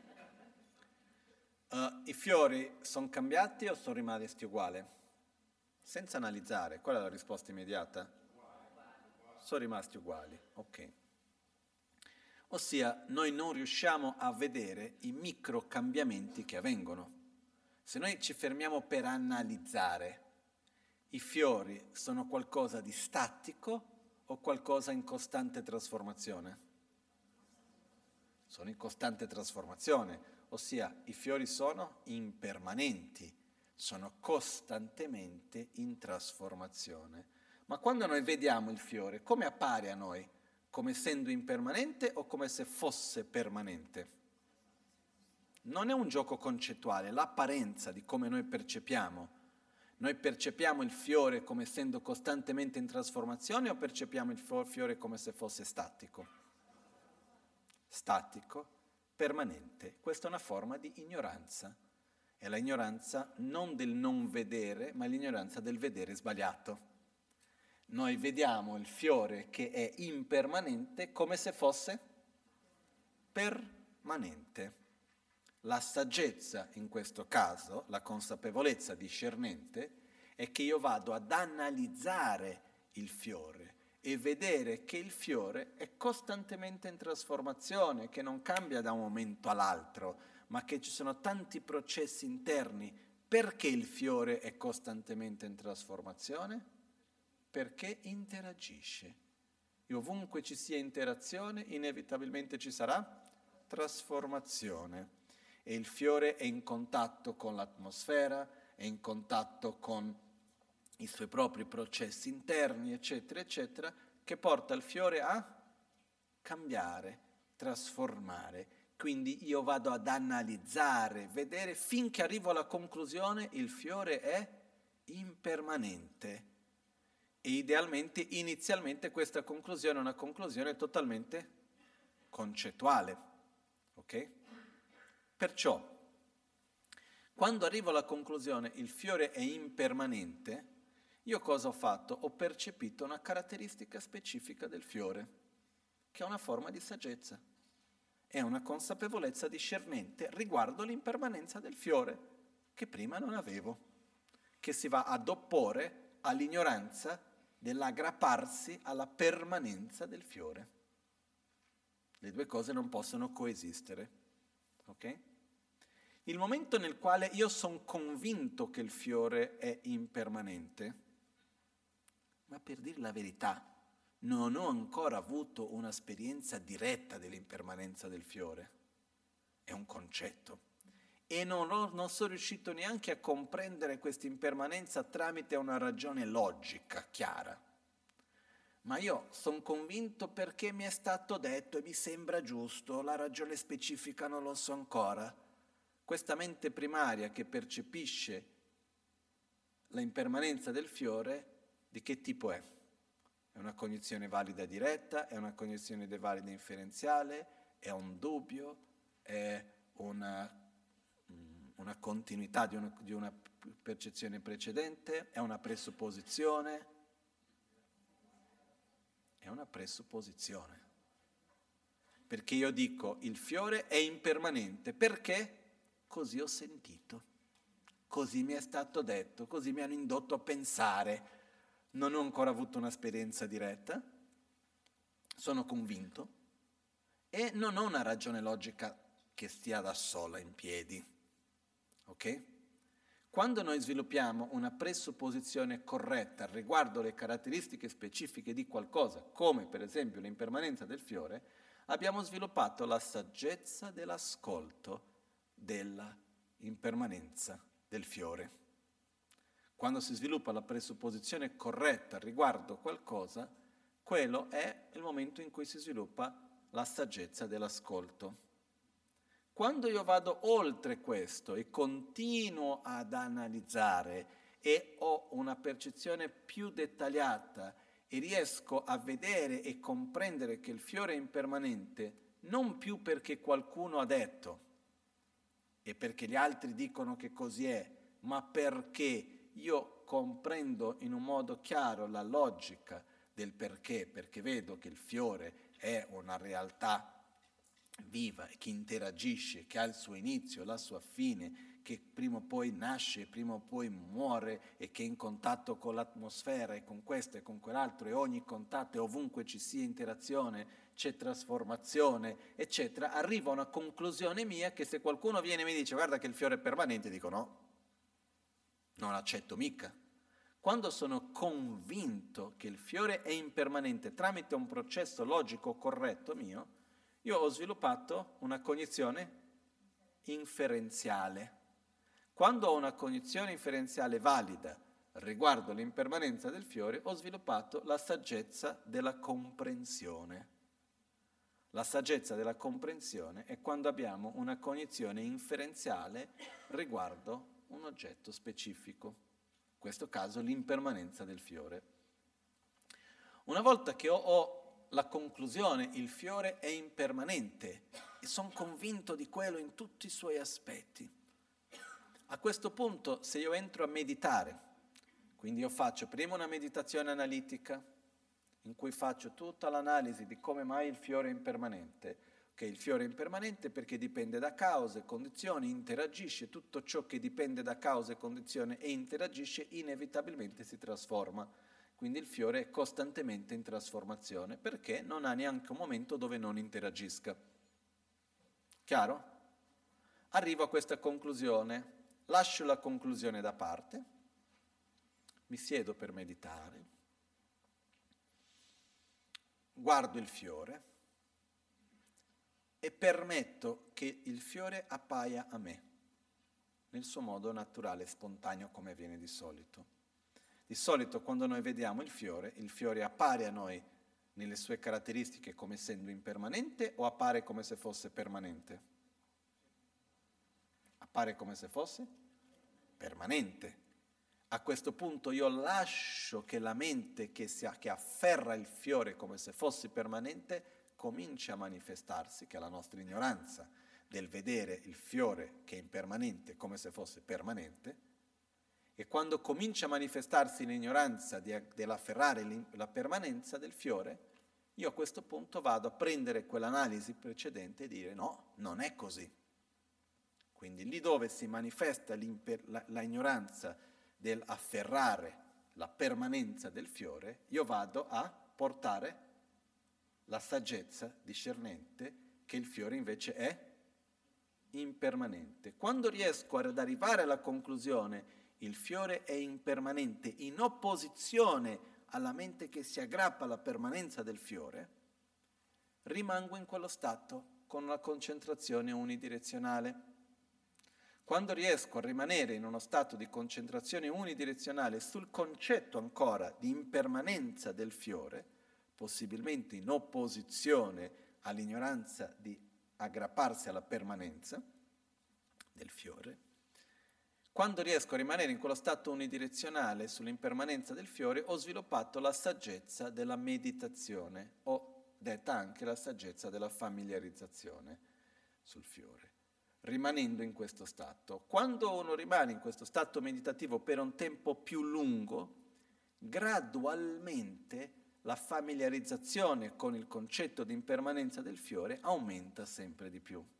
I fiori sono cambiati o sono rimasti uguali? Senza analizzare, qual è la risposta immediata? Sono rimasti uguali, ok. Ossia, noi non riusciamo a vedere i micro cambiamenti che avvengono. Se noi ci fermiamo per analizzare, i fiori sono qualcosa di statico o qualcosa in costante trasformazione? Sono in costante trasformazione, ossia i fiori sono impermanenti, sono costantemente in trasformazione. Ma quando noi vediamo il fiore, come appare a noi? Come essendo impermanente o come se fosse permanente? Non è un gioco concettuale, l'apparenza di come noi percepiamo. Noi percepiamo il fiore come essendo costantemente in trasformazione o percepiamo il fiore come se fosse statico? Statico, permanente. Questa è una forma di ignoranza. È la ignoranza non del non vedere, ma l'ignoranza del vedere sbagliato. Noi vediamo il fiore che è impermanente come se fosse permanente. La saggezza in questo caso, la consapevolezza discernente, è che io vado ad analizzare il fiore e vedere che il fiore è costantemente in trasformazione, che non cambia da un momento all'altro, ma che ci sono tanti processi interni. Perché il fiore è costantemente in trasformazione? Perché interagisce. E ovunque ci sia interazione, inevitabilmente ci sarà trasformazione. E il fiore è in contatto con l'atmosfera, è in contatto con i suoi propri processi interni, eccetera, eccetera, che porta il fiore a cambiare, trasformare. Quindi io vado ad analizzare, vedere, finché arrivo alla conclusione, il fiore è impermanente. E idealmente, inizialmente, questa conclusione è una conclusione totalmente concettuale. Ok? Perciò, quando arrivo alla conclusione il fiore è impermanente, io cosa ho fatto? Ho percepito una caratteristica specifica del fiore, che è una forma di saggezza. È una consapevolezza discernente riguardo l'impermanenza del fiore, che prima non avevo, che si va ad opporre all'ignoranza dell'aggrapparsi alla permanenza del fiore. Le due cose non possono coesistere, ok? Il momento nel quale io sono convinto che il fiore è impermanente, ma per dire la verità, non ho ancora avuto un'esperienza diretta dell'impermanenza del fiore. È un concetto. E non sono riuscito neanche a comprendere questa impermanenza tramite una ragione logica, chiara. Ma io sono convinto perché mi è stato detto e mi sembra giusto, la ragione specifica non lo so ancora. Questa mente primaria che percepisce la impermanenza del fiore, di che tipo è? È una cognizione valida diretta? È una cognizione valida inferenziale? È un dubbio? È una continuità di una percezione precedente? È una presupposizione? È una presupposizione. Perché io dico il fiore è impermanente. Perché? Così ho sentito, così mi è stato detto, così mi hanno indotto a pensare. Non ho ancora avuto un'esperienza diretta, sono convinto e non ho una ragione logica che stia da sola in piedi. Ok? Quando noi sviluppiamo una presupposizione corretta riguardo le caratteristiche specifiche di qualcosa, come per esempio l'impermanenza del fiore, abbiamo sviluppato la saggezza dell'ascolto della impermanenza del fiore. Quando si sviluppa la presupposizione corretta riguardo qualcosa, quello è il momento in cui si sviluppa la saggezza dell'ascolto. Quando io vado oltre questo e continuo ad analizzare e ho una percezione più dettagliata e riesco a vedere e comprendere che il fiore è impermanente, non più perché qualcuno ha detto e perché gli altri dicono che così è, ma perché io comprendo in un modo chiaro la logica del perché vedo che il fiore è una realtà viva, che interagisce, che ha il suo inizio, la sua fine, che prima o poi nasce, prima o poi muore e che è in contatto con l'atmosfera e con questo e con quell'altro e ogni contatto e ovunque ci sia interazione c'è trasformazione, eccetera, arrivo a una conclusione mia che se qualcuno viene e mi dice guarda che il fiore è permanente, dico no, non accetto mica. Quando sono convinto che il fiore è impermanente tramite un processo logico corretto mio, io ho sviluppato una cognizione inferenziale. Quando ho una cognizione inferenziale valida riguardo l'impermanenza del fiore, ho sviluppato la saggezza della comprensione. La saggezza della comprensione è quando abbiamo una cognizione inferenziale riguardo un oggetto specifico, in questo caso l'impermanenza del fiore. Una volta che ho la conclusione, il fiore è impermanente, e sono convinto di quello in tutti i suoi aspetti. A questo punto, se io entro a meditare, quindi io faccio prima una meditazione analitica, in cui faccio tutta l'analisi di come mai il fiore è impermanente, che il fiore è impermanente perché dipende da cause, condizioni, interagisce, tutto ciò che dipende da cause, condizioni e interagisce inevitabilmente si trasforma. Quindi il fiore è costantemente in trasformazione perché non ha neanche un momento dove non interagisca. Chiaro? Arrivo a questa conclusione, lascio la conclusione da parte, mi siedo per meditare, guardo il fiore e permetto che il fiore appaia a me, nel suo modo naturale, spontaneo come avviene di solito. Di solito quando noi vediamo il fiore appare a noi nelle sue caratteristiche come essendo impermanente o appare come se fosse permanente? Appare come se fosse permanente. A questo punto io lascio che la mente che afferra il fiore come se fosse permanente comincia a manifestarsi, che è la nostra ignoranza del vedere il fiore che è impermanente come se fosse permanente, e quando comincia a manifestarsi l'ignoranza dell'afferrare la permanenza del fiore, io a questo punto vado a prendere quell'analisi precedente e dire no, non è così. Quindi lì dove si manifesta la ignoranza dell'afferrare la permanenza del fiore, io vado a portare la saggezza discernente che il fiore invece è impermanente. Quando riesco ad arrivare alla conclusione il fiore è impermanente in opposizione alla mente che si aggrappa alla permanenza del fiore, rimango in quello stato con una concentrazione unidirezionale. Quando riesco a rimanere in uno stato di concentrazione unidirezionale sul concetto ancora di impermanenza del fiore, possibilmente in opposizione all'ignoranza di aggrapparsi alla permanenza del fiore, quando riesco a rimanere in quello stato unidirezionale sull'impermanenza del fiore, ho sviluppato la saggezza della meditazione, o detta anche la saggezza della familiarizzazione sul fiore, rimanendo in questo stato. Quando uno rimane in questo stato meditativo per un tempo più lungo, gradualmente la familiarizzazione con il concetto di impermanenza del fiore aumenta sempre di più,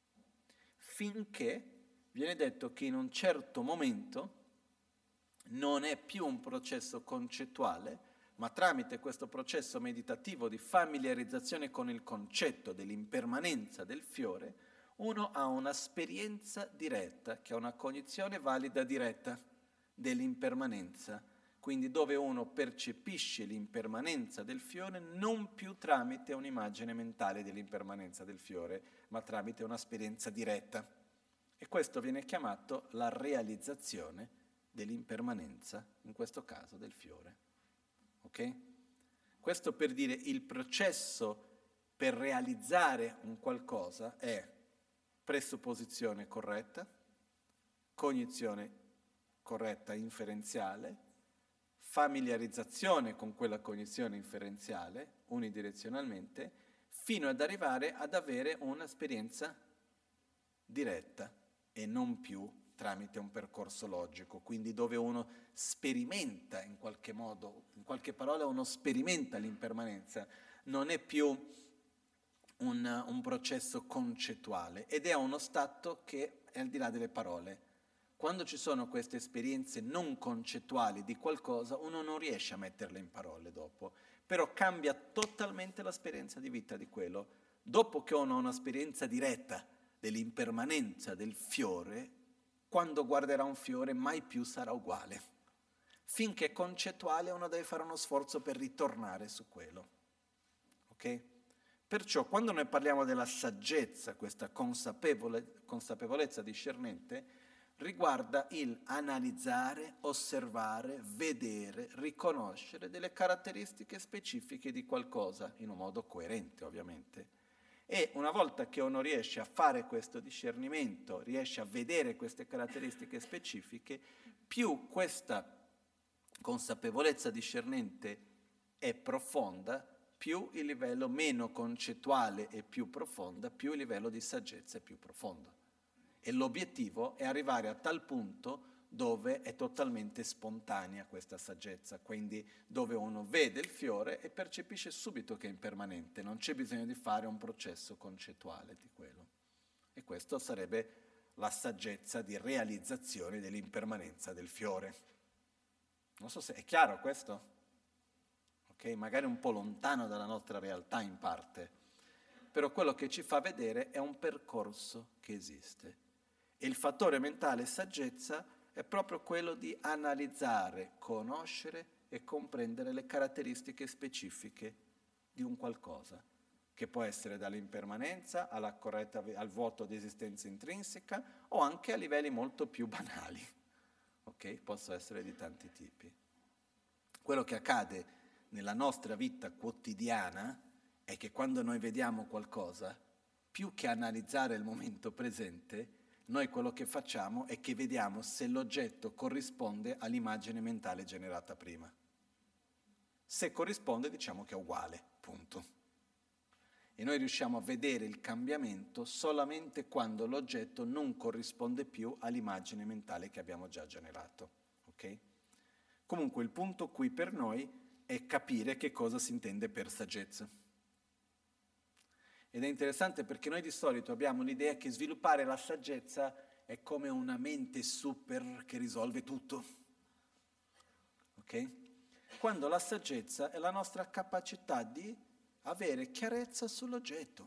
finché viene detto che in un certo momento non è più un processo concettuale, ma tramite questo processo meditativo di familiarizzazione con il concetto dell'impermanenza del fiore, uno ha un'esperienza diretta, che è una cognizione valida diretta dell'impermanenza, quindi dove uno percepisce l'impermanenza del fiore non più tramite un'immagine mentale dell'impermanenza del fiore, ma tramite un'esperienza diretta. E questo viene chiamato la realizzazione dell'impermanenza, in questo caso del fiore. Ok? Questo per dire il processo per realizzare un qualcosa è presupposizione corretta, cognizione corretta inferenziale, familiarizzazione con quella cognizione inferenziale unidirezionalmente, fino ad arrivare ad avere un'esperienza diretta e non più tramite un percorso logico, quindi dove uno sperimenta in qualche modo, in qualche parola uno sperimenta l'impermanenza, non è più un processo concettuale ed è uno stato che è al di là delle parole. Quando ci sono queste esperienze non concettuali di qualcosa, uno non riesce a metterle in parole dopo, però cambia totalmente l'esperienza di vita di quello. Dopo che uno ha un'esperienza diretta dell'impermanenza del fiore, quando guarderà un fiore mai più sarà uguale. Finché è concettuale uno deve fare uno sforzo per ritornare su quello. Ok? Perciò quando noi parliamo della saggezza, questa consapevolezza discernente, riguarda il analizzare, osservare, vedere, riconoscere delle caratteristiche specifiche di qualcosa, in un modo coerente ovviamente. E una volta che uno riesce a fare questo discernimento, riesce a vedere queste caratteristiche specifiche, più questa consapevolezza discernente è profonda, più il livello meno concettuale e più profonda, più il livello di saggezza è più profondo. E l'obiettivo è arrivare a tal punto dove è totalmente spontanea questa saggezza, quindi dove uno vede il fiore e percepisce subito che è impermanente, non c'è bisogno di fare un processo concettuale di quello. E questo sarebbe la saggezza di realizzazione dell'impermanenza del fiore. Non so se è chiaro questo? Ok, magari un po' lontano dalla nostra realtà in parte, però quello che ci fa vedere è un percorso che esiste. E il fattore mentale saggezza è proprio quello di analizzare, conoscere e comprendere le caratteristiche specifiche di un qualcosa, che può essere dall'impermanenza al vuoto di esistenza intrinseca o anche a livelli molto più banali. Ok? Possono essere di tanti tipi. Quello che accade nella nostra vita quotidiana è che quando noi vediamo qualcosa, più che analizzare il momento presente, noi quello che facciamo è che vediamo se l'oggetto corrisponde all'immagine mentale generata prima. Se corrisponde, diciamo che è uguale, punto. E noi riusciamo a vedere il cambiamento solamente quando l'oggetto non corrisponde più all'immagine mentale che abbiamo già generato. Ok? Comunque il punto qui per noi è capire che cosa si intende per saggezza. Ed è interessante perché noi di solito abbiamo l'idea che sviluppare la saggezza è come una mente super che risolve tutto. Ok? Quando la saggezza è la nostra capacità di avere chiarezza sull'oggetto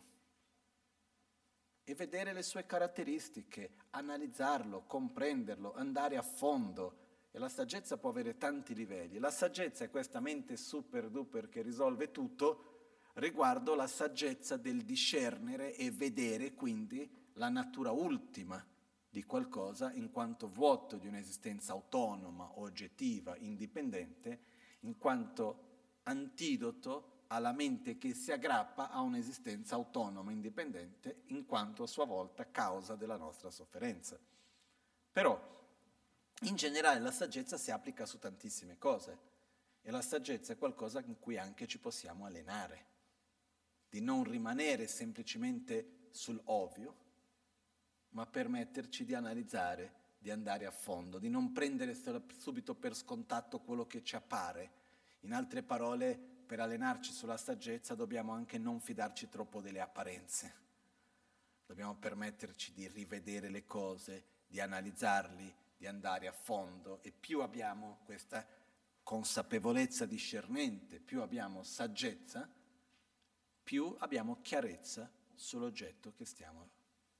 e vedere le sue caratteristiche, analizzarlo, comprenderlo, andare a fondo E la saggezza può avere tanti livelli. La saggezza è questa mente super duper che risolve tutto, riguardo la saggezza del discernere e vedere quindi la natura ultima di qualcosa in quanto vuoto di un'esistenza autonoma, oggettiva, indipendente, in quanto antidoto alla mente che si aggrappa a un'esistenza autonoma, indipendente, in quanto a sua volta causa della nostra sofferenza. Però, in generale, la saggezza si applica su tantissime cose e la saggezza è qualcosa in cui anche ci possiamo allenare, di non rimanere semplicemente sul ovvio, ma permetterci di analizzare, di andare a fondo, di non prendere subito per scontato quello che ci appare. In altre parole, per allenarci sulla saggezza dobbiamo anche non fidarci troppo delle apparenze. Dobbiamo permetterci di rivedere le cose, di analizzarli, di andare a fondo, e più abbiamo questa consapevolezza discernente, più abbiamo saggezza, più abbiamo chiarezza sull'oggetto che stiamo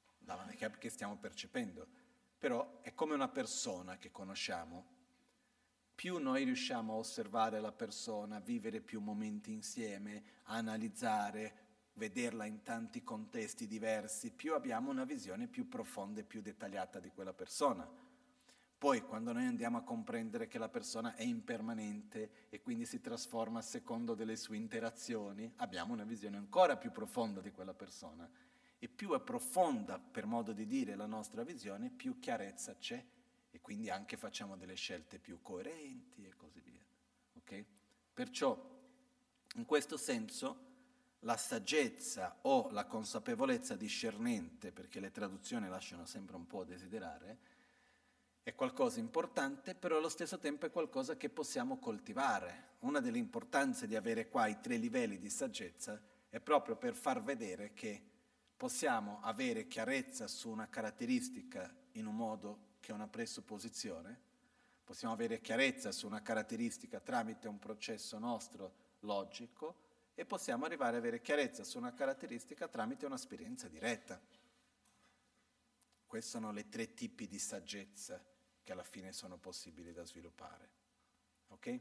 percependo. Però è come una persona che conosciamo. Più noi riusciamo a osservare la persona, vivere più momenti insieme, analizzare, vederla in tanti contesti diversi, più abbiamo una visione più profonda e più dettagliata di quella persona. Poi quando noi andiamo a comprendere che la persona è impermanente e quindi si trasforma a secondo delle sue interazioni, abbiamo una visione ancora più profonda di quella persona. E più è profonda, per modo di dire, la nostra visione, più chiarezza c'è e quindi anche facciamo delle scelte più coerenti e così via. Okay? Perciò, in questo senso, la saggezza o la consapevolezza discernente, perché le traduzioni lasciano sempre un po' a desiderare, è qualcosa importante, però allo stesso tempo è qualcosa che possiamo coltivare. Una delle importanze di avere qua i 3 livelli di saggezza è proprio per far vedere che possiamo avere chiarezza su una caratteristica in un modo che è una presupposizione, possiamo avere chiarezza su una caratteristica tramite un processo nostro logico e possiamo arrivare ad avere chiarezza su una caratteristica tramite un'esperienza diretta. Questi sono i 3 tipi di saggezza che alla fine sono possibili da sviluppare. Ok?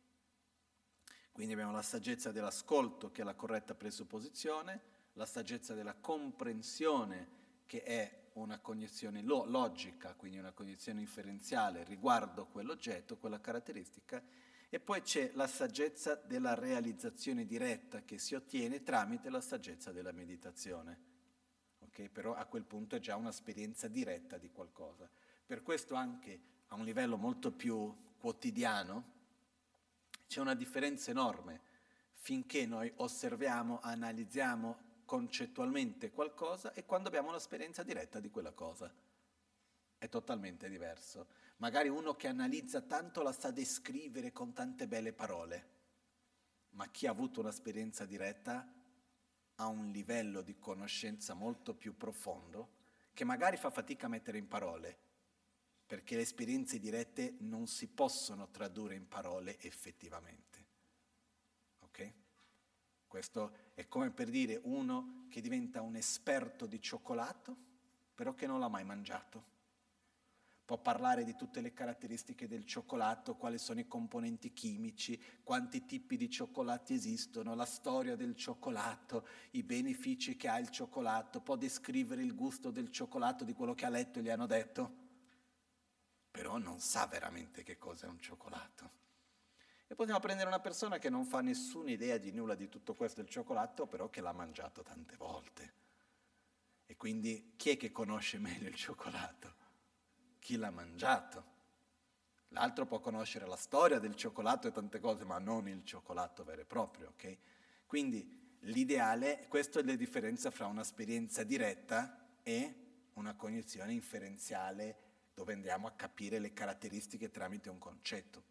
Quindi abbiamo la saggezza dell'ascolto, che è la corretta presupposizione, la saggezza della comprensione, che è una cognizione logica, quindi una cognizione inferenziale riguardo quell'oggetto, quella caratteristica, e poi c'è la saggezza della realizzazione diretta che si ottiene tramite la saggezza della meditazione. Okay? Però a quel punto è già un'esperienza diretta di qualcosa. Per questo anche a un livello molto più quotidiano c'è una differenza enorme finché noi osserviamo, analizziamo concettualmente qualcosa e quando abbiamo un'esperienza diretta di quella cosa. È totalmente diverso. Magari uno che analizza tanto la sa descrivere con tante belle parole, ma chi ha avuto un'esperienza diretta ha un livello di conoscenza molto più profondo che magari fa fatica a mettere in parole, perché le esperienze dirette non si possono tradurre in parole effettivamente. Ok? Questo è come per dire uno che diventa un esperto di cioccolato, però che non l'ha mai mangiato. Può parlare di tutte le caratteristiche del cioccolato, quali sono i componenti chimici, quanti tipi di cioccolati esistono, la storia del cioccolato, i benefici che ha il cioccolato, può descrivere il gusto del cioccolato di quello che ha letto e gli hanno detto, però non sa veramente che cosa è un cioccolato. E possiamo prendere una persona che non fa nessuna idea di nulla di tutto questo del cioccolato, però che l'ha mangiato tante volte. E quindi chi è che conosce meglio il cioccolato? Chi l'ha mangiato. L'altro può conoscere la storia del cioccolato e tante cose, ma non il cioccolato vero e proprio, ok? Quindi l'ideale, questa è la differenza fra un'esperienza diretta e una cognizione inferenziale dove andiamo a capire le caratteristiche tramite un concetto.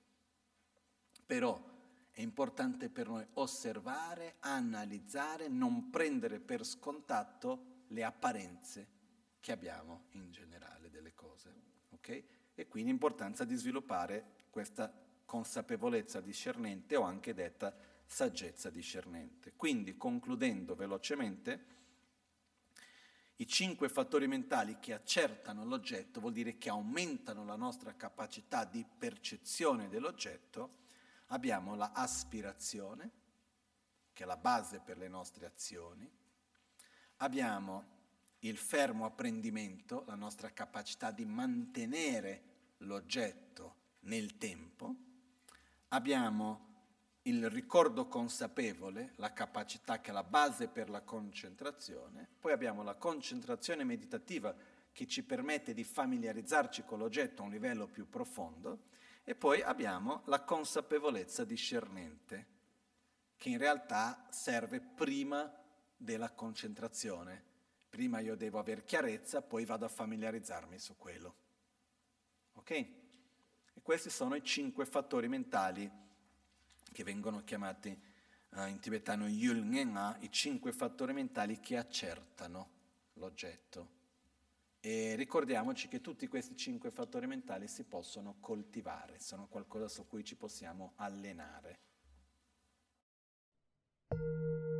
Però è importante per noi osservare, analizzare, non prendere per scontato le apparenze che abbiamo in generale delle cose. Okay? E quindi l'importanza di sviluppare questa consapevolezza discernente o anche detta saggezza discernente. Quindi, concludendo velocemente, I 5 fattori mentali che accertano l'oggetto vuol dire che aumentano la nostra capacità di percezione dell'oggetto. Abbiamo la aspirazione, che è la base per le nostre azioni. Abbiamo il fermo apprendimento, la nostra capacità di mantenere l'oggetto nel tempo. Abbiamo il ricordo consapevole, la capacità che è la base per la concentrazione. Poi abbiamo la concentrazione meditativa che ci permette di familiarizzarci con l'oggetto a un livello più profondo. E poi abbiamo la consapevolezza discernente, che in realtà serve prima della concentrazione. Prima io devo avere chiarezza, poi vado a familiarizzarmi su quello. Ok? E questi sono i 5 fattori mentali che vengono chiamati in tibetano Yul-Ngena, i 5 fattori mentali che accertano l'oggetto. E ricordiamoci che tutti questi 5 fattori mentali si possono coltivare, sono qualcosa su cui ci possiamo allenare.